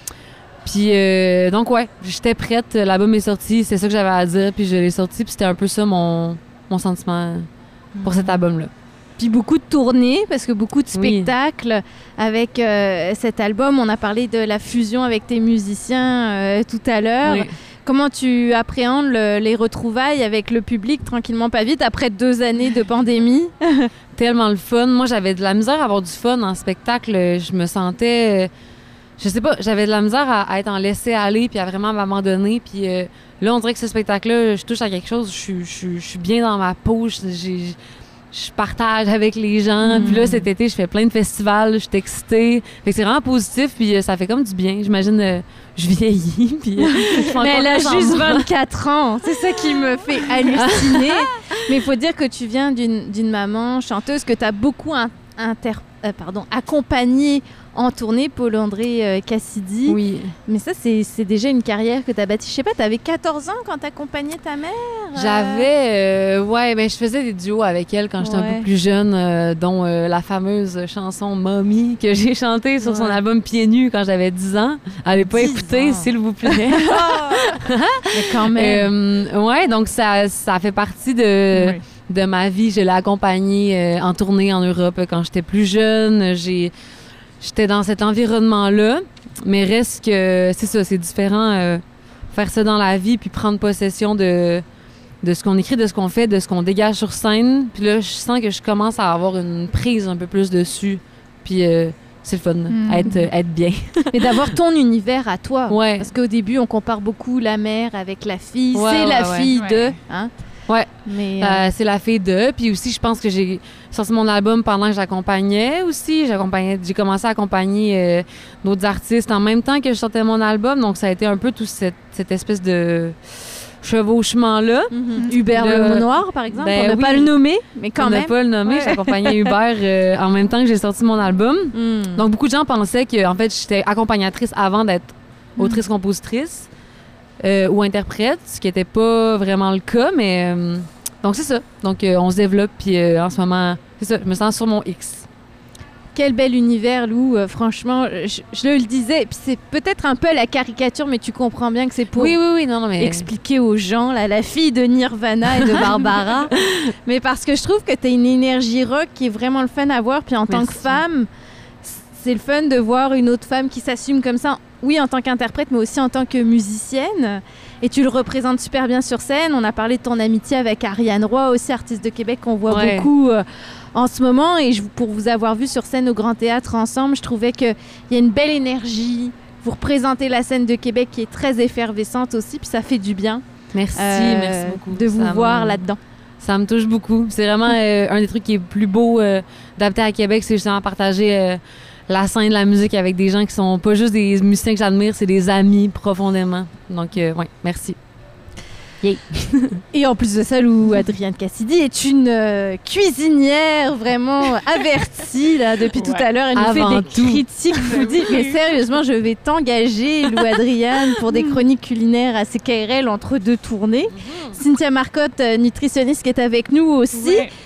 Puis euh, donc, ouais, j'étais prête, l'album est sorti, c'est ça que j'avais à dire, puis je l'ai sorti, puis c'était un peu ça mon, mon sentiment pour cet album-là. Puis beaucoup de tournées, parce que beaucoup de spectacles oui. avec euh, cet album. On a parlé de la fusion avec tes musiciens euh, tout à l'heure. Oui. Comment tu appréhendes le, les retrouvailles avec le public tranquillement pas vite après deux années de pandémie? Tellement le fun. Moi, j'avais de la misère à avoir du fun en spectacle. Je me sentais... Je sais pas, j'avais de la misère à, à être en laisser-aller puis à vraiment m'abandonner. Puis euh, là, on dirait que ce spectacle-là, je touche à quelque chose. Je, je, je suis bien dans ma peau. J'ai... Je partage avec les gens. Mmh. Puis là, cet été, je fais plein de festivals. Je suis excitée. Fait que c'est vraiment positif. Puis euh, ça fait comme du bien. J'imagine, euh, je vieillis. Puis, euh, je mais elle a juste vingt-quatre ans. C'est ça qui me fait halluciner. Mais il faut dire que tu viens d'une, d'une maman chanteuse que tu as beaucoup in- inter- euh, pardon, accompagnée en tournée, Paul-André euh, Cassidy. Oui. Mais ça, c'est, c'est déjà une carrière que tu as bâtie. Je sais pas, tu avais quatorze ans quand tu accompagnais ta mère? J'avais... Euh, ouais, mais je faisais des duos avec elle quand j'étais ouais. un peu plus jeune, euh, dont euh, la fameuse chanson « Mommy » que j'ai chantée sur ouais. son album « Pieds nus » quand j'avais dix ans. Allez pas écouter, s'il vous plaît. Mais quand même. Euh, ouais, donc ça, ça fait partie de... Oui. de ma vie. Je l'ai accompagnée euh, en tournée en Europe quand j'étais plus jeune. J'ai... J'étais dans cet environnement-là, mais reste que, c'est ça, c'est différent, euh, faire ça dans la vie, puis prendre possession de, de ce qu'on écrit, de ce qu'on fait, de ce qu'on dégage sur scène. Puis là, je sens que je commence à avoir une prise un peu plus dessus, puis euh, c'est le fun, mmh. être, euh, être bien. Et d'avoir ton univers à toi. Ouais. Parce qu'au début, on compare beaucoup la mère avec la fille. Ouais, c'est ouais, la ouais. fille ouais. de... Hein? Ouais, mais euh... Euh, c'est la fille de. Puis aussi, je pense que j'ai sorti mon album pendant que j'accompagnais aussi. J'accompagnais, j'ai commencé à accompagner euh, d'autres artistes en même temps que je sortais mon album. Donc, ça a été un peu toute cette, cette espèce de chevauchement-là. Mm-hmm. Hubert Le Noir, par exemple. Ben, on n'a oui. pas le nommer, mais quand on même. On n'a pas le nommer. Ouais. J'accompagnais Hubert euh, en même temps que j'ai sorti mon album. Mm. Donc, beaucoup de gens pensaient que en fait, j'étais accompagnatrice avant d'être autrice-compositrice. Euh, ou interprète, ce qui n'était pas vraiment le cas, mais euh, donc c'est ça. Donc euh, on se développe, puis euh, en ce moment, c'est ça, je me sens sur mon X. Quel bel univers, Lou, euh, franchement, je, je le disais, puis c'est peut-être un peu la caricature, mais tu comprends bien que c'est pour oui, oui, oui, non, non, mais... expliquer aux gens, là, la fille de Nirvana et de Barbara, mais parce que je trouve que tu as une énergie rock qui est vraiment le fun à voir, puis en Merci. tant que femme, c'est le fun de voir une autre femme qui s'assume comme ça, oui, en tant qu'interprète, mais aussi en tant que musicienne. Et tu le représentes super bien sur scène. On a parlé de ton amitié avec Ariane Roy, aussi artiste de Québec qu'on voit ouais. beaucoup euh, en ce moment. Et je, pour vous avoir vu sur scène au Grand Théâtre ensemble, je trouvais qu'il y a une belle énergie. Vous représentez la scène de Québec qui est très effervescente aussi, puis ça fait du bien. Merci, euh, merci beaucoup. De vous ça voir me... là-dedans. Ça me touche beaucoup. C'est vraiment euh, un des trucs qui est plus beau euh, d'habiter à Québec, c'est justement partager... Euh, la scène de la musique avec des gens qui sont pas juste des musiciens que j'admire, c'est des amis profondément. Donc, euh, ouais, merci. Yeah. Et en plus de ça, Lou Adrienne Cassidy est une euh, cuisinière vraiment avertie là, depuis ouais. tout à l'heure. Elle nous Avant fait des tout. critiques. Je vous dis, mais sérieusement, je vais t'engager, Lou Adrienne, pour des chroniques culinaires à C K R L entre deux tournées. Mm-hmm. Cynthia Marcotte, nutritionniste, qui est avec nous aussi. Ouais.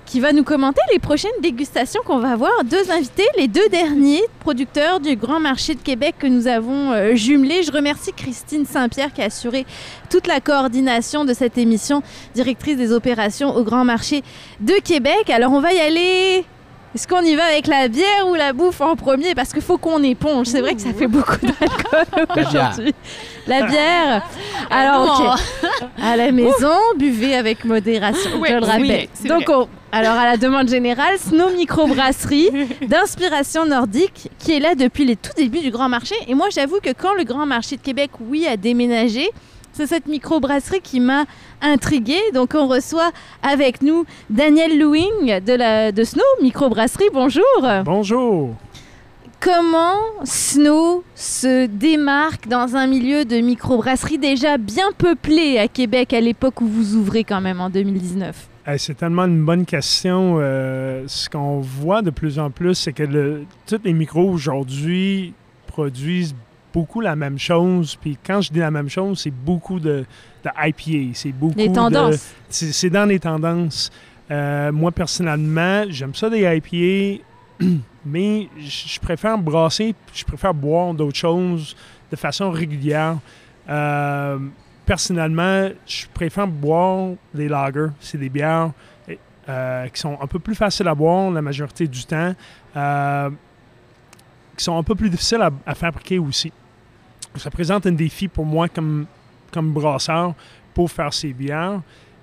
qui va nous commenter les prochaines dégustations qu'on va avoir. Deux invités, les deux derniers producteurs du Grand Marché de Québec que nous avons euh, jumelés. Je remercie Christine Saint-Pierre qui a assuré toute la coordination de cette émission, directrice des opérations au Grand Marché de Québec. Alors, on va y aller... Est-ce qu'on y va avec la bière ou la bouffe en premier? Parce qu'il faut qu'on éponge. C'est vrai que ça fait beaucoup d'alcool aujourd'hui. La bière. Alors, OK. À la maison, buvez avec modération, oui, je le rappelle. Oui, donc, on, alors, à la demande générale, Snow Microbrasserie d'inspiration nordique qui est là depuis les tout débuts du Grand Marché. Et moi, j'avoue que quand le Grand Marché de Québec, oui, a déménagé, c'est cette microbrasserie qui m'a intriguée. Donc, on reçoit avec nous Daniel Lewing de, la, de Snow Microbrasserie. Bonjour. Bonjour. Comment Snow se démarque dans un milieu de microbrasserie déjà bien peuplé à Québec à l'époque où vous ouvrez quand même en deux mille dix-neuf? Hey, c'est tellement une bonne question. Euh, ce qu'on voit de plus en plus, c'est que le, tous les micros aujourd'hui produisent beaucoup la même chose. Puis quand je dis la même chose, c'est beaucoup de, de I P A. C'est beaucoup les tendances. De, c'est, c'est dans les tendances. Euh, moi, personnellement, j'aime ça des I P A, mais je préfère brasser, je préfère boire d'autres choses de façon régulière. Euh, personnellement, je préfère boire des lagers. C'est des bières euh, qui sont un peu plus faciles à boire la majorité du temps, euh, qui sont un peu plus difficiles à, à fabriquer aussi. Ça présente un défi pour moi comme, comme brasseur pour faire ces bières.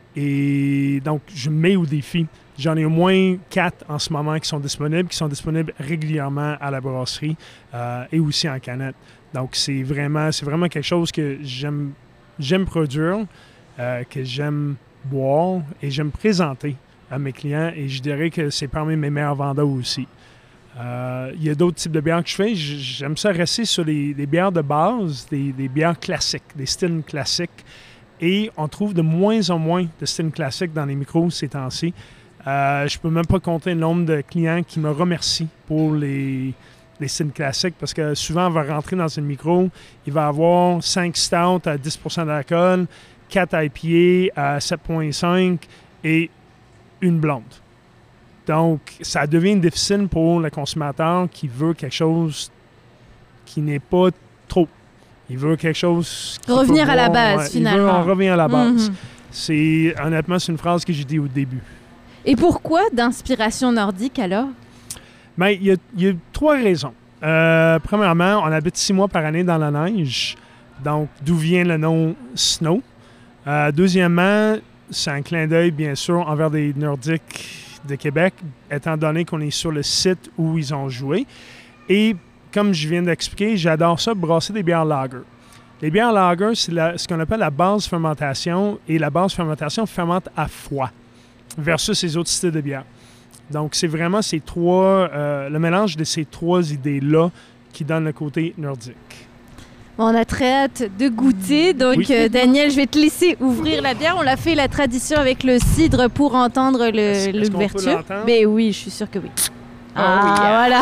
Et donc, je me mets au défi. J'en ai au moins quatre en ce moment qui sont disponibles, qui sont disponibles régulièrement à la brasserie euh, et aussi en canette. Donc, c'est vraiment, c'est vraiment quelque chose que j'aime, j'aime produire, euh, que j'aime boire et j'aime présenter à mes clients. Et je dirais que c'est parmi mes meilleurs vendeurs aussi. Euh, il y a d'autres types de bières que je fais. J'aime ça rester sur les, les bières de base, des, des bières classiques, des styles classiques. Et on trouve de moins en moins de styles classiques dans les micros ces temps-ci. Euh, je ne peux même pas compter le nombre de clients qui me remercient pour les, les styles classiques parce que souvent, on va rentrer dans une micro, il va avoir cinq stouts à dix pour cent d'alcool, quatre I P A à sept virgule cinq et une blonde. Donc, ça devient difficile pour le consommateur qui veut quelque chose qui n'est pas trop. Il veut quelque chose... Revenir à la base, ouais, finalement. Il veut en revenir à la base. Mm-hmm. C'est, honnêtement, c'est une phrase que j'ai dit au début. Et pourquoi d'inspiration nordique, alors? Bien, il y a, il y a trois raisons. Euh, premièrement, on habite six mois par année dans la neige. Donc, d'où vient le nom Snow. Euh, deuxièmement, c'est un clin d'œil, bien sûr, envers des Nordiques de Québec, étant donné qu'on est sur le site où ils ont joué. Et comme je viens d'expliquer, j'adore ça, brasser des bières lager. Les bières lager, c'est la, ce qu'on appelle la base fermentation, et la base fermentation fermente à froid versus les autres styles de bière. Donc, c'est vraiment ces trois, euh, le mélange de ces trois idées-là qui donne le côté nordique. Bon, on a très hâte de goûter. Donc, oui. euh, Daniel, je vais te laisser ouvrir la bière. On l'a fait la tradition avec le cidre pour entendre le, est-ce, est-ce l'ouverture. Mais oui, je suis sûre que oui. Ah, oh, yeah. Voilà.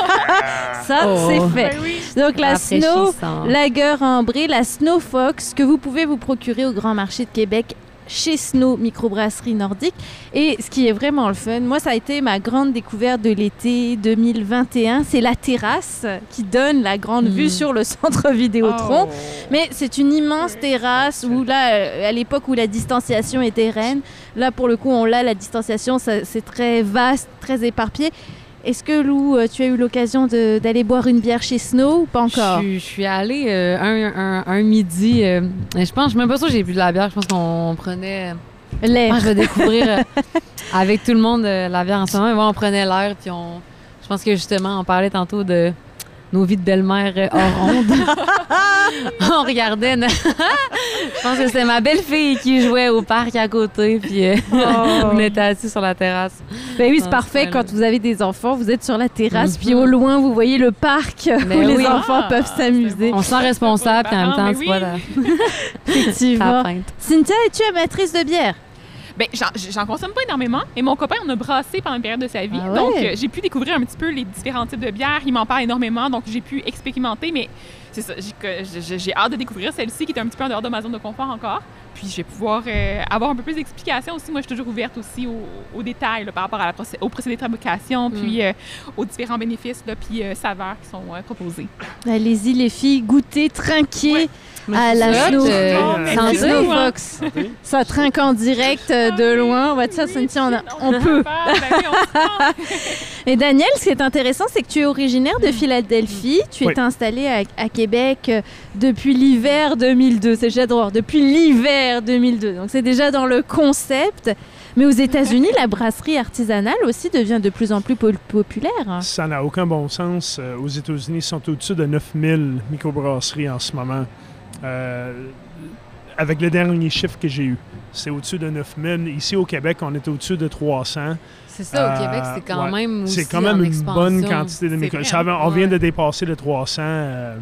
Ça, oh. c'est fait. Ben oui. Donc, la Snow Lager ambrée, la Snow Fox, que vous pouvez vous procurer au Grand Marché de Québec chez Snow Microbrasserie Nordique. Et ce qui est vraiment le fun, moi, ça a été ma grande découverte de l'été deux mille vingt et un. C'est la terrasse qui donne la grande mmh. vue sur le centre Vidéotron. Oh. Mais c'est une immense terrasse où là, à l'époque où la distanciation était reine, là, pour le coup, on l'a, la distanciation, ça, c'est très vaste, très éparpillé. Est-ce que, Lou, tu as eu l'occasion de, d'aller boire une bière chez Snow ou pas encore? Je, je suis allée euh, un, un, un midi. Euh, je pense, je suis même pas sûre que j'ai bu de la bière. Je pense qu'on prenait... Euh, l'air. Je vais découvrir euh, avec tout le monde euh, la bière en ce moment. Et ouais, on prenait l'air. Puis on, je pense que justement, on parlait tantôt de nos vies de belle-mère euh, hors onde. On regardait. Je pense que c'était ma belle-fille qui jouait au parc à côté. Puis euh, oh. on était assis sur la terrasse. Ben oui, c'est parfait. Quand vous avez des enfants, vous êtes sur la terrasse, mm-hmm. puis au loin, vous voyez le parc mais où oui. les enfants ah, peuvent s'amuser. On se sent responsable, puis en même temps, c'est oui. pas la... Effectivement. Cynthia, es-tu amatrice de bière? Bien, j'en, j'en consomme pas énormément, et mon copain en a brassé pendant une période de sa vie. Ah ouais? Donc, euh, j'ai pu découvrir un petit peu les différents types de bières. Il m'en parle énormément, donc j'ai pu expérimenter, mais c'est ça, j'ai, j'ai, j'ai hâte de découvrir celle-ci qui est un petit peu en dehors de ma zone de confort encore. Puis, je vais pouvoir euh, avoir un peu plus d'explications aussi. Moi, je suis toujours ouverte aussi aux, aux détails là, par rapport à la procé- au procédé de fabrication, mm. puis euh, aux différents bénéfices, là, puis euh, saveurs qui sont euh, proposés. Allez-y, les filles, goûtez, trinquez. Ouais. À la Snow, euh, euh, Snow Fox. Ça trinque en direct euh, de loin. On va te dire, Cynthia, on, a, on peut. Et Daniel, ce qui est intéressant, c'est que tu es originaire de Philadelphie. Tu oui. es installé à, à Québec euh, depuis l'hiver deux mille deux. C'est déjà drôle. Depuis l'hiver deux mille deux. Donc, c'est déjà dans le concept. Mais aux États-Unis, la brasserie artisanale aussi devient de plus en plus po- populaire. Ça n'a aucun bon sens. Euh, aux États-Unis, ils sont au-dessus de neuf mille microbrasseries en ce moment. Euh, avec le dernier chiffre que j'ai eu, c'est au-dessus de neuf mille. Ici, au Québec, on est au-dessus de trois cents. C'est ça, au euh, Québec, c'est quand ouais. même aussi C'est quand même une expansion. bonne quantité de microbrasseries. On vient ouais. de dépasser le trois cents euh,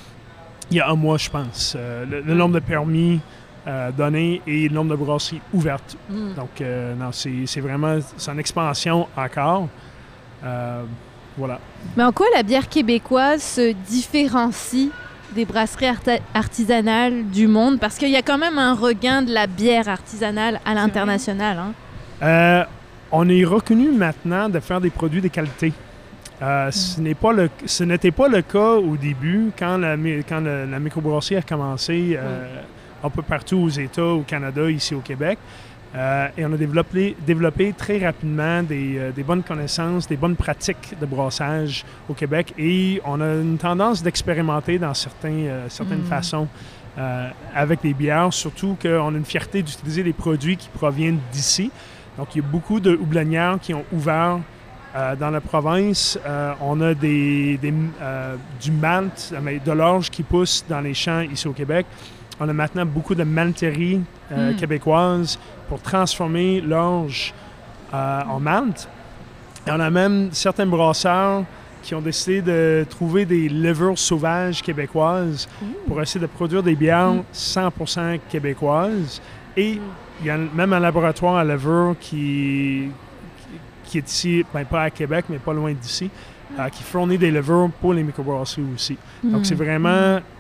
il y a un mois, je pense. Euh, le, le nombre de permis euh, donnés et le nombre de brasseries ouvertes. Mm. Donc, euh, non, c'est, c'est vraiment c'est une expansion encore. Euh, voilà. Mais en quoi la bière québécoise se différencie des brasseries art- artisanales du monde? Parce qu'il y a quand même un regain de la bière artisanale à l'international. Hein? Euh, on est reconnu maintenant de faire des produits de qualité. Euh, mm. ce, n'est pas le, ce n'était pas le cas au début, quand la, quand le, la microbrasserie a commencé euh, mm. un peu partout aux États, au Canada, ici au Québec. Euh, et on a développé, développé très rapidement des, euh, des bonnes connaissances, des bonnes pratiques de brassage au Québec. Et on a une tendance d'expérimenter dans certains, euh, certaines mmh. façons euh, avec les bières, surtout qu'on a une fierté d'utiliser des produits qui proviennent d'ici. Donc, il y a beaucoup de houblonnières qui ont ouvert euh, dans la province. Euh, on a des, des, euh, du malt, de l'orge qui pousse dans les champs ici au Québec. On a maintenant beaucoup de malteries euh, mmh. québécoises pour transformer l'orge euh, en malt. Et on a même certains brasseurs qui ont décidé de trouver des levures sauvages québécoises mmh. pour essayer de produire des bières mmh. cent pour cent québécoises. Et mmh. il y a même un laboratoire à levure qui, qui est ici, ben pas à Québec, mais pas loin d'ici, euh, qui fournit des levures pour les microbrasseries aussi. Mmh. Donc c'est vraiment... Mmh.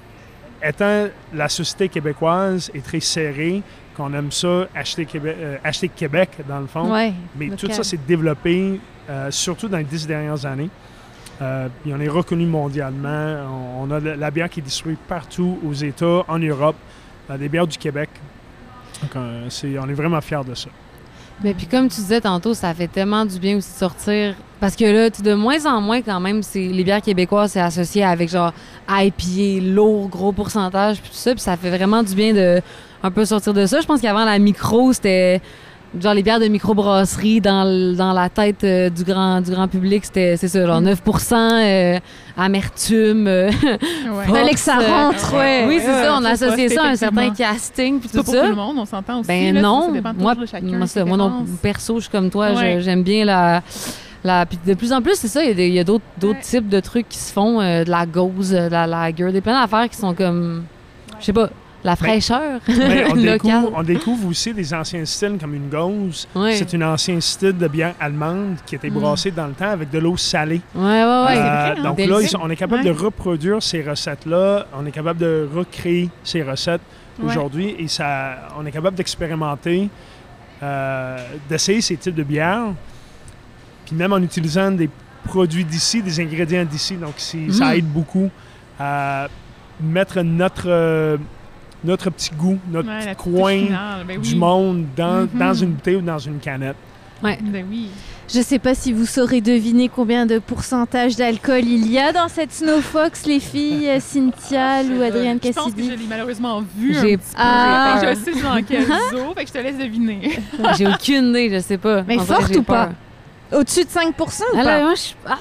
Étant la société québécoise est très serrée, qu'on aime ça, acheter Québec, euh, acheter Québec dans le fond. Ouais, mais local. tout ça s'est développé, euh, surtout dans les dix dernières années. Euh, puis on est reconnu mondialement. On, on a la bière qui est distribuée partout aux États, en Europe, euh, des bières du Québec. Donc, euh, c'est, on est vraiment fiers de ça. Mais puis comme tu disais tantôt, ça fait tellement du bien aussi de sortir. Parce que là, de moins en moins, quand même, c'est, les bières québécoises, c'est associé avec genre I P A, lourd, gros pourcentage, puis tout ça. Puis ça fait vraiment du bien de un peu sortir de ça. Je pense qu'avant, la micro, c'était genre les bières de microbrasserie dans, dans la tête euh, du, grand, du grand public. C'était, c'est ça, genre neuf pour cent euh, amertume. Euh, ouais. Fallait que ça rentre, ouais. Oui, c'est ouais, ça. On a associé ça à un certain effectivement. casting, puis tout c'est pas ça. pour tout le monde, on s'entend aussi. Ben là, non, ça dépend moi, de chacun, moi, ça, moi non, perso, je suis comme toi, ouais. je, j'aime bien la... La, puis de plus en plus, c'est ça, il y a, il y a d'autres, d'autres ouais. types de trucs qui se font, euh, de la gauze, de la lager, des plein d'affaires qui sont comme, ouais. je sais pas, la fraîcheur mais, on, locale. Découvre, on découvre aussi des anciens styles comme une gauze. Ouais. C'est une ancienne style de bière allemande qui a été brassée mmh. dans le temps avec de l'eau salée. Ouais, ouais, ouais. Euh, vrai, hein? Donc Délicieux. là, ils sont, on est capable ouais. de reproduire ces recettes-là. On est capable de recréer ces recettes ouais. aujourd'hui et ça, on est capable d'expérimenter, euh, d'essayer ces types de bières. Puis même en utilisant des produits d'ici, des ingrédients d'ici. Donc, si, mmh. ça aide beaucoup à mettre notre, euh, notre petit goût, notre ouais, petit coin ben du oui. monde dans, mmh. dans une bouteille ou dans une canette. Ouais. Ben oui. Je ne sais pas si vous saurez deviner combien de pourcentage d'alcool il y a dans cette Snow Fox, les filles, Cynthia ou Adrienne Cassidy. Je pense que je l'ai malheureusement vu J'ai un petit ah. peu. Je sais dans quel zoo, fait que je te laisse deviner. J'ai aucune idée, je sais pas. Mais en forte vrai, ou pas? Au-dessus de cinq pour cent ou ah, pas? Là, moi, je... ah.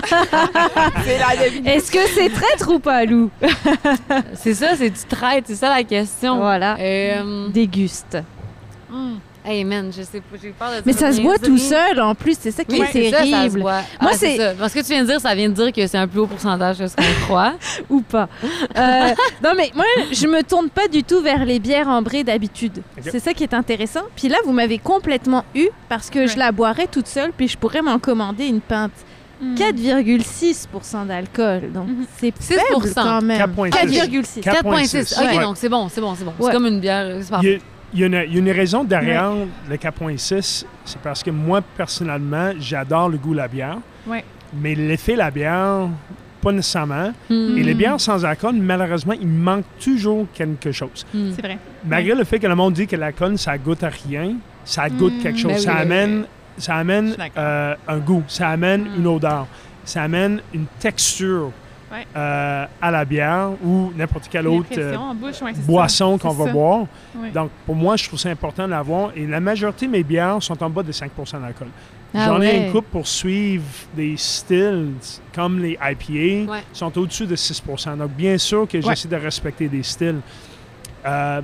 C'est la devinette. Est-ce que c'est traître ou pas, Lou? C'est ça, c'est du traître, c'est ça la question. Voilà. Euh, Déguste. Mm. Hey man, je sais pas, j'ai peur de dire Mais ça se boit tout seul, en plus, c'est ça qui oui, est terrible. Ça, ça se boit. Moi, ah, c'est... c'est ça. Parce que tu viens de dire, ça vient de dire que c'est un plus haut pourcentage que ce qu'on croit. Ou pas. Euh, non, mais moi, je me tourne pas du tout vers les bières ambrées d'habitude. Okay. C'est ça qui est intéressant. Puis là, vous m'avez complètement eu parce que ouais. je la boirais toute seule, puis je pourrais m'en commander une pinte. Mm. quatre virgule six pour cent d'alcool. Donc, mm-hmm. c'est faible six pour cent quand même. quatre virgule six. quatre virgule six. OK, ouais. donc c'est bon, c'est bon, c'est bon. Ouais. C'est comme une bière. C'est il, y a, il, y a une, il y a une raison derrière ouais. le quatre virgule six. C'est parce que moi, personnellement, j'adore le goût de la bière. Ouais. Mais l'effet de la bière, pas nécessairement. Mm. Et les bières sans alcool, malheureusement, il manque toujours quelque chose. Mm. C'est vrai. Malgré ouais. le fait que le monde dit que l'alcool, ça goûte à rien, ça goûte mm. quelque chose. Ben ça oui, amène... Oui. Ça amène euh, un goût, ça amène mm. une odeur, ça amène une texture ouais. euh, à la bière ou n'importe quelle autre euh, bouche, ouais, boisson qu'on va ça. boire. Oui. Donc, pour moi, je trouve ça important de l'avoir. Et la majorité de mes bières sont en bas de cinq pour cent d'alcool. Ah J'en ouais. ai une coupe pour suivre des styles comme les I P A, ouais. sont au-dessus de six pour cent. Donc, bien sûr que j'essaie ouais. de respecter des styles. Euh,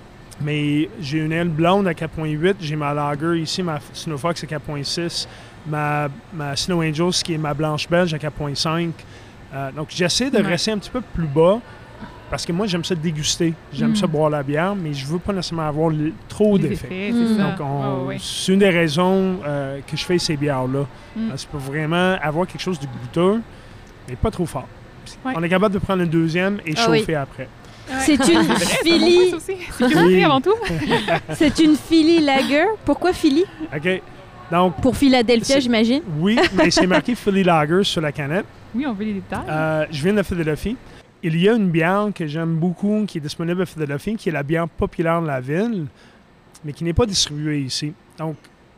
Mais j'ai une aile blonde à quatre virgule huit, j'ai ma lager ici, ma Snow Fox à quatre virgule six, ma, ma Snow Angels qui est ma blanche belge à quatre virgule cinq. Euh, donc j'essaie de ouais. rester un petit peu plus bas parce que moi j'aime ça déguster, j'aime mm. ça boire la bière, mais je veux pas nécessairement avoir le, trop Les d'effets. Effets, mm. Donc on, oh, oui. c'est une des raisons euh, que je fais ces bières-là. Mm. C'est pour vraiment avoir quelque chose de goûteux, mais pas trop fort. Ouais. On est capable de prendre le deuxième et ah, chauffer oui. après. Ouais. C'est une Philly. Sécurité avant tout. C'est une Philly Lager. Pourquoi Philly? OK. Donc, pour Philadelphia, j'imagine. Oui, mais c'est marqué Philly Lager sur la canette. Oui, on veut les détails. Euh, je viens de Philadelphie. Il y a une bière que j'aime beaucoup qui est disponible à Philadelphie, qui est la bière populaire de la ville, mais qui n'est pas distribuée ici. Donc,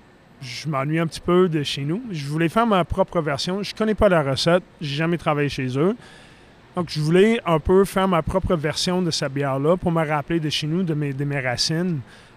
je m'ennuie un petit peu de chez nous. Je voulais faire ma propre version. Je ne connais pas la recette. Je n'ai jamais travaillé chez eux. Donc, je voulais un peu faire ma propre version de cette bière-là pour me rappeler de chez nous, de mes, de mes racines.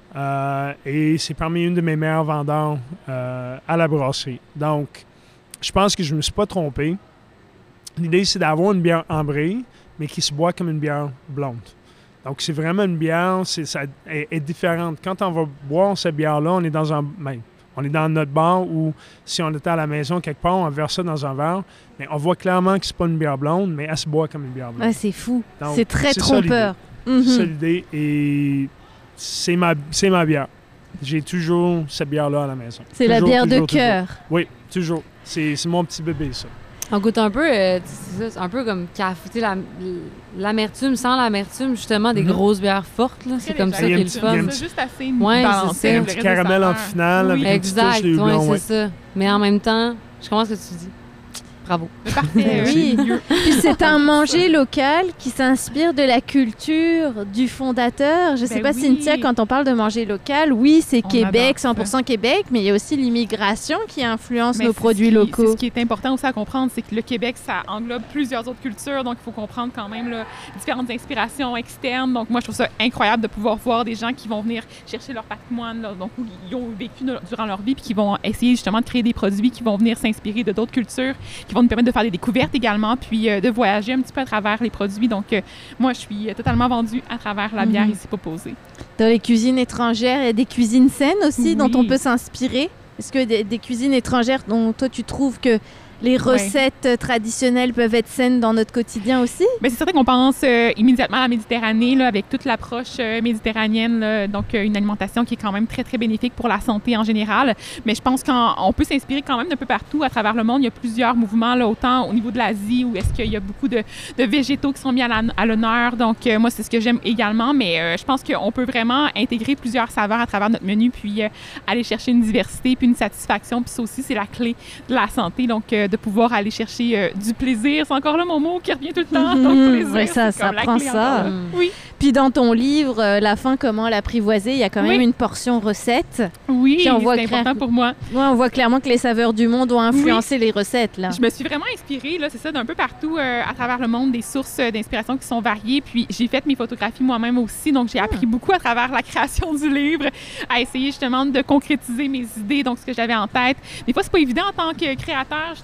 Euh, et c'est parmi une de mes meilleures vendeurs euh, à la brasserie. Donc, je pense que je ne me suis pas trompé. L'idée, c'est d'avoir une bière ambrée, mais qui se boit comme une bière blonde. Donc, c'est vraiment une bière, c'est, ça est, est différente. Quand on va boire cette bière-là, on est dans un... Ben, on est dans notre bar ou si on était à la maison quelque part, on verse ça dans un verre. Mais on voit clairement que c'est pas une bière blonde, mais elle se boit comme une bière blonde. Ah, c'est fou. Donc, c'est très c'est trompeur. Ça, l'idée. Mm-hmm. C'est ça l'idée. Et c'est ma, c'est ma bière. J'ai toujours cette bière-là à la maison. C'est toujours, la bière toujours, de cœur. Oui, toujours. C'est, c'est mon petit bébé, ça. On goûte un peu, euh, c'est, ça, c'est un peu comme café, la, l'amertume, sans l'amertume, justement, des mm-hmm. grosses bières fortes. Là. C'est comme ça qu'il est le fun. C'est juste assez ouais, balancé. C'est un petit caramel en finale avec exact, une petite touche de houblon. Ouais, ouais. c'est ça. Mais en même temps, je comprends ce que tu dis. Bravo. Parfait. Oui. Puis c'est un manger local qui s'inspire de la culture du fondateur. Je ne sais ben pas, oui. Cynthia, quand on parle de manger local, oui, c'est on Québec, cent pour cent Québec, mais il y a aussi l'immigration qui influence mais nos produits qui, locaux. C'est ce qui est important aussi à comprendre, c'est que le Québec, ça englobe plusieurs autres cultures, donc il faut comprendre quand même là, différentes inspirations externes. Donc moi, je trouve ça incroyable de pouvoir voir des gens qui vont venir chercher leur patrimoine, là, donc où ils ont vécu no- durant leur vie, puis qui vont essayer justement de créer des produits qui vont venir s'inspirer de d'autres cultures, qui vont nous permettre de faire des découvertes également, puis euh, de voyager un petit peu à travers les produits. Donc, euh, moi, je suis euh, totalement vendue à travers la bière mm-hmm. ici proposée. Dans les cuisines étrangères, il y a des cuisines saines aussi oui. dont on peut s'inspirer. Est-ce que des, des cuisines étrangères dont toi, tu trouves que les recettes ouais. traditionnelles peuvent être saines dans notre quotidien aussi? Bien, c'est certain qu'on pense euh, immédiatement à la Méditerranée, là, avec toute l'approche euh, méditerranéenne, là, donc euh, une alimentation qui est quand même très, très bénéfique pour la santé en général. Mais je pense qu'on peut s'inspirer quand même d'un peu partout à travers le monde. Il y a plusieurs mouvements, là, autant au niveau de l'Asie, où est-ce qu'il y a beaucoup de, de végétaux qui sont mis à, la, à l'honneur. Donc, euh, moi, c'est ce que j'aime également. Mais euh, je pense qu'on peut vraiment intégrer plusieurs saveurs à travers notre menu, puis euh, aller chercher une diversité, puis une satisfaction. Puis ça aussi, c'est la clé de la santé. Donc, euh, de pouvoir aller chercher euh, du plaisir. C'est encore là mon mot qui revient tout le temps. Mmh, donc, plaisir, ouais, ça, ça prend ça. Mmh. Oui. Puis dans ton livre, euh, La faim, comment l'apprivoiser, il y a quand même oui. une portion recette. Oui, Puis on voit c'est important clair... pour moi. Ouais, on voit clairement que les saveurs du monde ont influencé oui. les recettes. Là. Je me suis vraiment inspirée, là, c'est ça, d'un peu partout euh, à travers le monde, des sources euh, d'inspiration qui sont variées. Puis j'ai fait mes photographies moi-même aussi, donc j'ai appris beaucoup à travers la création du livre, à essayer justement de concrétiser mes idées, donc ce que j'avais en tête. Des fois, c'est pas évident en tant que créateur, justement,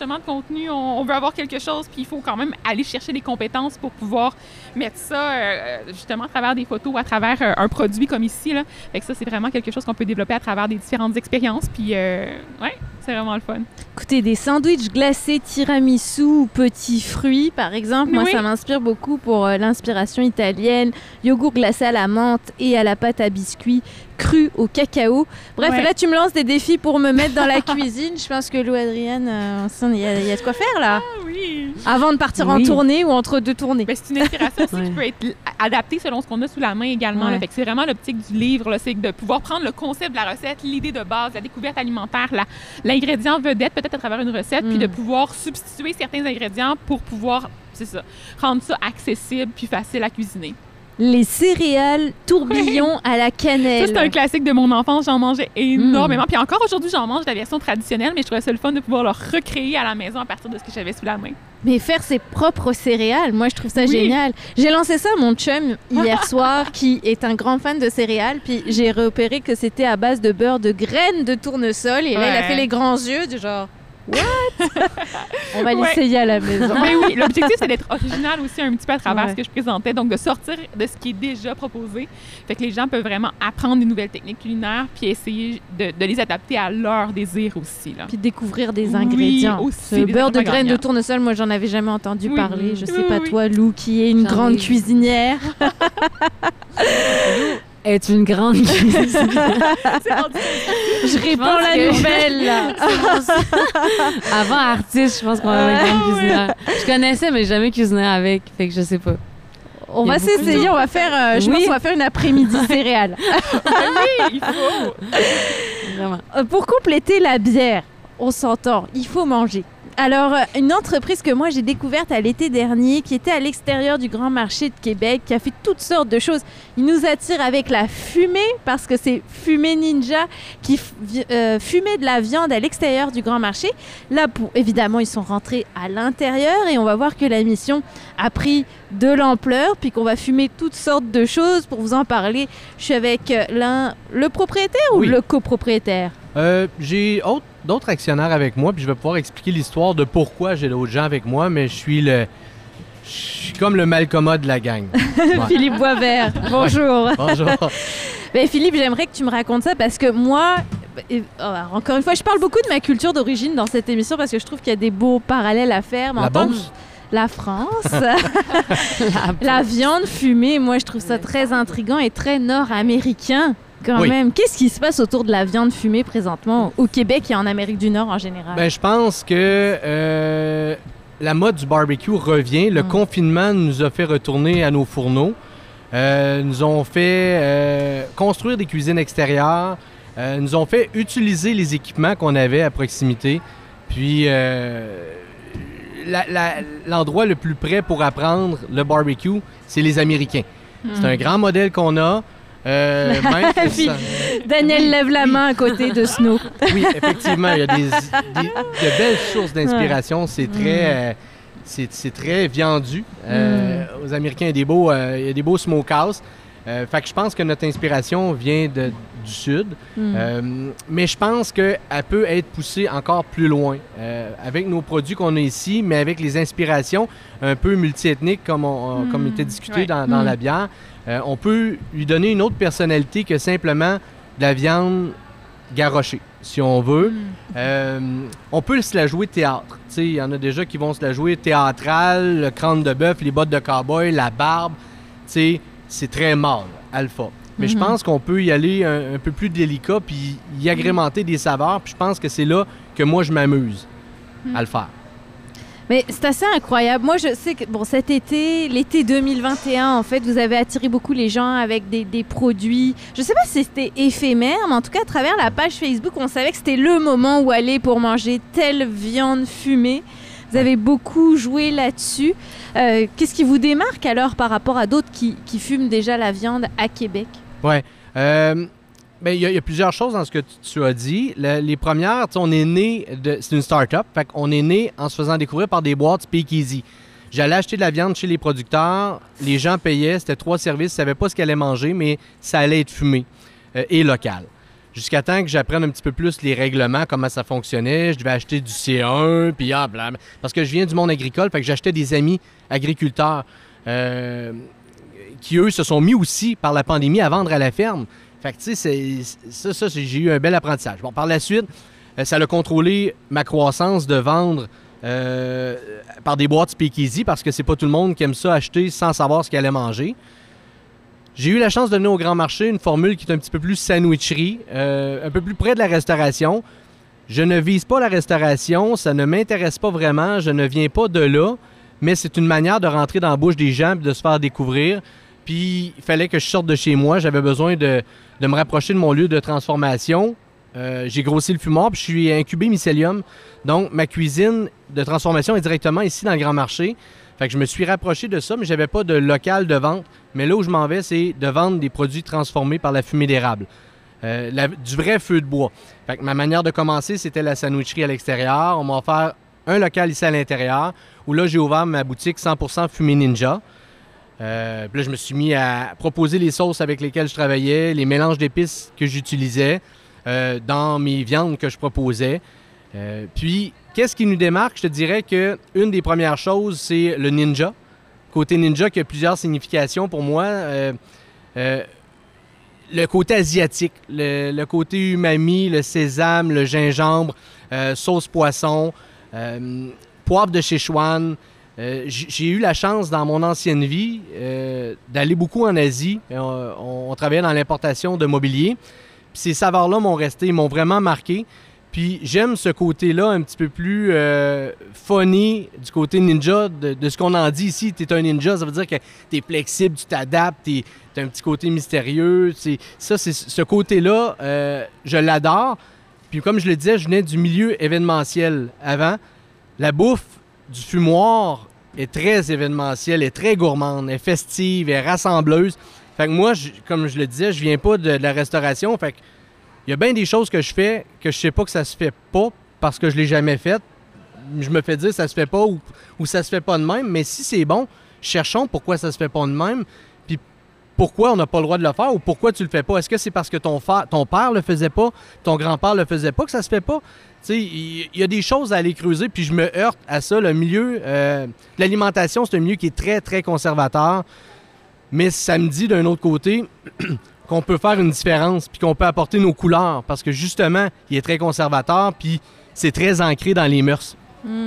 justement de contenu, on, on veut avoir quelque chose, puis il faut quand même aller chercher des compétences pour pouvoir mettre ça euh, justement à travers des photos, à travers euh, un produit comme ici, là. Fait que ça, c'est vraiment quelque chose qu'on peut développer à travers des différentes expériences, puis euh, ouais, c'est vraiment le fun. Écoutez, des sandwichs glacés tiramisu ou petits fruits, par exemple, moi, oui. ça m'inspire beaucoup pour euh, l'inspiration italienne, yogourt glacé à la menthe et à la pâte à biscuits cru au cacao. Bref, ouais. Là, tu me lances des défis pour me mettre dans la cuisine. Je pense que Lou Adrienne, il euh, y, y a de quoi faire, là. Ah oui! Avant de partir oui. en tournée ou entre deux tournées. Ben, c'est une inspiration aussi ouais. qui peut être adaptée selon ce qu'on a sous la main également. Ouais. Là. Fait que c'est vraiment l'optique du livre, là, c'est de pouvoir prendre le concept de la recette, l'idée de base, la découverte alimentaire, la, l'ingrédient vedette peut-être à travers une recette, mm. puis de pouvoir substituer certains ingrédients pour pouvoir, c'est ça, rendre ça accessible puis facile à cuisiner. Les céréales tourbillons oui. à la cannelle. Ça, c'est un classique de mon enfance. J'en mangeais énormément. Mmh. Puis encore aujourd'hui, j'en mange la version traditionnelle, mais je trouvais ça le fun de pouvoir le recréer à la maison à partir de ce que j'avais sous la main. Mais faire ses propres céréales, moi, je trouve ça oui. génial. J'ai lancé ça à mon chum hier soir, qui est un grand fan de céréales. Puis j'ai repéré que c'était à base de beurre de graines de tournesol. Et là, ouais. il a fait les grands yeux du genre... What? On va l'essayer ouais. à la maison. Mais oui, l'objectif, c'est d'être original aussi un petit peu à travers ouais. ce que je présentais, donc de sortir de ce qui est déjà proposé. Fait que les gens peuvent vraiment apprendre des nouvelles techniques culinaires puis essayer de, de les adapter à leur désir aussi. Là. Puis découvrir des ingrédients. Oui, aussi. Le beurre de graines de tournesol, moi, j'en avais jamais entendu oui. parler. Je sais oui, pas oui. toi, Lou, qui est une j'en grande ai... cuisinière. Est une grande cuisinière. Je réponds la que... nouvelle, là. Avant artiste, je pense qu'on va être une grande cuisinière. Je connaissais, mais jamais cuisinière avec, fait que je sais pas. On va s'essayer, de... on va faire, euh, je oui. pense qu'on va faire une après-midi céréales. Oui, il faut. Vraiment. Euh, pour compléter la bière, on s'entend, il faut manger. Alors, une entreprise que moi j'ai découverte à l'été dernier, qui était à l'extérieur du Grand Marché de Québec, qui a fait toutes sortes de choses. Il nous attire avec la fumée, parce que c'est Fumée Ninja qui f- euh, fumait de la viande à l'extérieur du Grand Marché. Là, pour, évidemment, ils sont rentrés à l'intérieur et on va voir que la mission a pris de l'ampleur, puis qu'on va fumer toutes sortes de choses. Pour vous en parler, je suis avec l'un, le propriétaire ou oui. le copropriétaire? Euh, j'ai autre, d'autres actionnaires avec moi, puis je vais pouvoir expliquer l'histoire de pourquoi j'ai d'autres gens avec moi, mais je suis le... Je suis comme le Malcoma de la gang. Ouais. Philippe Boisvert, bonjour. Ouais. Bonjour. Ben, Philippe, j'aimerais que tu me racontes ça parce que moi, et, oh, encore une fois, je parle beaucoup de ma culture d'origine dans cette émission parce que je trouve qu'il y a des beaux parallèles à faire. Mais la Beauce? La France, la, la viande fumée, moi je trouve ça très intriguant et très nord-américain. Quand oui. même. Qu'est-ce qui se passe autour de la viande fumée présentement au Québec et en Amérique du Nord en général? Ben, je pense que euh, la mode du barbecue revient. Le mmh. confinement nous a fait retourner à nos fourneaux. Euh, nous ont fait euh, construire des cuisines extérieures. Euh, nous ont fait utiliser les équipements qu'on avait à proximité. Puis, euh, la, la, l'endroit le plus près pour apprendre le barbecue, c'est les Américains. Mmh. C'est un grand modèle qu'on a. Euh, même ça... Daniel oui, lève la oui. main à côté de Snow. Oui, effectivement, il y a des, des, de belles sources d'inspiration. Ouais. C'est très, mm. euh, c'est, c'est très viandu. Euh, mm. Aux Américains, il y a des beaux, euh, il y a des beaux smokehouse. Euh, fait que je pense que notre inspiration vient de, du Sud. Mm. Euh, mais je pense qu'elle peut être poussée encore plus loin euh, avec nos produits qu'on a ici, mais avec les inspirations un peu multiethniques comme, on, mm. comme il était discuté ouais. dans, dans mm. la bière. Euh, on peut lui donner une autre personnalité que simplement de la viande garrochée, si on veut. Mm. Euh, on peut se la jouer théâtre. Il y en a déjà qui vont se la jouer théâtrale, le crâne de bœuf, les bottes de cow-boy, la barbe. C'est très mâle, alpha. Mais mm-hmm. je pense qu'on peut y aller un, un peu plus délicat puis y agrémenter des saveurs. Puis je pense que c'est là que moi, je m'amuse mm. à le faire. Mais c'est assez incroyable. Moi, je sais que bon, cet été, l'été deux mille vingt et un, en fait, vous avez attiré beaucoup les gens avec des, des produits. Je ne sais pas si c'était éphémère, mais en tout cas, à travers la page Facebook, on savait que c'était le moment où aller pour manger telle viande fumée. Vous avez beaucoup joué là-dessus. Euh, qu'est-ce qui vous démarque alors par rapport à d'autres qui, qui fument déjà la viande à Québec? Oui. Euh... Bien, il y, y a plusieurs choses dans ce que tu, tu as dit. Le, les premières, on est né, de, c'est une start-up, fait qu'on est né en se faisant découvrir par des boîtes Speakeasy. J'allais acheter de la viande chez les producteurs, les gens payaient, c'était trois services, ils ne savaient pas ce qu'ils allaient manger, mais ça allait être fumé euh, et local. Jusqu'à temps que j'apprenne un petit peu plus les règlements, comment ça fonctionnait. Je devais acheter du C un, puis ah, bla, bla. Parce que je viens du monde agricole, fait que j'achetais des amis agriculteurs euh, qui, eux, se sont mis aussi par la pandémie à vendre à la ferme. Fait que, tu sais, ça, ça j'ai eu un bel apprentissage. Bon, par la suite, ça a contrôlé ma croissance de vendre euh, par des boîtes speakeasy parce que c'est pas tout le monde qui aime ça acheter sans savoir ce qu'il allait manger. J'ai eu la chance de donner au Grand Marché une formule qui est un petit peu plus sandwicherie, euh, un peu plus près de la restauration. Je ne vise pas la restauration, ça ne m'intéresse pas vraiment, je ne viens pas de là, mais c'est une manière de rentrer dans la bouche des gens et de se faire découvrir. Puis il fallait que je sorte de chez moi, j'avais besoin de, de me rapprocher de mon lieu de transformation. Euh, j'ai grossi le fumoir, puis je suis incubé mycélium. Donc ma cuisine de transformation est directement ici dans le Grand Marché. Fait que je me suis rapproché de ça, mais j'avais pas de local de vente. Mais là où je m'en vais, c'est de vendre des produits transformés par la fumée d'érable. Euh, la, du vrai feu de bois. Fait que ma manière de commencer, c'était la sandwicherie à l'extérieur. On m'a offert un local ici à l'intérieur, où là, j'ai ouvert ma boutique cent pour cent Fumée Ninja. Euh, puis là, je me suis mis à proposer les sauces avec lesquelles je travaillais, les mélanges d'épices que j'utilisais euh, dans mes viandes que je proposais. Euh, puis, qu'est-ce qui nous démarque? Je te dirais qu'une des premières choses, c'est le ninja. Côté ninja, qui a plusieurs significations pour moi. Euh, euh, le côté asiatique, le, le côté umami, le sésame, le gingembre, euh, sauce poisson, euh, poivre de Sichuan. Euh, j'ai eu la chance dans mon ancienne vie euh, d'aller beaucoup en Asie. On, on, on travaillait dans l'importation de mobilier. Puis ces saveurs-là m'ont resté, ils m'ont vraiment marqué. Puis j'aime ce côté-là un petit peu plus euh, funny du côté ninja, de, de ce qu'on en dit ici. Tu es un ninja, ça veut dire que tu es flexible, tu t'adaptes, tu as un petit côté mystérieux. Ça, c'est ce côté-là, euh, je l'adore. Puis comme je le disais, je venais du milieu événementiel avant. La bouffe du fumoir est très événementielle, est très gourmande, est festive, est rassembleuse. Fait que moi, je, comme je le disais, je viens pas de, de la restauration. Fait que il y a bien des choses que je fais que je sais pas que ça se fait pas parce que je l'ai jamais fait. Je me fais dire ça se fait pas ou, ou ça se fait pas de même. Mais si c'est bon, cherchons pourquoi ça se fait pas de même. Puis pourquoi on n'a pas le droit de le faire ou pourquoi tu le fais pas. Est-ce que c'est parce que ton, fa- ton père le faisait pas, ton grand-père le faisait pas que ça se fait pas? Tu sais, il y, y a des choses à aller creuser. Puis je me heurte à ça. Le milieu, euh, l'alimentation, c'est un milieu qui est très, très conservateur. Mais ça me dit d'un autre côté qu'on peut faire une différence puis qu'on peut apporter nos couleurs parce que justement, il est très conservateur puis c'est très ancré dans les mœurs. Mmh.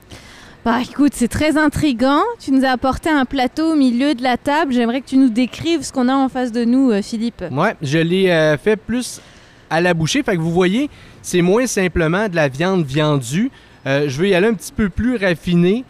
Bah écoute, c'est très intriguant. Tu nous as apporté un plateau au milieu de la table. J'aimerais que tu nous décrives ce qu'on a en face de nous, euh, Philippe. Ouais, je l'ai euh, fait plus à la bouchée. Fait que vous voyez, c'est moins simplement de la viande viandue. Euh, je veux y aller un petit peu plus raffiné.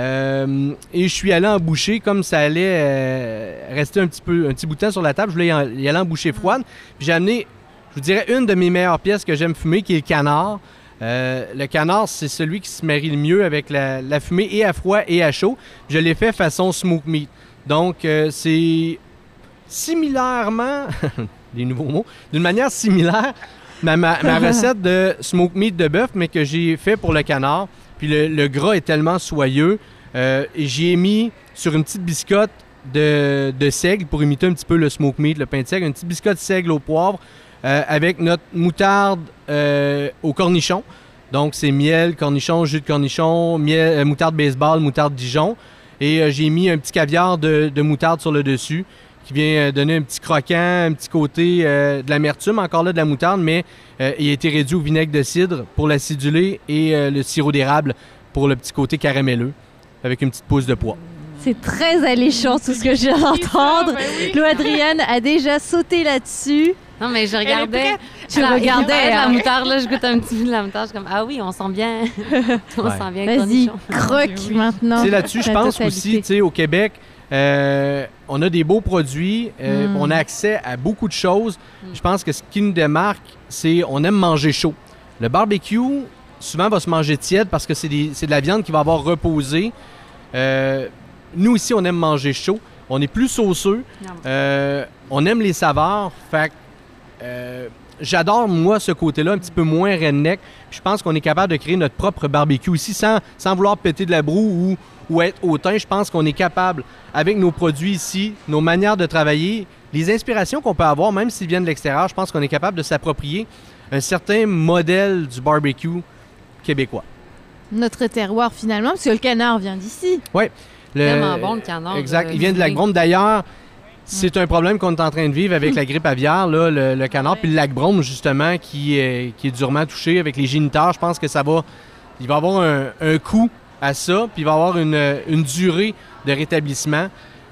Euh, et je suis allé en bouchée comme ça allait euh, rester un petit peu un petit bout de temps sur la table. Je voulais y aller en bouchée froide. Puis j'ai amené, je vous dirais, une de mes meilleures pièces que j'aime fumer, qui est le canard. Euh, le canard, c'est celui qui se marie le mieux avec la, la fumée et à froid et à chaud. Je l'ai fait façon smoke meat. Donc, euh, c'est similairement, des nouveaux mots, d'une manière similaire, ma, ma, ma recette de smoke meat de bœuf, mais que j'ai fait pour le canard. Puis le, le gras est tellement soyeux. Euh, et j'y ai mis sur une petite biscotte de, de seigle pour imiter un petit peu le smoke meat, le pain de seigle. Une petite biscotte seigle au poivre euh, avec notre moutarde euh, au cornichon. Donc c'est miel, cornichon, jus de cornichon, miel, euh, moutarde baseball, moutarde Dijon. Et euh, j'ai mis un petit caviar de, de moutarde sur le dessus qui vient donner un petit croquant, un petit côté euh, de l'amertume, encore là de la moutarde, mais euh, il a été réduit au vinaigre de cidre pour l'acidulé et euh, le sirop d'érable pour le petit côté caramelleux, avec une petite pousse de pois. C'est très alléchant tout ce que je viens d'entendre. Ben oui. Lou Adrienne a déjà sauté là-dessus. Non, mais je regardais. Tu la, regardais, la hein. moutarde, là, je goûte un petit peu de la moutarde. Je suis comme, ah oui, on sent bien. on Ouais. sent bien le Vas-y, cornichon. croque Oui, oui. maintenant. Tu sais, là-dessus, je La pense totalité. aussi, tu sais, au Québec, euh, on a des beaux produits, euh, Mm. on a accès à beaucoup de choses. Je pense que ce qui nous démarque, c'est on aime manger chaud. Le barbecue, souvent, va se manger tiède parce que c'est des- c'est de la viande qui va avoir reposé. Euh, nous, ici, on aime manger chaud. On est plus sauceux. Euh, on aime les saveurs. Fait que, euh, j'adore, moi, ce côté-là, un petit peu moins redneck. Puis je pense qu'on est capable de créer notre propre barbecue ici sans, sans vouloir péter de la broue ou, ou être hautain. Je pense qu'on est capable, avec nos produits ici, nos manières de travailler, les inspirations qu'on peut avoir, même s'ils viennent de l'extérieur, je pense qu'on est capable de s'approprier un certain modèle du barbecue québécois. Notre terroir, finalement, parce que le canard vient d'ici. Oui. C'est tellement bon, le canard. Exact. Euh, Il vient de Lac-Brome. D'ailleurs, c'est un problème qu'on est en train de vivre avec la grippe aviaire, là, le, le canard, Ouais. puis le Lac-Brome, justement, qui est, qui est durement touché avec les géniteurs. Je pense que ça va... Il va y avoir un, un coût à ça, puis il va y avoir une, une durée de rétablissement.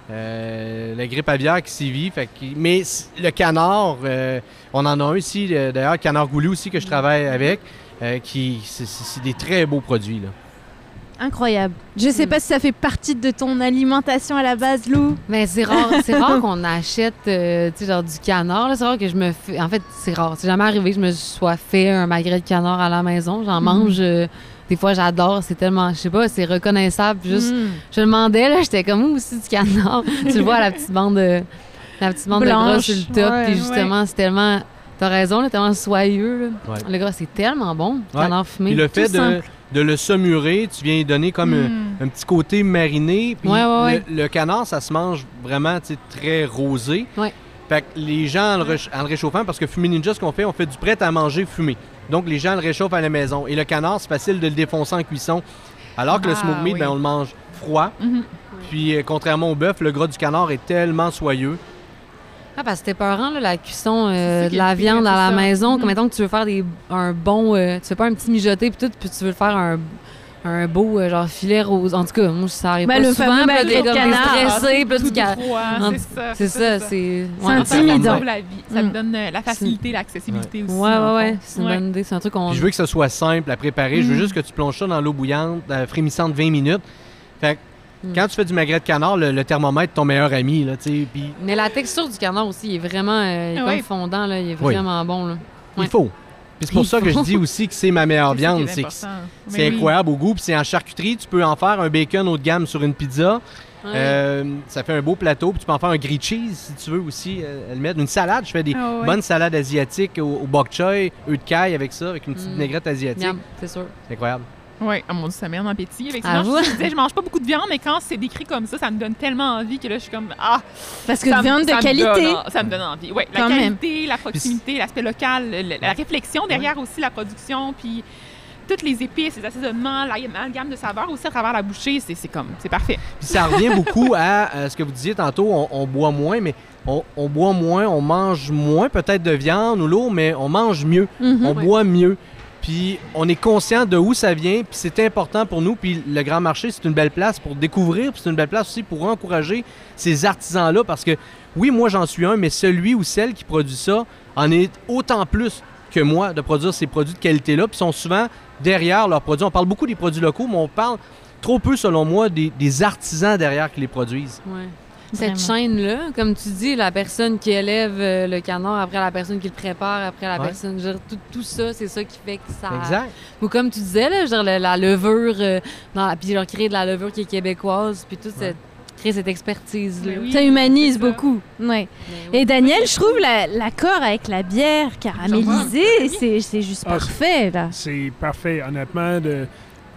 Euh, la grippe aviaire qui s'y vit. Fait que, mais le canard, euh, on en a un ici, euh, d'ailleurs, canard goulu aussi, que je travaille avec, euh, qui c'est, c'est des très beaux produits, là. Incroyable. Je sais Mm. pas si ça fait partie de ton alimentation à la base, Lou. Mais c'est rare, c'est rare qu'on achète, euh, tu sais, genre du canard. Là. C'est rare que je me fais... En fait, c'est rare. C'est jamais arrivé que je me sois fait un magret de canard à la maison. J'en mange... euh, des fois, j'adore. C'est tellement... Je sais pas, c'est reconnaissable. Puis Juste, Mm. je me demandais, là, j'étais comme où aussi du canard? Tu le vois, la petite bande de... La petite bande de gras Blanche. sur le top. Ouais, Puis justement, c'est tellement... T'as raison, là, tellement soyeux. Là. Ouais. Le gras, c'est tellement bon, le Ouais. canard fumé. Puis le fait Tout de, simple. de le saumurer, tu viens y donner comme un, Mm. un petit côté mariné. Puis Ouais, ouais, ouais. Le, le canard, ça se mange vraiment tu sais, très rosé. Ouais. Fait que les gens, en le, réch- en le réchauffant, parce que Fumé Ninja, ce qu'on fait, on fait du prêt à manger fumé. Donc, les gens le réchauffent à la maison. Et le canard, c'est facile de le défoncer en cuisson. Alors que le Ah, smoke meat, oui. ben, on le mange froid. Mhm. Puis, euh, contrairement au bœuf, le gras du canard est tellement soyeux. Ah, parce que c'était peurant, là, la cuisson euh, C'est ça de qui est la le pire, viande à c'est la ça. maison. Mhm. Comme mettons que tu veux faire des, un bon... euh, tu fais pas un petit mijoté puis tout, puis tu veux faire un, un beau euh, genre filet rose. En tout cas, moi, ça arrive Ben, pas le souvent. fameux puis là, magret t'es de comme canard. stressé, puis là, tu Tout ga- droit, en- c'est ça. C'est ça, c'est... C'est ouais, intimidant. Ça sauve la vie. Ça Mm. me donne euh, la facilité, l'accessibilité aussi. Ouais, dans ouais, le ouais. fond. C'est une Ouais. bonne idée. C'est un truc qu'on... Puis je veux que ce soit simple à préparer. Je veux Mhm. juste que tu plonges ça dans l'eau bouillante, euh, frémissante vingt minutes. Fait que Mhm. quand tu fais du magret de canard, le, le thermomètre est ton meilleur ami, là, tu sais. Puis Mais la texture du canard aussi, il est vraiment euh, il est Ah comme ouais. fondant, là. Il est Oui. vraiment bon, là. Ouais. il faut. Puis c'est pour Il ça que je faut. dis aussi que c'est ma meilleure C'est ça qui viande. est C'est que important. c'est Mais oui. incroyable au goût. Puis c'est en charcuterie. Tu peux en faire un bacon haut de gamme sur une pizza. Ouais. Euh, ça fait un beau plateau. Puis tu peux en faire un grilled cheese si tu veux aussi. euh, le mettre. Une salade. Je fais des Ah ouais. bonnes salades asiatiques au, au bok choy, œufs de caille avec ça, avec une petite Mm. vinaigrette asiatique. Miam, c'est sûr. C'est incroyable. Oui, oh mon Dieu, ça m'aide en appétit. Effectivement, Ah, je, ouais? je disais, je mange pas beaucoup de viande, mais quand c'est décrit comme ça, ça me donne tellement envie que là, je suis comme ah. Parce que ça me- viande de ça me qualité. donne en- ça me donne envie. Oui, la Quand même. qualité, la proximité, l'aspect local, le- la réflexion derrière aussi la production, puis toutes les épices, les assaisonnements, la, la gamme de saveurs aussi à travers la bouchée, c'est c'est comme, c'est parfait. Puis ça revient beaucoup à euh, ce que vous disiez tantôt, on, on boit moins, mais on, on boit moins, on mange moins peut-être de viande ou l'eau, mais on mange mieux, Mhm. on boit mieux. Puis on est conscient de où ça vient, puis c'est important pour nous. Puis le Grand Marché, c'est une belle place pour découvrir, puis c'est une belle place aussi pour encourager ces artisans-là, parce que oui, moi j'en suis un, mais celui ou celle qui produit ça en est autant plus que moi de produire ces produits de qualité-là, puis sont souvent derrière leurs produits. On parle beaucoup des produits locaux, mais on parle trop peu, selon moi, des, des artisans derrière qui les produisent. Ouais. Cette Vraiment. chaîne-là, comme tu dis, la personne qui élève euh, le canard, après la personne qui le prépare, après la Ouais. personne... je veux dire, tout, tout ça, c'est ça qui fait que ça... Exact. Ou comme tu disais, là, je veux dire, le- la levure, euh, dans, puis genre créer de la levure qui est québécoise, puis tout cette, créer cette expertise-là. Mais oui. Ça humanise c'est ça. beaucoup. Ouais. Mais oui. Et Daniel, je trouve la- l'accord avec la bière caramélisée, c'est c'est juste Ah, parfait, là. C'est parfait. Honnêtement, le,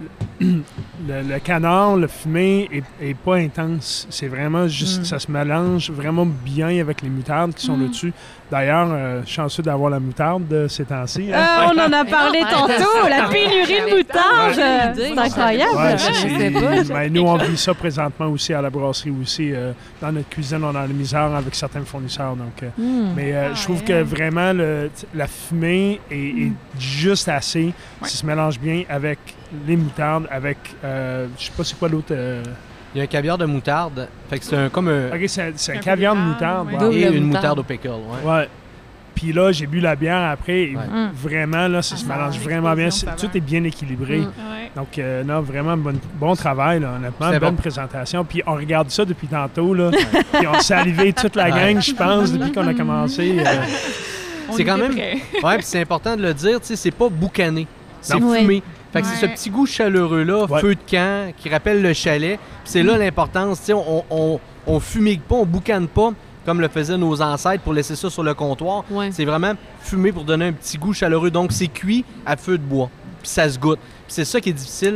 le, le canard, le fumé est, est pas intense. C'est vraiment juste, Mm. ça se mélange vraiment bien avec les moutardes qui sont Mm. là-dessus. D'ailleurs, euh, chanceux d'avoir la moutarde euh, ces temps-ci. hein. Ah, on en a parlé Ouais. tantôt, la pénurie de moutarde. Ouais. C'est incroyable. Ouais, ça, je c'est- sais pas. ben, nous, on vit ça présentement aussi à la brasserie aussi. euh, dans notre cuisine, on a la misère avec certains fournisseurs. Donc, euh, Mm. mais euh, Ah, je trouve ouais. que vraiment, le, la fumée est, est juste assez. Ouais. Ça se mélange bien avec les moutardes, avec, euh, je sais pas c'est quoi l'autre... euh, Il y a un caviar de moutarde. Fait que c'est un, comme un, OK, c'est c'est un Un caviar de peu de moutarde. moutarde, wow. ouais. et Double une moutarde. moutarde au pickle. Ouais. Ouais. Puis là, j'ai bu la bière après. et Ouais. Mm. Vraiment, là, ça Ah, se ça mélange a vraiment bien. l'explosion de C'est- saveur. Tout est bien équilibré. Mm. Ouais. Donc, euh, non, vraiment bon, bon travail, là, honnêtement. C'est Bonne bon. présentation. Puis on regarde ça depuis tantôt, là. Puis on s'est salivé toute la Ouais. gang, je pense, depuis qu'on a commencé. euh, On C'est quand était même- prêts. Ouais, puis c'est important de le dire, tu sais, c'est pas boucané. C'est Non. fumé. Fait que c'est ce Ouais. petit goût chaleureux-là, Ouais. feu de camp, qui rappelle le chalet. Puis c'est là l'importance, tu sais, on, on, on fumigue pas, on boucane pas, comme le faisaient nos ancêtres pour laisser ça sur le comptoir. Ouais. C'est vraiment fumé pour donner un petit goût chaleureux. Donc, c'est cuit à feu de bois. Puis ça se goûte. Puis c'est ça qui est difficile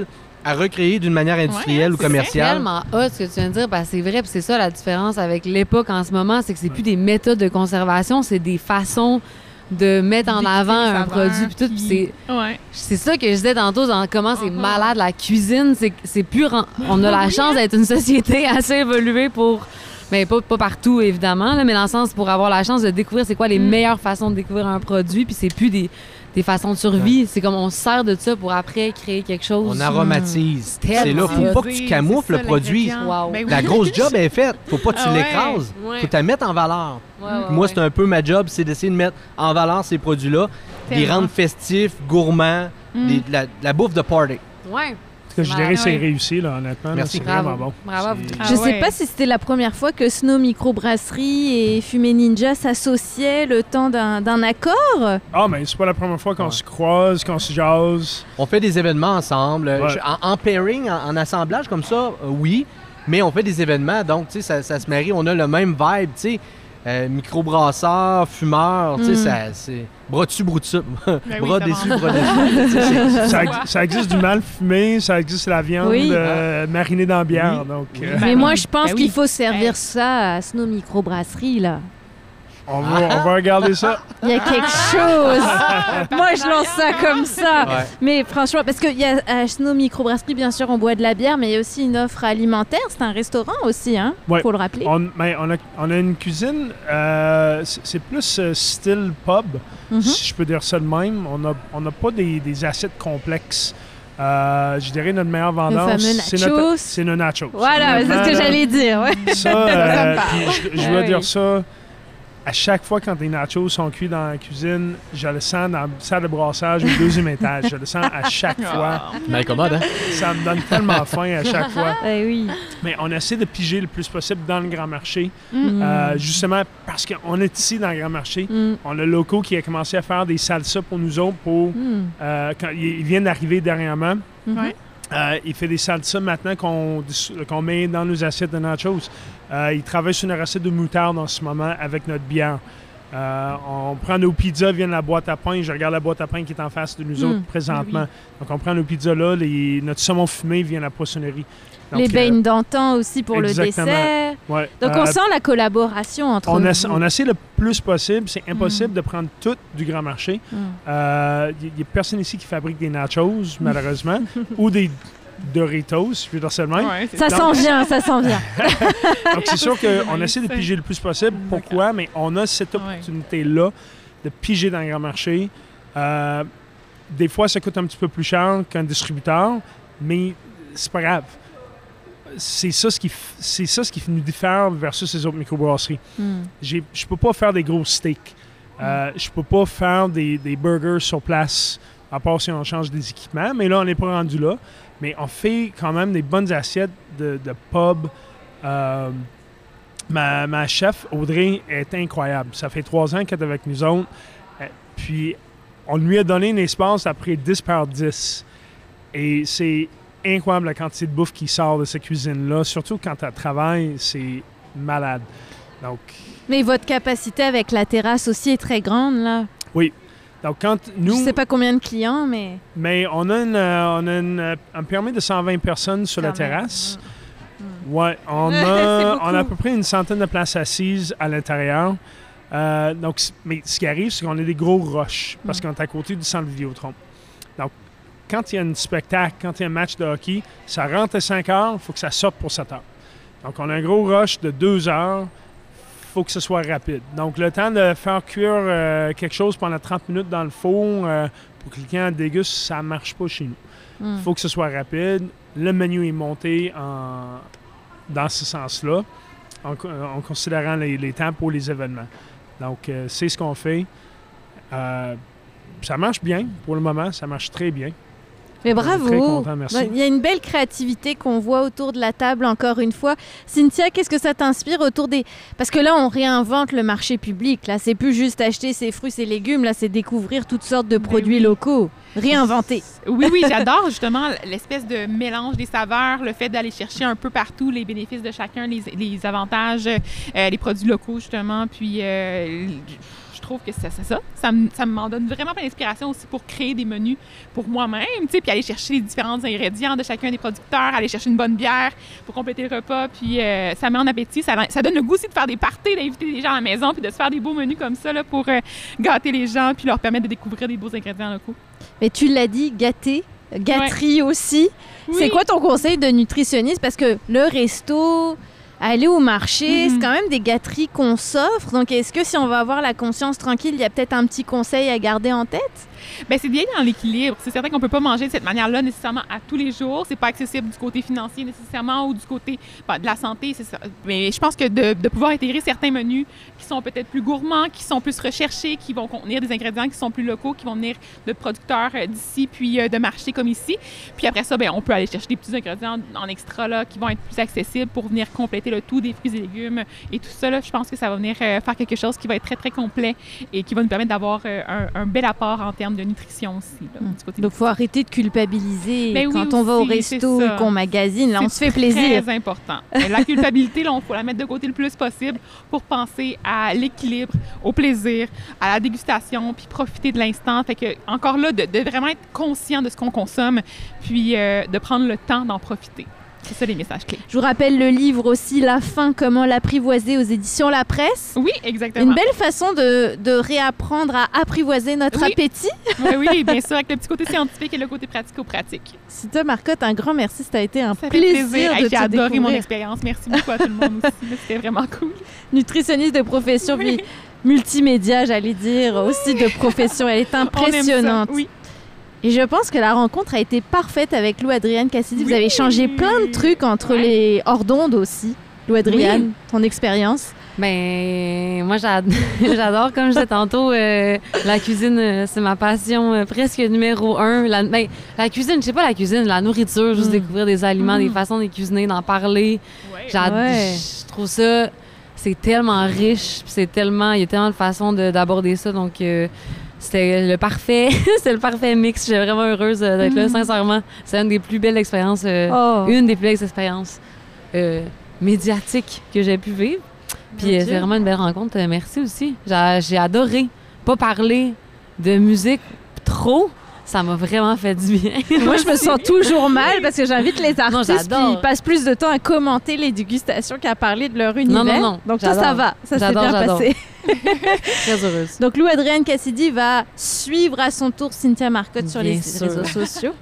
à recréer d'une manière industrielle Ouais, ou c'est commerciale. C'est tellement hot ce que tu viens de dire, parce que c'est vrai, puis c'est ça la différence avec l'époque en ce moment, c'est que c'est plus des méthodes de conservation, c'est des façons de mettre en D'équiter avant les un saveurs, produit, puis tout, puis puis- c'est... Ouais. C'est ça que je disais tantôt dans comment c'est Uh-huh. malade la cuisine, c'est c'est plus ren- on a la chance d'être une société assez évoluée pour mais pas, pas partout évidemment là, mais dans le sens pour avoir la chance de découvrir c'est quoi les Mm. meilleures façons de découvrir un produit puis c'est plus des, des façons de survie, c'est comme on se sert de ça pour après créer quelque chose. On aromatise. Mm. C'est là, faut C'est pas que tu camoufles le produit. Wow. Ben oui. La grosse job est faite. Faut pas que tu Ah ouais. l'écrases. Ouais. Faut la mettre en valeur. Ouais, ouais, Moi, ouais. c'est un peu ma job, c'est d'essayer de mettre en valeur ces produits-là, les Tellement. rendre festifs, gourmands, Mm. des- de la, de la bouffe de party. Ouais. Ce que je dirais, Ouais. c'est réussi, là, honnêtement. là, Merci. C'est vraiment Bravo. bon. Bravo à vous C'est- deux. Ah Je sais ouais. pas si c'était la première fois que Snow Microbrasserie et Fumée Ninja s'associaient le temps d'un d'un accord. Ah, mais c'est pas la première fois qu'on Ouais. se croise, qu'on se jase. On fait des événements ensemble. Ouais. Je- En, en pairing, en, en assemblage comme ça, euh, oui. Mais on fait des événements, donc tu sais, ça, ça se marie. On a le même vibe, tu sais. Euh, microbrasseur, fumeur, tu sais, Mm. ça, c'est bras dessus, bras dessous. oui, bras ça dessus, va. bras dessous. Tu sais, c'est- Ça, ex- ça existe du mal fumé, ça existe la viande Oui. euh, marinée dans la bière. Oui. Donc, Oui. euh, Mais Ben moi, oui. je pense Ben qu'il oui. faut servir Hey. ça à Snow Microbrasserie, là. on, va, on va regarder ça. Il y a quelque chose. Moi, je lance ça comme ça. Ouais. Mais franchement, parce qu'il y a à Snow Microbrasserie, bien sûr, on boit de la bière, mais il y a aussi une offre alimentaire. C'est un restaurant aussi, hein? Ouais. Faut le rappeler. On, mais on, a, on a une cuisine, euh, c'est c'est plus euh, style pub, Mhm. si je peux dire ça de même. On n'a on a pas des, des assiettes complexes. Euh, je dirais notre meilleure vendance, fameux c'est nachos. notre, c'est nos nachos. Voilà, c'est ce que Honnêtement, là, j'allais dire. Ouais. Ça, euh, Ça me parle. puis je, je Ah dois oui. dire ça, à chaque fois quand les nachos sont cuits dans la cuisine, je le sens dans la salle de brassage au deuxième étage. Je le sens à chaque fois. Ah. Mais commode, hein? Ça me donne tellement faim à chaque fois. Eh oui. Mais on essaie de piger le plus possible dans le grand marché, Mm. euh, justement parce qu'on est ici dans le grand marché. Mm. On a Loco qui a commencé à faire des salsas pour nous autres pour Mm. euh, quand il il vient d'arriver dernièrement. Mhm. Ouais. Euh, il fait des salsas maintenant qu'on qu'on met dans nos assiettes de nachos. Euh, il travaille sur une recette de moutarde en ce moment avec notre bière. Euh, on prend nos pizzas, vient de la boîte à pain. Je regarde la boîte à pain qui est en face de nous Mm. autres présentement. Donc on prend nos pizzas là, les- notre saumon fumé vient de la poissonnerie. Donc, Les euh, beignes d'antan aussi pour exactement. le dessert. ouais. Donc, Euh, on sent la collaboration entre on, nous. essa- on essaie le plus possible. C'est impossible de prendre tout du grand marché. Mm. Il n'y a personne ici qui fabrique des nachos, malheureusement, ou des Doritos, je veux dire ça de même. Ouais, c'est Ça Non. s'en vient, ça s'en vient. Donc, c'est sûr qu'on Ouais, essaie de c'est- piger le plus possible. Pourquoi? Mais on a cette Ouais. opportunité-là de piger dans le grand marché. Euh, des fois, ça coûte un petit peu plus cher qu'un distributeur, mais c'est pas grave. C'est ça ce qui, f- c'est ça ce qui nous diffère versus les autres microbrasseries. Mm. J'ai- Je peux pas faire des gros steaks. Euh, Je peux pas faire des, des burgers sur place, à part si on change des équipements. Mais là, on n'est pas rendu là. Mais on fait quand même des bonnes assiettes de, de pub. Euh, ma, ma chef, Audrey, est incroyable. Ça fait trois ans qu'elle est avec nous autres. Euh, Puis, on lui a donné un espace après dix par dix. Et c'est incroyable la quantité de bouffe qui sort de cette cuisine-là. Surtout quand elle travaille, c'est malade. Donc, Mais votre capacité avec la terrasse aussi est très grande, là. donc quand nous... Je sais pas combien de clients, mais... Mais on a, une, euh, on a une, euh, un permis de cent vingt personnes sur la Quand même. terrasse. Mm. Ouais, on C'est a, beaucoup. on a à peu près une centaine de places assises à l'intérieur. Euh, donc, c- mais ce qui arrive, c'est qu'on a des gros rushs parce Mm. qu'on est à côté du centre Vidéotron. Donc, quand il y a un spectacle, quand il y a un match de hockey, ça rentre à cinq heures, il faut que ça sorte pour sept heures. Donc, on a un gros rush de deux heures. Il faut que ce soit rapide. Donc, le temps de faire cuire euh, quelque chose pendant trente minutes dans le four euh, pour que le client déguste, ça ne marche pas chez nous. Mm. Il faut que ce soit rapide. Le menu est monté en, dans ce sens-là, en, co- en considérant les, les temps pour les événements. Donc, euh, c'est ce qu'on fait. Euh, ça marche bien pour le moment, ça marche très bien. Mais On est bravo! très content, merci. Ouais, il y a une belle créativité qu'on voit autour de la table, encore une fois. Cynthia, qu'est-ce que ça t'inspire autour des... Parce que là, on réinvente le marché public. Là, c'est plus juste acheter ses fruits, ses légumes. Là, c'est découvrir toutes sortes de Ben produits oui. locaux. Réinventer. Oui, oui, j'adore justement l'espèce de mélange des saveurs, le fait d'aller chercher un peu partout les bénéfices de chacun, les, les avantages, euh, les produits locaux justement, puis euh, je trouve que c'est ça. Ça, me- ça m'en donne vraiment plein d'inspiration aussi pour créer des menus pour moi-même, tu sais, puis aller chercher les différents ingrédients de chacun des producteurs, aller chercher une bonne bière pour compléter le repas, puis euh, ça met en appétit. Ça, ça donne le goût aussi de faire des parties, d'inviter les gens à la maison, puis de se faire des beaux menus comme ça là, pour euh, gâter les gens, puis leur permettre de découvrir des beaux ingrédients locaux. Mais tu l'as dit, gâter, gâterie aussi. Oui. C'est quoi ton conseil de nutritionniste? Parce que le resto, aller au marché, Mhm. c'est quand même des gâteries qu'on s'offre. Donc, est-ce que si on va avoir la conscience tranquille, il y a peut-être un petit conseil à garder en tête? Bien, c'est bien dans l'équilibre. C'est certain qu'on ne peut pas manger de cette manière-là nécessairement à tous les jours. C'est pas accessible du côté financier nécessairement ou du côté ben, de la santé. C'est ça. Mais je pense que de, de pouvoir intégrer certains menus qui sont peut-être plus gourmands, qui sont plus recherchés, qui vont contenir des ingrédients qui sont plus locaux, qui vont venir de producteurs euh, d'ici puis euh, de marchés comme ici. Puis après ça, bien, on peut aller chercher des petits ingrédients en extra là, qui vont être plus accessibles pour venir compléter le tout des fruits et légumes et tout ça. Là, je pense que ça va venir euh, faire quelque chose qui va être très, très complet et qui va nous permettre d'avoir euh, un, un bel apport en termes de nutrition aussi. Là, du côté Donc, il faut arrêter de culpabiliser Ben oui quand on va au aussi, resto c'est et ça. qu'on magasine. Là, on se C'est fait plaisir. très important. Et la culpabilité, là, on faut la mettre de côté le plus possible pour penser à l'équilibre, au plaisir, à la dégustation, puis profiter de l'instant. Fait que, encore là, de, de vraiment être conscient de ce qu'on consomme, puis euh, de prendre le temps d'en profiter. C'est ça les messages clés. Je vous rappelle le livre aussi, La faim, comment l'apprivoiser aux éditions La Presse. Oui, exactement. Une belle façon de, de réapprendre à apprivoiser notre Oui. appétit. Oui, oui, bien sûr, avec le petit côté scientifique et le côté pratico-pratique. Sita Marcotte, un grand merci. Ça a été un Ça fait plaisir, plaisir. Hey, de J'ai te adoré mon découvrir. expérience. Merci beaucoup à tout le monde aussi. là. C'était vraiment cool. Nutritionniste de profession, Oui. puis multimédia, j'allais dire, aussi de profession. Elle est On aime ça. impressionnante. Oui. Et je pense que la rencontre a été parfaite avec Lou Adrienne Cassidy. Vous Oui. avez changé plein de trucs entre Ouais. les hors d'onde aussi. Lou Adrienne, ton expérience. Ben, moi, j'ad- j'adore, comme je disais tantôt, euh, la cuisine, euh, c'est ma passion euh, presque numéro un. La, ben, la cuisine, je sais pas la cuisine, la nourriture, juste Mm. découvrir des aliments, Mm. des façons de les cuisiner, d'en parler. Ouais. J'ad- Ouais. Je trouve ça, c'est tellement riche, puis c'est tellement, il y a tellement de façons de- d'aborder ça, donc euh, c'était le parfait, c'était le parfait mix. J'étais vraiment heureuse euh, d'être là, sincèrement. C'est une des plus belles expériences, euh, Oh. une des plus belles expériences euh, médiatiques que j'ai pu vivre. Puis Mon euh, Dieu. c'est vraiment une belle rencontre. Euh, Merci aussi. J'ai j'ai adoré pas parler de musique trop. Ça m'a vraiment fait du bien. Moi, je me sens toujours mal parce que j'invite les Non, artistes j'adore. qui passent plus de temps à commenter les dégustations qu'à parler de leur univers. non, non, Donc toi, ça j'adore. va. Ça s'est J'adore, bien j'adore. passé. Très heureuse. Donc Lou Adrienne Cassidy va suivre à son tour Cynthia Marcotte sur Bien les sûr. réseaux sociaux.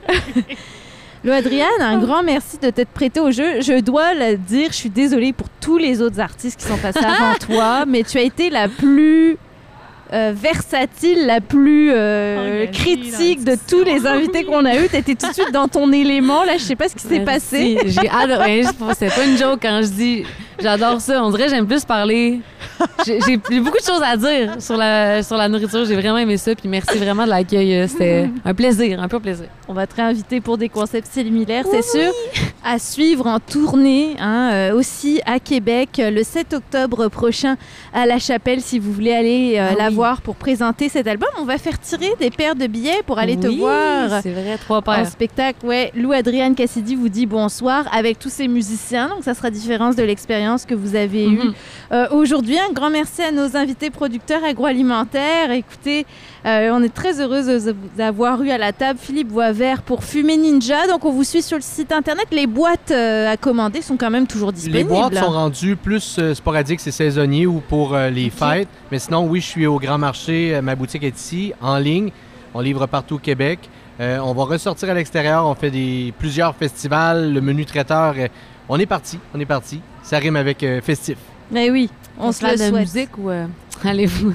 Lou Adrienne, un grand merci de t'être prêtée au jeu. Je dois le dire, je suis désolée pour tous les autres artistes qui sont passés avant toi, mais tu as été la plus euh, versatile, la plus euh, Engagée critique dans de la tous les discussion. invités qu'on a eus. Tu étais tout de suite dans ton élément. Là, je sais pas ce qui s'est passé. Merci. J'ai adoré. C'est pas une joke quand je dis j'adore ça. On dirait que j'aime plus parler. J'ai j'ai j'ai beaucoup de choses à dire sur la, sur la nourriture. J'ai vraiment aimé ça. Puis merci vraiment de l'accueil. C'était un plaisir, un pur plaisir. On va te réinviter pour des concepts similaires, c'est sûr. À suivre en tournée, hein, euh, aussi à Québec, euh, le sept octobre prochain à La Chapelle, si vous voulez aller euh, Ah la oui. voir pour présenter cet album. On va faire tirer des paires de billets pour aller te Oui, voir C'est vrai, trois en paires. spectacle. Ouais, Lou Adrienne Cassidy vous dit bonsoir avec tous ces musiciens. Donc, ça sera différence de l'expérience que vous avez eue Mhm. euh, aujourd'hui. Un grand merci à nos invités producteurs agroalimentaires. Écoutez, euh, on est très heureuse de vous avoir eu à la table Philippe Boisvert pour Fumée Ninja. Donc, on vous suit sur le site internet. Les boîtes euh, à commander sont quand même toujours Les disponibles. boîtes sont rendues plus euh, sporadiques, c'est saisonnier ou pour euh, les fêtes. Mais sinon, oui, je suis au Grand Marché. euh, ma boutique est ici, en ligne. On livre partout au Québec. Euh, on va ressortir à l'extérieur. On fait des, plusieurs festivals. Le menu traiteur, euh, on est parti. On est parti. Ça rime avec euh, festif. Eh oui, on se le de souhaite. musique ou euh, allez-vous?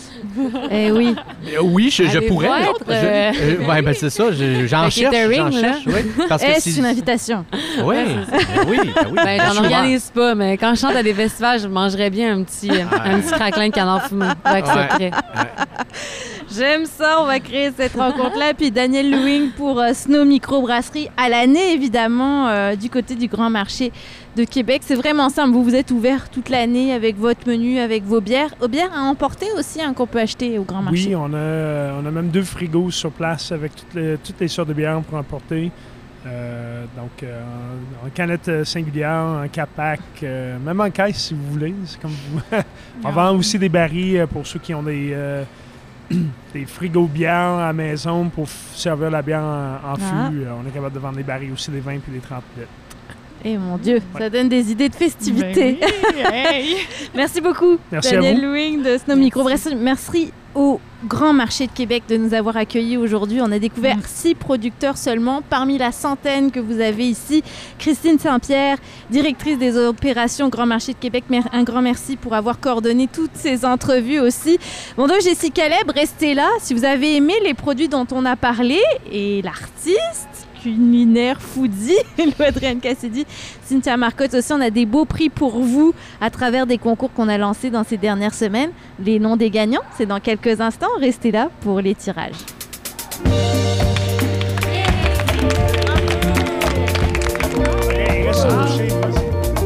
Eh oui. Euh, oui, je, je Allez pourrais. voir, non? Je- euh, euh, ouais, ben c'est ça. je- J'en Le cherche. catering, J'en là. cherche, oui. Parce que Est-ce si- une invitation? Oui, ben oui, ben oui. Ben, Je j'en suis ouvert. organise pas, mais quand je chante à des festivals, je mangerais bien un petit, euh, un petit craquelin de canard fumé. J'accepterais. J'aime ça, on va créer cette rencontre-là. Puis Daniel Lewing pour euh, Snow Microbrasserie à l'année, évidemment, euh, du côté du Grand Marché de Québec. C'est vraiment simple, vous vous êtes ouvert toute l'année avec votre menu, avec vos bières. Aux bières à emporter aussi, hein, qu'on peut acheter au Grand Marché. Oui, on a, euh, on a même deux frigos sur place avec toutes les, toutes les sortes de bières pour emporter. Euh, donc, euh, en, en canette singulière, en capac, euh, même en caisse si vous voulez. C'est comme vous. On vend aussi des barils pour ceux qui ont des, euh, des frigos bières à la maison pour f- servir la bière en, en fût. Ah. Euh, on est capable de vendre des barils aussi, des vingt puis des trente litres. Eh mon Dieu, Ouais. ça donne des idées de festivité. Ben oui, hey. Merci beaucoup, Merci à Daniel vous. Louing de Snow Micro. Merci. Merci au Grand Marché de Québec de nous avoir accueillis aujourd'hui. On a découvert Mm. six producteurs seulement parmi la centaine que vous avez ici. Christine Saint-Pierre, directrice des opérations Grand Marché de Québec, mer- un grand merci pour avoir coordonné toutes ces entrevues aussi. Bon, donc Jessica Leb, restez là. Si vous avez aimé les produits dont on a parlé et l'artiste culinaire foodie, Louis-Adrienne Cassidy, Cynthia Marcotte aussi, on a des beaux prix pour vous à travers des concours qu'on a lancés dans ces dernières semaines. Les noms des gagnants, c'est dans quelques instants. Restez là pour les tirages. Hey, reste touché, vas-y.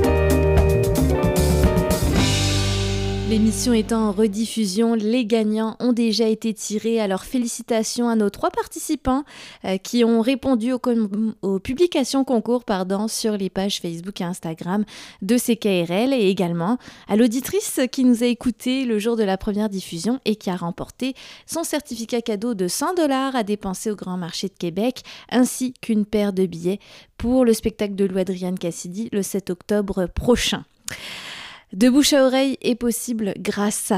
L'émission étant en rediffusion, les gagnants ont déjà été tirés. Alors félicitations à nos trois participants euh, qui ont répondu aux, com- aux publications concours pardon, sur les pages Facebook et Instagram de C K R L et également à l'auditrice qui nous a écoutés le jour de la première diffusion et qui a remporté son certificat cadeau de cent dollars à dépenser au Grand Marché de Québec ainsi qu'une paire de billets pour le spectacle de Louis-Adrienne Cassidy le sept octobre prochain. De bouche à oreille est possible grâce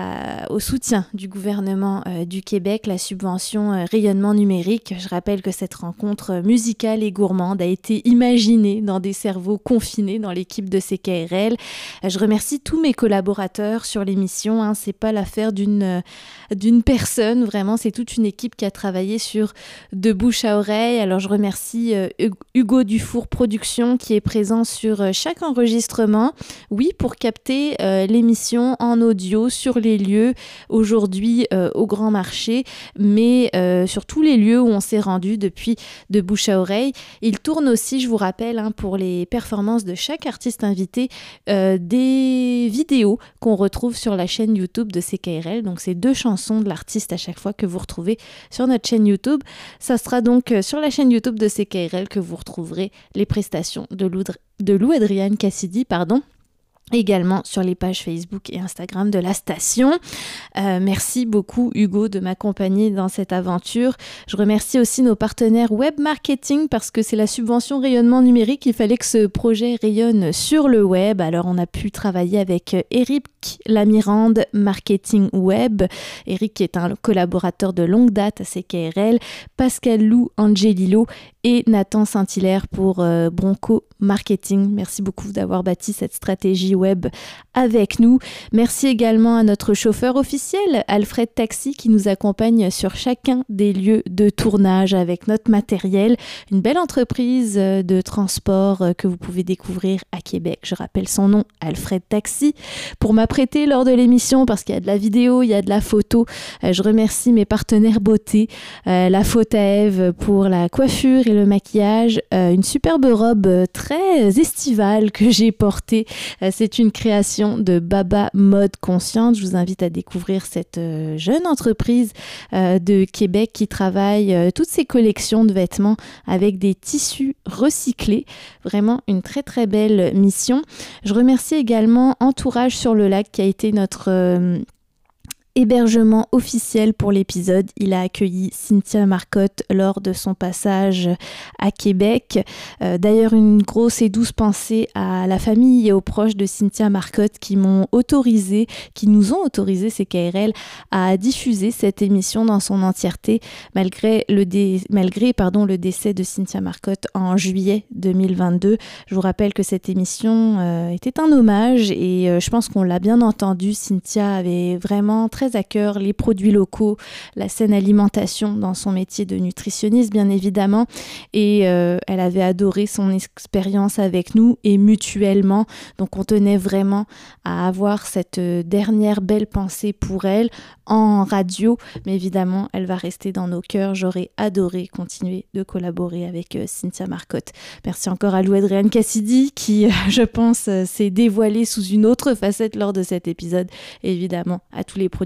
à, au soutien du gouvernement euh, du Québec, la subvention euh, rayonnement numérique. Je rappelle que cette rencontre musicale et gourmande a été imaginée dans des cerveaux confinés dans l'équipe de C K R L. Euh, je remercie tous mes collaborateurs sur l'émission. Hein. C'est pas l'affaire d'une, euh, d'une personne, vraiment, c'est toute une équipe qui a travaillé sur De bouche à oreille. Alors je remercie euh, Hugo Dufour Productions qui est présent sur euh, chaque enregistrement. Oui, pour capter euh, l'émission en audio sur les lieux aujourd'hui euh, au Grand Marché, mais euh, sur tous les lieux où on s'est rendu depuis De bouche à oreille. Il tourne aussi, je vous rappelle, hein, pour les performances de chaque artiste invité, euh, des vidéos qu'on retrouve sur la chaîne YouTube de C K R L. Donc, c'est deux chansons de l'artiste à chaque fois que vous retrouvez sur notre chaîne YouTube. Ça sera donc euh, sur la chaîne YouTube de C K R L que vous retrouverez les prestations de, Loudre- de Louis-Adrienne Cassidy, pardon. Également sur les pages Facebook et Instagram de la station. Euh, merci beaucoup Hugo de m'accompagner dans cette aventure. Je remercie aussi nos partenaires web marketing parce que c'est la subvention rayonnement numérique. Il fallait que ce projet rayonne sur le web. Alors on a pu travailler avec Eric Lamirande, marketing web. Eric qui est un collaborateur de longue date à C K R L. Pascal Lou Angelillo et Nathan Saint-Hilaire pour euh, Bronco Marketing. Merci beaucoup d'avoir bâti cette stratégie web avec nous. Merci également à notre chauffeur officiel, Alfred Taxi, qui nous accompagne sur chacun des lieux de tournage avec notre matériel. Une belle entreprise de transport que vous pouvez découvrir à Québec. Je rappelle son nom, Alfred Taxi. Pour m'apprêter lors de l'émission, parce qu'il y a de la vidéo, il y a de la photo, je remercie mes partenaires beauté, euh, la faute à Ève pour la coiffure et le maquillage, euh, une superbe robe très estivale que j'ai portée. Euh, c'est une création de Baba Mode Consciente. Je vous invite à découvrir cette euh, jeune entreprise euh, de Québec qui travaille euh, toutes ses collections de vêtements avec des tissus recyclés. Vraiment une très très belle mission. Je remercie également Entourage sur le lac qui a été notre euh, hébergement officiel pour l'épisode. Il a accueilli Cynthia Marcotte lors de son passage à Québec. Euh, d'ailleurs, une grosse et douce pensée à la famille et aux proches de Cynthia Marcotte qui m'ont autorisé, qui nous ont autorisé, C K R L, à diffuser cette émission dans son entièreté, malgré le, dé... malgré, pardon, le décès de Cynthia Marcotte en juillet deux mille vingt-deux. Je vous rappelle que cette émission euh, était un hommage et euh, je pense qu'on l'a bien entendu. Cynthia avait vraiment très à cœur les produits locaux, la saine alimentation dans son métier de nutritionniste bien évidemment et euh, elle avait adoré son expérience avec nous et mutuellement, donc on tenait vraiment à avoir cette dernière belle pensée pour elle en radio, mais évidemment elle va rester dans nos cœurs. J'aurais adoré continuer de collaborer avec euh, Cynthia Marcotte. Merci encore à Louis-Adrienne Cassidy qui euh, je pense euh, s'est dévoilée sous une autre facette lors de cet épisode et évidemment à tous les producteurs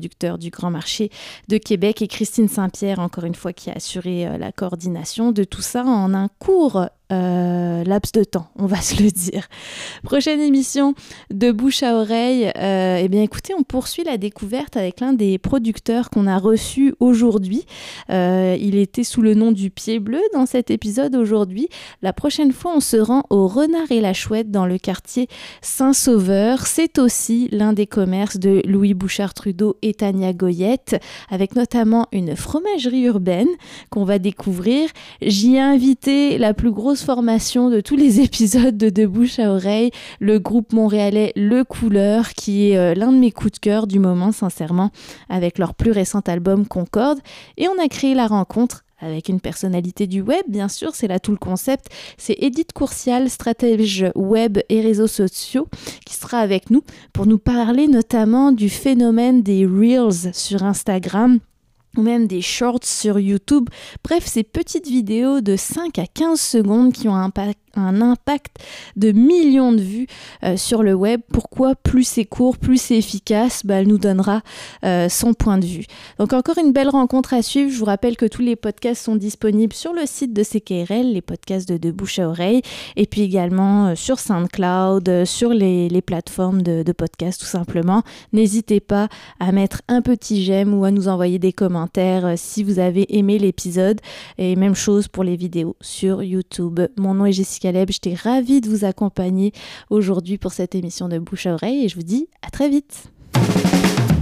producteurs du Grand Marché de Québec, et Christine Saint-Pierre, encore une fois, qui a assuré euh, la coordination de tout ça en un court Euh, laps de temps, on va se le dire. Prochaine émission de Bouche à Oreille. Euh, eh bien, écoutez, on poursuit la découverte avec l'un des producteurs qu'on a reçu aujourd'hui. Euh, il était sous le nom du Pied Bleu dans cet épisode aujourd'hui. La prochaine fois, on se rend au Renard et la Chouette dans le quartier Saint-Sauveur. C'est aussi l'un des commerces de Louis Bouchard-Trudeau et Tania Goyette, avec notamment une fromagerie urbaine qu'on va découvrir. J'y ai invité la plus grosse formation de tous les épisodes de De Bouche à Oreille, le groupe montréalais Le Couleur, qui est euh, l'un de mes coups de cœur du moment, sincèrement, avec leur plus récent album Concorde. Et on a créé la rencontre avec une personnalité du web, bien sûr, c'est là tout le concept. C'est Edith Courcial, stratège web et réseaux sociaux, qui sera avec nous pour nous parler notamment du phénomène des Reels sur Instagram, ou même des shorts sur YouTube. Bref, ces petites vidéos de cinq à quinze secondes qui ont un impact, un impact de millions de vues euh, sur le web. Pourquoi plus c'est court, plus c'est efficace? Bah, elle nous donnera euh, son point de vue. Donc encore une belle rencontre à suivre. Je vous rappelle que tous les podcasts sont disponibles sur le site de C K R L, les podcasts de De Bouche à Oreille, et puis également euh, sur SoundCloud, euh, sur les, les plateformes de, de podcasts tout simplement. N'hésitez pas à mettre un petit j'aime ou à nous envoyer des commentaires euh, si vous avez aimé l'épisode, et même chose pour les vidéos sur YouTube. Mon nom est Jessica Caleb, j'étais ravie de vous accompagner aujourd'hui pour cette émission de Bouche à Oreille et je vous dis à très vite.